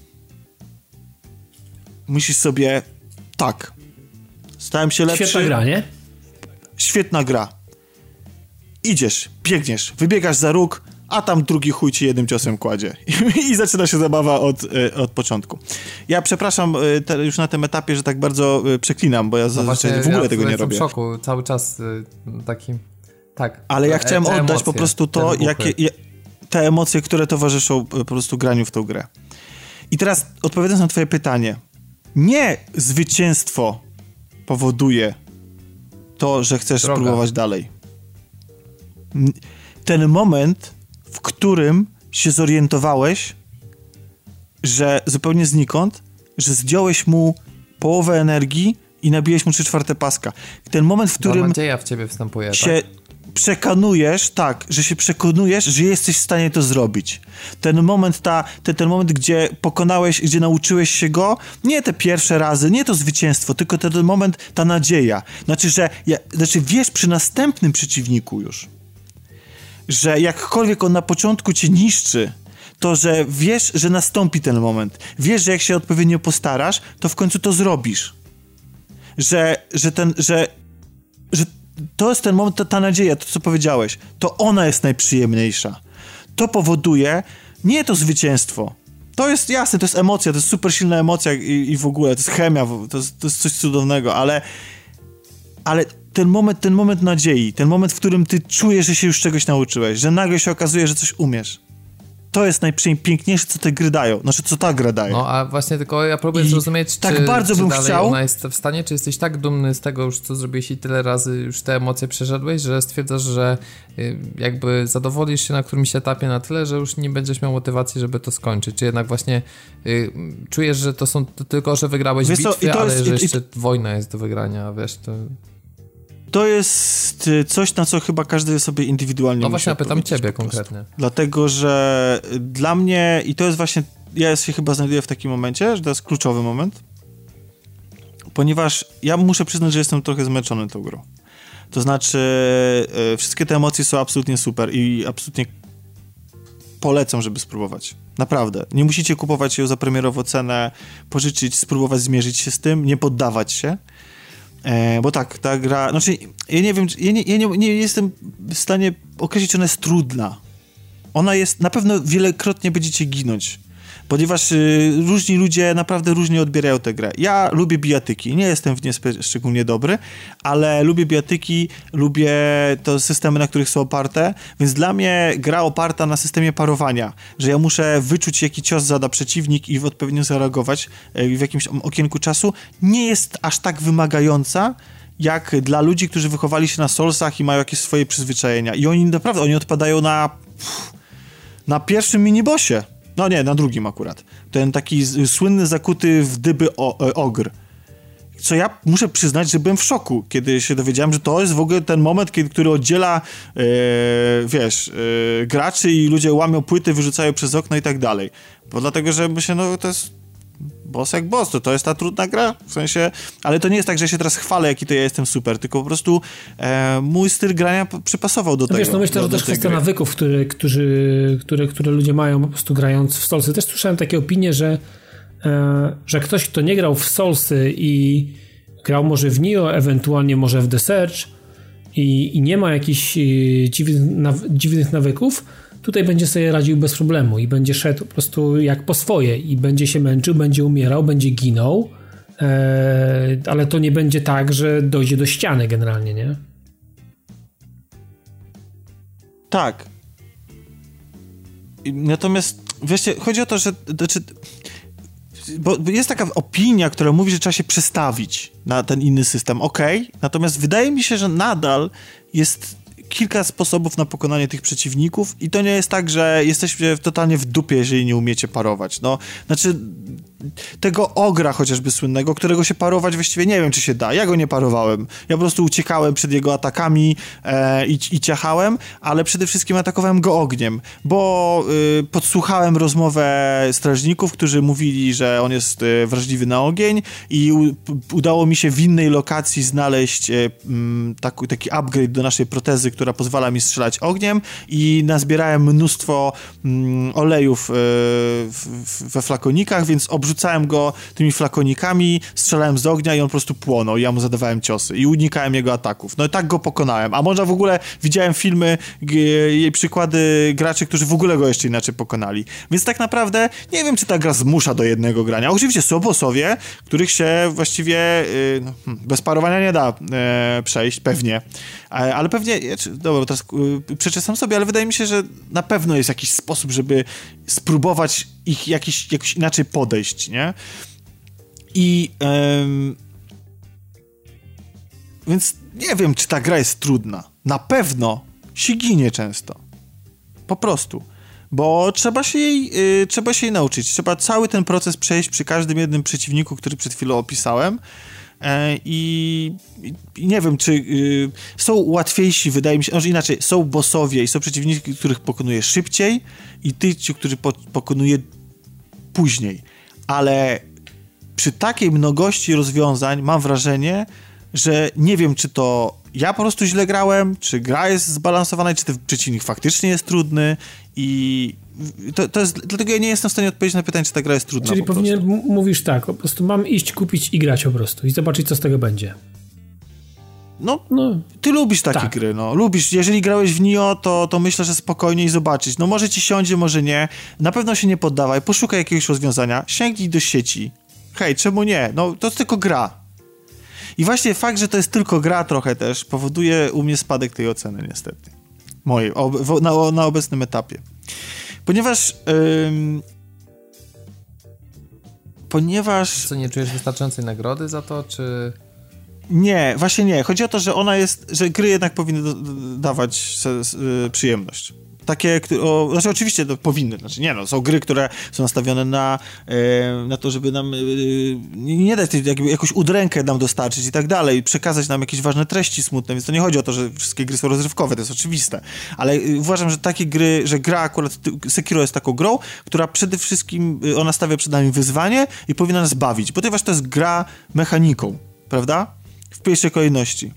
Myślisz sobie, tak, stałem się lepszy. Świetna gra, nie? Świetna gra. Idziesz, biegniesz, wybiegasz za róg, a tam drugi chuj ci jednym ciosem kładzie. I, i zaczyna się zabawa od, od początku. Ja przepraszam te, już na tym etapie, że tak bardzo przeklinam, bo ja no zazwyczaj w ogóle ja tego nie robię. Jestem w szoku, cały czas taki, tak. Ale ja chciałem te oddać emocje, po prostu to, jakie, je, te emocje, które towarzyszą po prostu graniu w tą grę. I teraz odpowiadając na twoje pytanie. Nie zwycięstwo powoduje to, że chcesz Droga. spróbować dalej. Ten moment, w którym się zorientowałeś, że zupełnie znikąd, że zdjąłeś mu połowę energii i nabiłeś mu trzy czwarte paska. Ten moment, w którym nadzieja w ciebie wstępuje, się tak? przekonujesz, tak, że się przekonujesz, że jesteś w stanie to zrobić. Ten moment, ta, ten, ten moment, gdzie pokonałeś, gdzie nauczyłeś się go, nie te pierwsze razy, nie to zwycięstwo, tylko ten moment, ta nadzieja. Znaczy, że ja, znaczy wiesz przy następnym przeciwniku już, że jakkolwiek on na początku cię niszczy, to, że wiesz, że nastąpi ten moment. Wiesz, że jak się odpowiednio postarasz, to w końcu to zrobisz. Że, że ten, że, że to jest ten moment, ta, ta nadzieja, to co powiedziałeś, to ona jest najprzyjemniejsza. To powoduje nie to zwycięstwo. To jest jasne, to jest emocja, to jest super silna emocja i, i w ogóle, to jest chemia, to jest, to jest coś cudownego, ale ale ten moment, ten moment nadziei, ten moment, w którym ty czujesz, że się już czegoś nauczyłeś, że nagle się okazuje, że coś umiesz. To jest najpiękniejsze, co te gry dają. Znaczy, co ta gra daje. No, a właśnie tylko ja próbuję I zrozumieć, tak czy, bardzo czy bym dalej chciał... ona jest w stanie, czy jesteś tak dumny z tego już, co zrobiłeś i tyle razy już te emocje przeszedłeś, że stwierdzasz, że y, jakby zadowolisz się na którymś etapie na tyle, że już nie będziesz miał motywacji, żeby to skończyć. Czy jednak właśnie y, czujesz, że to są to tylko, że wygrałeś Wiesz bitwy, co, i to ale jest, że i, jeszcze i... wojna jest do wygrania, wiesz, to... To jest coś, na co chyba każdy sobie indywidualnie No musi właśnie, pytam ciebie po prostu. konkretnie. Dlatego, że dla mnie, i to jest właśnie, ja się chyba znajduję w takim momencie, że to jest kluczowy moment, ponieważ ja muszę przyznać, że jestem trochę zmęczony tą grą. To znaczy, yy, wszystkie te emocje są absolutnie super i absolutnie polecam, żeby spróbować. Naprawdę. Nie musicie kupować ją za premierową cenę, pożyczyć, spróbować zmierzyć się z tym, nie poddawać się. E, bo tak, ta gra, znaczy ja nie wiem, ja nie, ja nie, nie jestem w stanie określić, czy ona jest trudna. Ona jest, na pewno wielokrotnie będziecie ginąć, ponieważ y, różni ludzie naprawdę różnie odbierają tę grę. Ja lubię bijatyki, nie jestem w nie spe- szczególnie dobry, ale lubię bijatyki, lubię to systemy, na których są oparte, więc dla mnie gra oparta na systemie parowania, że ja muszę wyczuć, jaki cios zada przeciwnik i odpowiednio zareagować y, w jakimś okienku czasu, nie jest aż tak wymagająca, jak dla ludzi, którzy wychowali się na Soulsach i mają jakieś swoje przyzwyczajenia. I oni naprawdę, oni odpadają na na pierwszym minibossie. No nie, na drugim akurat. Ten taki z, słynny, zakuty w dyby o, e, ogr. Co ja muszę przyznać, że byłem w szoku, kiedy się dowiedziałem, że to jest w ogóle ten moment, kiedy, który oddziela e, wiesz, e, graczy i ludzie łamią płyty, wyrzucają przez okno i tak dalej. Bo dlatego, że myślę, no to jest boss jak boss, to, to jest ta trudna gra, w sensie, ale to nie jest tak, że ja się teraz chwalę, jaki to ja jestem super, tylko po prostu e, mój styl grania przypasował do no tego. Wiesz, no myślę, do, że też kwestia gry. nawyków, które, którzy, które, które ludzie mają po prostu grając w Soulsy. Też słyszałem takie opinie, że, e, że ktoś, kto nie grał w Soulsy i grał może w Nioh, ewentualnie może w The Search i, i nie ma jakichś e, dziwnych, naw, dziwnych nawyków, tutaj będzie sobie radził bez problemu i będzie szedł po prostu jak po swoje i będzie się męczył, będzie umierał, będzie ginął, Eee, ale to nie będzie tak, że dojdzie do ściany generalnie, nie? Tak. Natomiast, wiecie, chodzi o to, że znaczy, bo jest taka opinia, która mówi, że trzeba się przestawić na ten inny system. Okej, okay. Natomiast wydaje mi się, że nadal jest kilka sposobów na pokonanie tych przeciwników i to nie jest tak, że jesteście totalnie w dupie, jeżeli nie umiecie parować. No, znaczy tego ogra chociażby słynnego, którego się parować właściwie nie wiem, czy się da. Ja go nie parowałem. Ja po prostu uciekałem przed jego atakami e, i, i ciachałem, ale przede wszystkim atakowałem go ogniem, bo y, podsłuchałem rozmowę strażników, którzy mówili, że on jest y, wrażliwy na ogień i u, udało mi się w innej lokacji znaleźć y, m, taki, taki upgrade do naszej protezy, która pozwala mi strzelać ogniem i nazbierałem mnóstwo mm, olejów y, w, w, we flakonikach, więc obrzucałem go tymi flakonikami, strzelałem z ognia i on po prostu płonął i ja mu zadawałem ciosy i unikałem jego ataków. No i tak go pokonałem. A może w ogóle widziałem filmy, g- jej przykłady graczy, którzy w ogóle go jeszcze inaczej pokonali. Więc tak naprawdę nie wiem, czy ta gra zmusza do jednego grania. Oczywiście są bossowie, których się właściwie y, bez parowania nie da y, przejść, pewnie. Ale pewnie, dobra, teraz yy, przeczesam sobie, ale wydaje mi się, że na pewno jest jakiś sposób, żeby spróbować ich jakiś, jakoś inaczej podejść, nie? I ym, więc nie wiem, czy ta gra jest trudna. Na pewno się ginie często. Po prostu. Bo trzeba się jej, yy, trzeba się jej nauczyć. Trzeba cały ten proces przejść przy każdym jednym przeciwniku, który przed chwilą opisałem. I, i nie wiem, czy y, są łatwiejsi, wydaje mi się, może inaczej, są bossowie i są przeciwnicy, których pokonuje szybciej i tych, którzy po, pokonuje później, ale przy takiej mnogości rozwiązań mam wrażenie, że nie wiem, czy to ja po prostu źle grałem, czy gra jest zbalansowana, czy ten przeciwnik faktycznie jest trudny i to, to jest, dlatego ja nie jestem w stanie odpowiedzieć na pytanie, czy ta gra jest trudna. Czyli powinien, m- mówisz tak, po prostu mam iść, kupić i grać po prostu i zobaczyć, co z tego będzie. No, no ty lubisz takie tak. gry, no. Lubisz, jeżeli grałeś w Nioh, to, to myślę, że spokojniej zobaczyć. No może ci siądzie, może nie. Na pewno się nie poddawaj, poszukaj jakiegoś rozwiązania, sięgnij do sieci. Hej, czemu nie? No, to jest tylko gra. I właśnie fakt, że to jest tylko gra trochę też powoduje u mnie spadek tej oceny, niestety. Mojej, ob- na, na obecnym etapie. Ponieważ... Ym, ponieważ... Co, nie czujesz wystarczającej nagrody za to, czy... Nie, właśnie nie. Chodzi o to, że ona jest, że gry jednak powinny do, do, dawać se, se, przyjemność. Takie, które, o, znaczy oczywiście to powinny, znaczy nie no, są gry, które są nastawione na, e, na to, żeby nam e, nie dać jakby, jakąś udrękę nam dostarczyć i tak dalej, przekazać nam jakieś ważne treści smutne, więc to nie chodzi o to, że wszystkie gry są rozrywkowe, to jest oczywiste, ale e, uważam, że takie gry, że gra akurat, Sekiro jest taką grą, która przede wszystkim, e, ona stawia przed nami wyzwanie i powinna nas bawić, ponieważ to jest gra mechaniką, prawda? W pierwszej kolejności.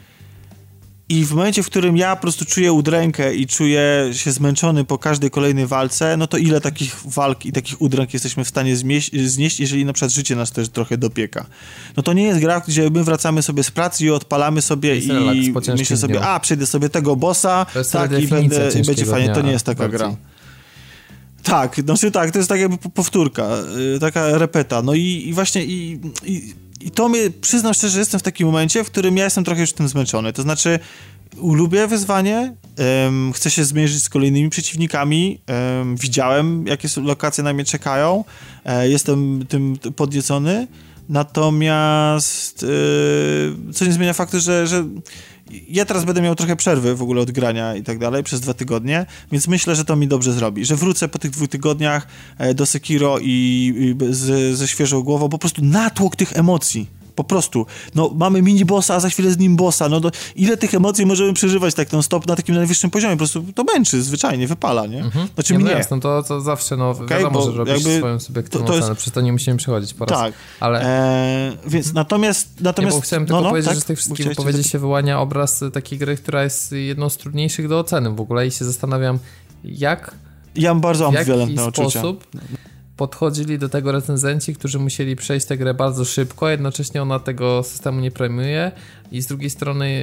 I w momencie, w którym ja po prostu czuję udrękę i czuję się zmęczony po każdej kolejnej walce, no to ile takich walk i takich udręk jesteśmy w stanie zmieść, znieść, jeżeli na przykład życie nas też trochę dopieka. No to nie jest gra, gdzie my wracamy sobie z pracy i odpalamy sobie i myślę sobie, dniu. a przejdę sobie tego bossa, tak, i będę, i będzie fajnie. To nie jest taka bardziej. gra. Tak, znaczy tak, to jest tak jakby powtórka, taka repeta. No i, i właśnie i, i I to mnie, przyznam szczerze, jestem w takim momencie, w którym ja jestem trochę już tym zmęczony. To znaczy, lubię wyzwanie, um, chcę się zmierzyć z kolejnymi przeciwnikami, um, widziałem, jakie lokacje na mnie czekają, e, jestem tym podniecony, natomiast e, co nie zmienia faktu, że, że ja teraz będę miał trochę przerwy w ogóle od grania i tak dalej przez dwa tygodnie, więc myślę, że to mi dobrze zrobi, że wrócę po tych dwóch tygodniach do Sekiro i, i z, ze świeżą głową, po prostu natłok tych emocji. Po prostu. No, mamy mini-bossa, a za chwilę z nim bossa. No, do, ile tych emocji możemy przeżywać tak non-stop na takim najwyższym poziomie? Po prostu to męczy, zwyczajnie, wypala, nie? Mhm. Znaczy nie, mnie. No jasno, to, to zawsze, no, okay, wiadomo, że robisz jakby, swoją subiektywną to, to ocenę, przez to nie musimy przechodzić po raz. Tak, ale... E, więc natomiast... natomiast nie, bo chciałem tylko no, no, powiedzieć, tak, że z tych wszystkich wypowiedzi się wyłania obraz takiej gry, która jest jedną z trudniejszych do oceny w ogóle i się zastanawiam, jak... Ja mam bardzo ambiwalentne odczucia. W jaki sposób podchodzili do tego recenzenci, którzy musieli przejść tę grę bardzo szybko, jednocześnie ona tego systemu nie premiuje i z drugiej strony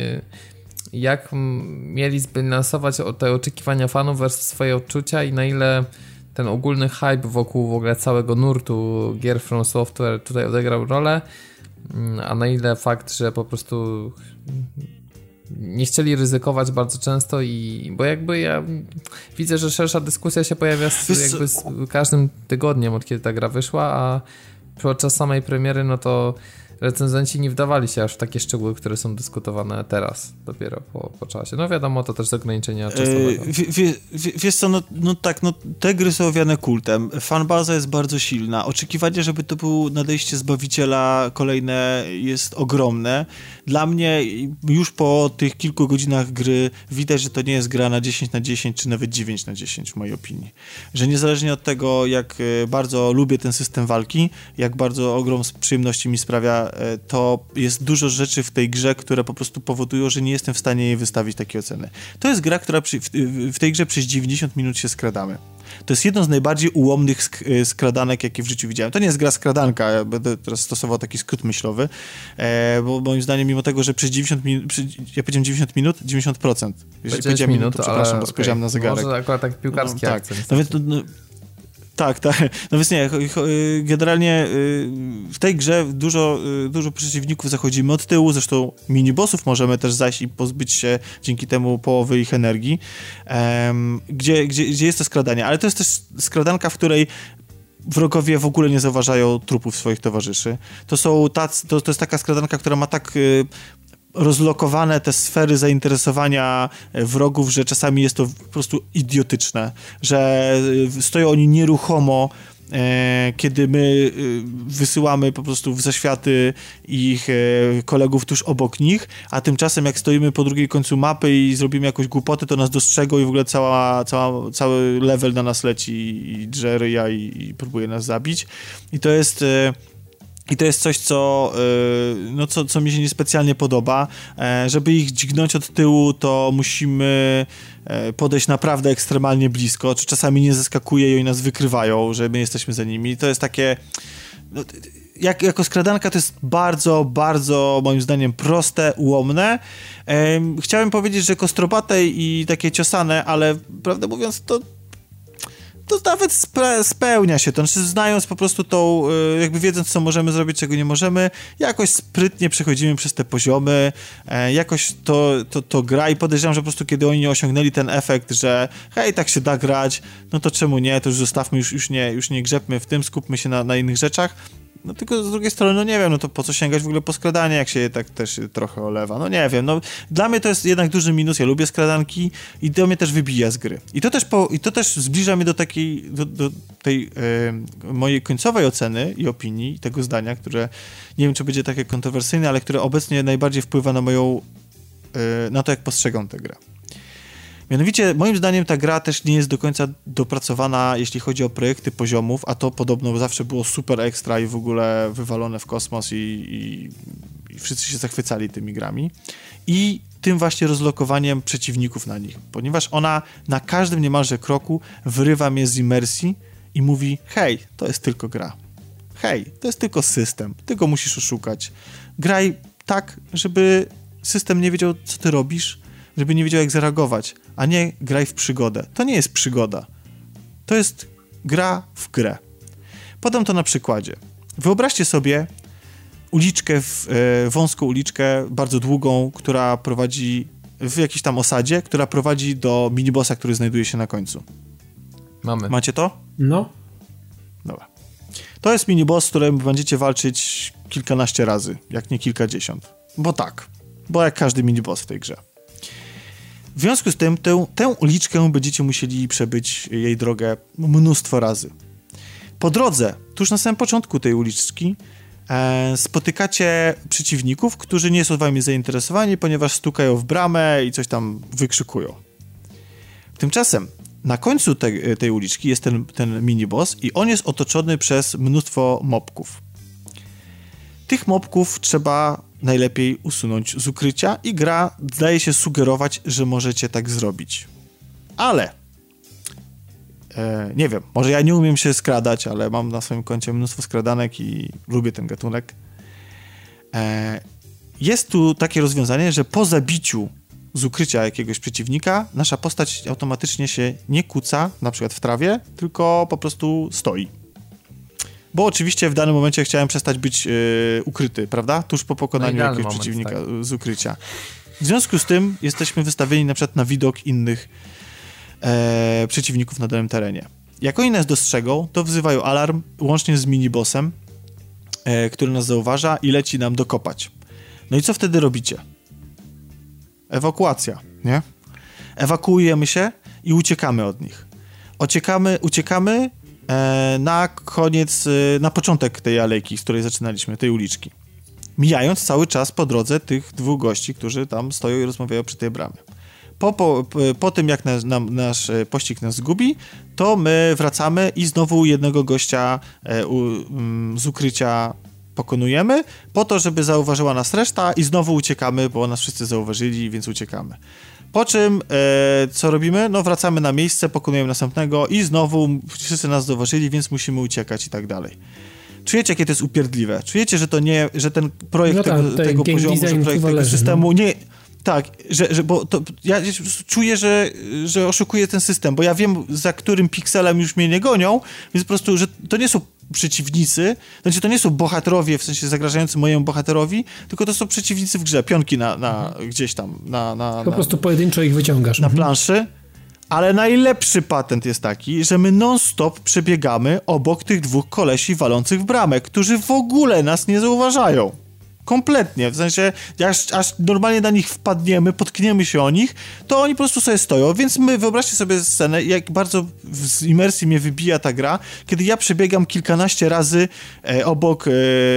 jak mieli zbilansować te oczekiwania fanów versus swoje odczucia i na ile ten ogólny hype wokół w ogóle całego nurtu gier From Software tutaj odegrał rolę, a na ile fakt, że po prostu nie chcieli ryzykować bardzo często i bo jakby ja widzę, że szersza dyskusja się pojawia z, jakby z każdym tygodniem, od kiedy ta gra wyszła, a podczas samej premiery no to recenzenci nie wdawali się aż w takie szczegóły, które są dyskutowane teraz, dopiero po, po czasie. No wiadomo, to też z ograniczenia czasowego. Yy, wie, wie, wiesz co, no, no tak, no te gry są owiane kultem. Fanbaza jest bardzo silna. Oczekiwanie, żeby to był nadejście Zbawiciela kolejne jest ogromne. Dla mnie już po tych kilku godzinach gry widać, że to nie jest gra na dziesięć na dziesięć, czy nawet dziewięć na dziesięć w mojej opinii. Że niezależnie od tego, jak bardzo lubię ten system walki, jak bardzo ogrom przyjemności mi sprawia, to jest dużo rzeczy w tej grze, które po prostu powodują, że nie jestem w stanie jej wystawić takiej oceny. To jest gra, która przy, w, w tej grze przez dziewięćdziesiąt minut się skradamy. To jest jedno z najbardziej ułomnych sk- skradanek, jakie w życiu widziałem. To nie jest gra skradanka, ja będę teraz stosował taki skrót myślowy, e, bo moim zdaniem mimo tego, że przez dziewięćdziesiąt minut, ja powiedziałem dziewięćdziesiąt minut, dziewięćdziesiąt procent. Jeżeli powiedziałem minut, to przepraszam, bo okay. spojrzałem na zegarek. Może akurat tak piłkarski no, akcent. Tak. Nawet, no, Tak, tak. No więc nie, generalnie w tej grze dużo, dużo przeciwników zachodzimy od tyłu, zresztą minibossów możemy też zajść i pozbyć się dzięki temu połowy ich energii, um, gdzie, gdzie, gdzie jest to skradanie, ale to jest też skradanka, w której wrogowie w ogóle nie zauważają trupów swoich towarzyszy. To są tacy, to, to jest taka skradanka, która ma tak rozlokowane te sfery zainteresowania wrogów, że czasami jest to po prostu idiotyczne, że stoją oni nieruchomo, e, kiedy my wysyłamy po prostu w zaświaty ich e, kolegów tuż obok nich, a tymczasem jak stoimy po drugiej końcu mapy i zrobimy jakąś głupotę, to nas dostrzegą i w ogóle cała, cała, cały level na nas leci i drze ryja i, i próbuje nas zabić. I to jest... E, I to jest coś, co, no, co, co mi się niespecjalnie podoba. Żeby ich dźgnąć od tyłu, to musimy podejść naprawdę ekstremalnie blisko, czy czasami nie zaskakuje i oni nas wykrywają, że my jesteśmy za nimi. To jest takie... No, jak, jako skradanka to jest bardzo, bardzo moim zdaniem proste, ułomne. Chciałem powiedzieć, że kostrobate i takie ciosane, ale prawdę mówiąc to to nawet spe- spełnia się to, znaczy znając po prostu tą, jakby wiedząc co możemy zrobić, czego nie możemy, jakoś sprytnie przechodzimy przez te poziomy, e, jakoś to, to, to gra i podejrzewam, że po prostu kiedy oni osiągnęli ten efekt, że hej, tak się da grać, no to czemu nie, to już zostawmy, już, już, nie, już nie grzebmy w tym, skupmy się na, na innych rzeczach. No tylko z drugiej strony, no nie wiem, no to po co sięgać w ogóle po skradanie, jak się je tak też trochę olewa, no nie wiem, no dla mnie to jest jednak duży minus, ja lubię skradanki i to mnie też wybija z gry. I to też, po, i to też zbliża mnie do takiej, do, do tej e, mojej końcowej oceny i opinii, tego zdania, które nie wiem, czy będzie takie kontrowersyjne, ale które obecnie najbardziej wpływa na moją, e, na to, jak postrzegam tę grę. Mianowicie, moim zdaniem ta gra też nie jest do końca dopracowana, jeśli chodzi o projekty poziomów, a to podobno zawsze było super ekstra i w ogóle wywalone w kosmos i, i, i wszyscy się zachwycali tymi grami. I tym właśnie rozlokowaniem przeciwników na nich, ponieważ ona na każdym niemalże kroku wyrywa mnie z imersji i mówi, hej, to jest tylko gra. Hej, to jest tylko system, ty go musisz oszukać. Graj tak, żeby system nie wiedział, co ty robisz, żeby nie wiedział, jak zareagować, a nie graj w przygodę. To nie jest przygoda. To jest gra w grę. Podam to na przykładzie. Wyobraźcie sobie uliczkę, w, e, wąską uliczkę, bardzo długą, która prowadzi w jakiejś tam osadzie, która prowadzi do minibossa, który znajduje się na końcu. Mamy. Macie to? No. Dobra. To jest miniboss, z którym będziecie walczyć kilkanaście razy, jak nie kilkadziesiąt. Bo tak. Bo jak każdy miniboss w tej grze. W związku z tym tę, tę uliczkę będziecie musieli przebyć jej drogę mnóstwo razy. Po drodze, tuż na samym początku tej uliczki, e, spotykacie przeciwników, którzy nie są wami zainteresowani, ponieważ stukają w bramę i coś tam wykrzykują. Tymczasem na końcu te, tej uliczki jest ten, ten miniboss i on jest otoczony przez mnóstwo mobków. Tych mobków trzeba najlepiej usunąć z ukrycia i gra zdaje się sugerować, że możecie tak zrobić. Ale e, nie wiem, może ja nie umiem się skradać, ale mam na swoim koncie mnóstwo skradanek i lubię ten gatunek. E, jest tu takie rozwiązanie, że po zabiciu z ukrycia jakiegoś przeciwnika, nasza postać automatycznie się nie kuca, na przykład w trawie, tylko po prostu stoi. Bo oczywiście w danym momencie chciałem przestać być yy, ukryty, prawda? Tuż po pokonaniu no jakiegoś moment, przeciwnika tak. z ukrycia. W związku z tym jesteśmy wystawieni na przykład na widok innych e, przeciwników na danym terenie. Jak oni nas dostrzegą, to wzywają alarm, łącznie z minibossem, e, który nas zauważa i leci nam dokopać. No i co wtedy robicie? Ewakuacja, nie? Ewakuujemy się i uciekamy od nich. Uciekamy, uciekamy e, na koniec, e, na początek tej alejki, z której zaczynaliśmy, tej uliczki. Mijając cały czas po drodze tych dwóch gości, którzy tam stoją i rozmawiają przy tej bramie. Po, po, po tym, jak nas, nam, nasz pościg nas zgubi, to my wracamy i znowu jednego gościa e, u, um, z ukrycia pokonujemy, po to, żeby zauważyła nas reszta i znowu uciekamy, bo nas wszyscy zauważyli, więc uciekamy. Po czym, e, co robimy? No wracamy na miejsce, pokonujemy następnego i znowu wszyscy nas zauważyli, więc musimy uciekać i tak dalej. Czujecie, jakie to jest upierdliwe? Czujecie, że to nie, że ten projekt no tak, tego, tego poziomu, że projekt tego leży, systemu no. nie... Tak, że, że bo to, ja czuję, że, że oszukuję ten system, bo ja wiem, za którym pikselem już mnie nie gonią, więc po prostu, że to nie są przeciwnicy, znaczy to nie są bohaterowie, w sensie zagrażający mojemu bohaterowi, tylko to są przeciwnicy w grze, pionki na, na mhm. gdzieś tam, na... na po na, prostu pojedynczo ich wyciągasz. Na mhm. planszy. Ale najlepszy patent jest taki, że my non-stop przebiegamy obok tych dwóch kolesi walących w bramę, którzy w ogóle nas nie zauważają. Kompletnie. W sensie, aż, aż normalnie na nich wpadniemy, potkniemy się o nich, to oni po prostu sobie stoją. Więc my, wyobraźcie sobie scenę, jak bardzo z imersji mnie wybija ta gra, kiedy ja przebiegam kilkanaście razy e, obok e,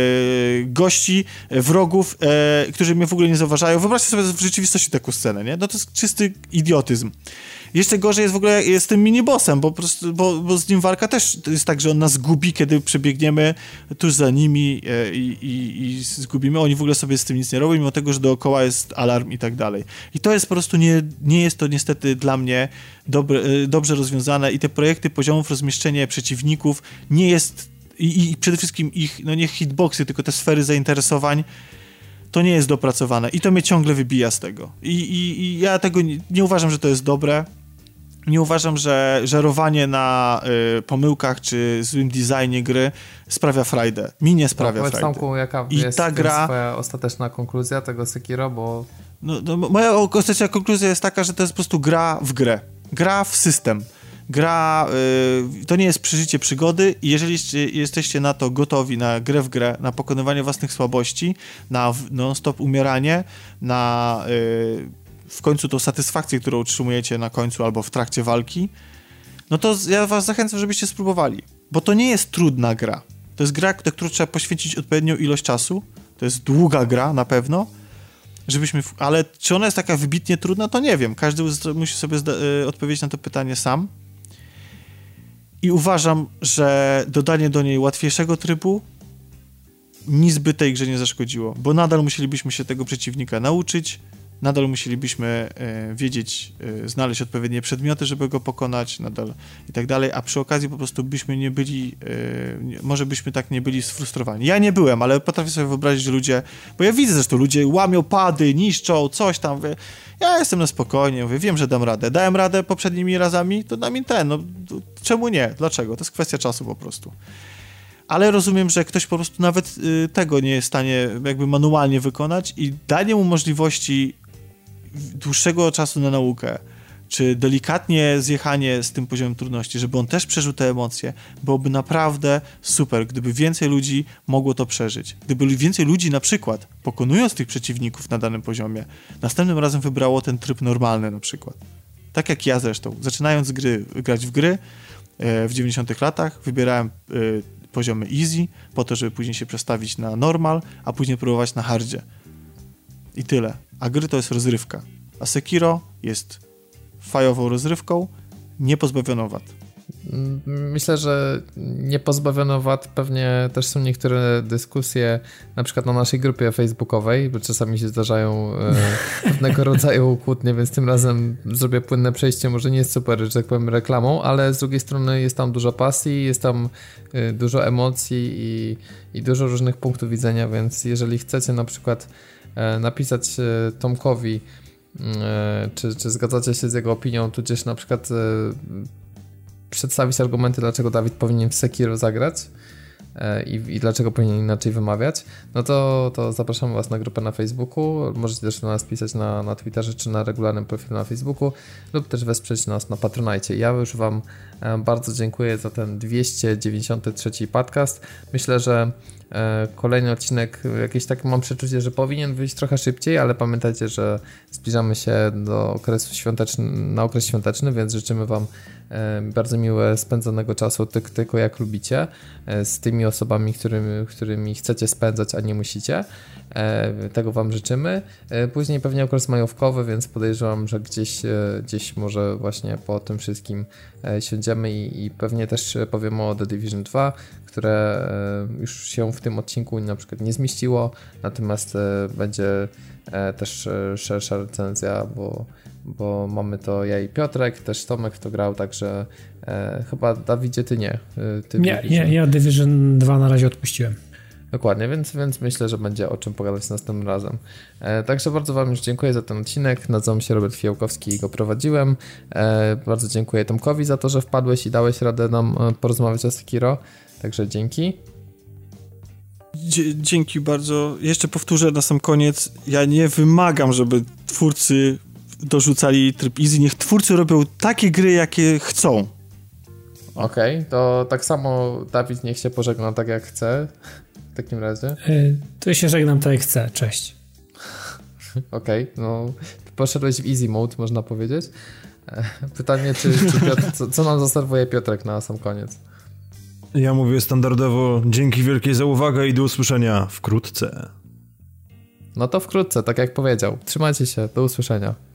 gości, e, wrogów, e, którzy mnie w ogóle nie zauważają. Wyobraźcie sobie w rzeczywistości taką scenę, nie? No to jest czysty idiotyzm. Jeszcze gorzej jest w ogóle jest tym minibossem, bo, po prostu, bo, bo z nim walka też jest tak, że on nas gubi, kiedy przebiegniemy tuż za nimi e, i, i, i zgubimy. Oni w ogóle sobie z tym nic nie robią, mimo tego, że dookoła jest alarm i tak dalej. I to jest po prostu, nie, nie jest to niestety dla mnie dobre, e, dobrze rozwiązane i te projekty poziomów, rozmieszczenie przeciwników nie jest i, i przede wszystkim ich, no nie hitboxy, tylko te sfery zainteresowań, to nie jest dopracowane i to mnie ciągle wybija z tego. I, i, i ja tego nie, nie uważam, że to jest dobre. Nie uważam, że żerowanie na y, pomyłkach czy złym designie gry sprawia frajdę. Mi nie sprawia no, frajdę. Tomku, jaka I jest ta gra... twoja ostateczna konkluzja tego Sekiro, bo... No, no, moja ostateczna konkluzja jest taka, że to jest po prostu gra w grę. Gra w system. Gra, y, to nie jest przeżycie przygody i jeżeli jesteście na to gotowi, na grę w grę, na pokonywanie własnych słabości, na non-stop umieranie, na y, w końcu tą satysfakcję, którą utrzymujecie na końcu albo w trakcie walki, no to ja was zachęcam, żebyście spróbowali. Bo to nie jest trudna gra. To jest gra, na którą trzeba poświęcić odpowiednią ilość czasu. To jest długa gra na pewno, żebyśmy... W... Ale czy ona jest taka wybitnie trudna, to nie wiem. Każdy musi sobie zda- y, odpowiedzieć na to pytanie sam. I uważam, że dodanie do niej łatwiejszego trybu nic by tej grze nie zaszkodziło, bo nadal musielibyśmy się tego przeciwnika nauczyć, nadal musielibyśmy e, wiedzieć, e, znaleźć odpowiednie przedmioty, żeby go pokonać, nadal i tak dalej, a przy okazji po prostu byśmy nie byli, e, nie, może byśmy tak nie byli sfrustrowani. Ja nie byłem, ale potrafię sobie wyobrazić, że ludzie, bo ja widzę zresztą, ludzie łamią pady, niszczą, coś tam, mówię, ja jestem na spokojnie, mówię, wiem, że dam radę. Dałem radę poprzednimi razami, to dam im ten, no czemu nie? Dlaczego? To jest kwestia czasu po prostu. Ale rozumiem, że ktoś po prostu nawet y, tego nie jest w stanie jakby manualnie wykonać i danie mu możliwości dłuższego czasu na naukę, czy delikatnie zjechanie z tym poziomem trudności, żeby on też przeżył te emocje, byłoby naprawdę super, gdyby więcej ludzi mogło to przeżyć. Gdyby więcej ludzi na przykład, pokonując tych przeciwników na danym poziomie, następnym razem wybrało ten tryb normalny na przykład. Tak jak ja zresztą. Zaczynając gry, grać w gry e, w dziewięćdziesiątych latach, wybierałem e, poziomy easy, po to, żeby później się przestawić na normal, a później próbować na hardzie. I tyle. A gry to jest rozrywka. A Sekiro jest fajową rozrywką, nie pozbawioną wad. Myślę, że nie pozbawiono wad. Pewnie też są niektóre dyskusje, na przykład na naszej grupie facebookowej, bo czasami się zdarzają e, pewnego rodzaju kłótnie, więc tym razem zrobię płynne przejście. Może nie jest super, że tak powiem, reklamą, ale z drugiej strony jest tam dużo pasji, jest tam e, dużo emocji i, i dużo różnych punktów widzenia, więc jeżeli chcecie na przykład e, napisać e, Tomkowi czy, czy zgadzacie się z jego opinią, tudzież na przykład przedstawić argumenty, dlaczego Dawid powinien w Sekiro zagrać i, i dlaczego powinien inaczej wymawiać, no to, to zapraszamy was na grupę na Facebooku, możecie też do nas pisać na, na Twitterze czy na regularnym profilu na Facebooku lub też wesprzeć nas na Patronite. Ja już wam bardzo dziękuję za ten dwieście dziewięćdziesiąty trzeci podcast. Myślę, że kolejny odcinek, jakieś tak mam przeczucie, że powinien wyjść trochę szybciej, ale pamiętajcie, że zbliżamy się do okresu świąteczny, na okres świąteczny, więc życzymy wam bardzo miłe spędzonego czasu, tylko, tylko jak lubicie, z tymi osobami, którymi, którymi chcecie spędzać, a nie musicie. Tego wam życzymy. Później pewnie okres majówkowy, więc podejrzewam, że gdzieś, gdzieś może właśnie po tym wszystkim siądziemy i, i pewnie też powiemy o The Division dwa, które już się w tym odcinku na przykład nie zmieściło, natomiast będzie też szersza recenzja, bo, bo mamy to ja i Piotrek, też Tomek w to grał, także e, chyba Dawidzie ty nie. Ty nie, nie, ja Division dwa na razie odpuściłem. Dokładnie, więc, więc myślę, że będzie o czym pogadać następnym razem. E, także bardzo wam już dziękuję za ten odcinek. Nazywam się Robert Fijałkowski i go prowadziłem. E, bardzo dziękuję Tomkowi za to, że wpadłeś i dałeś radę nam porozmawiać o Sekiro. Także dzięki. Dzie- dzięki bardzo. Jeszcze powtórzę na sam koniec. Ja nie wymagam, żeby twórcy dorzucali tryb easy. Niech twórcy robią takie gry, jakie chcą. Okej, okay, to tak samo Dawid niech się pożegna tak jak chce. W takim razie. Yy, to ja się żegnam tak jak chcę. Cześć. Okej, okay, no poszedłeś w easy mode, można powiedzieć. Pytanie, czy, czy Piotr, co, co nam zaserwuje Piotrek na sam koniec? Ja mówię standardowo, dzięki wielkie za uwagę i do usłyszenia wkrótce. No to wkrótce, tak jak powiedział. Trzymajcie się, do usłyszenia.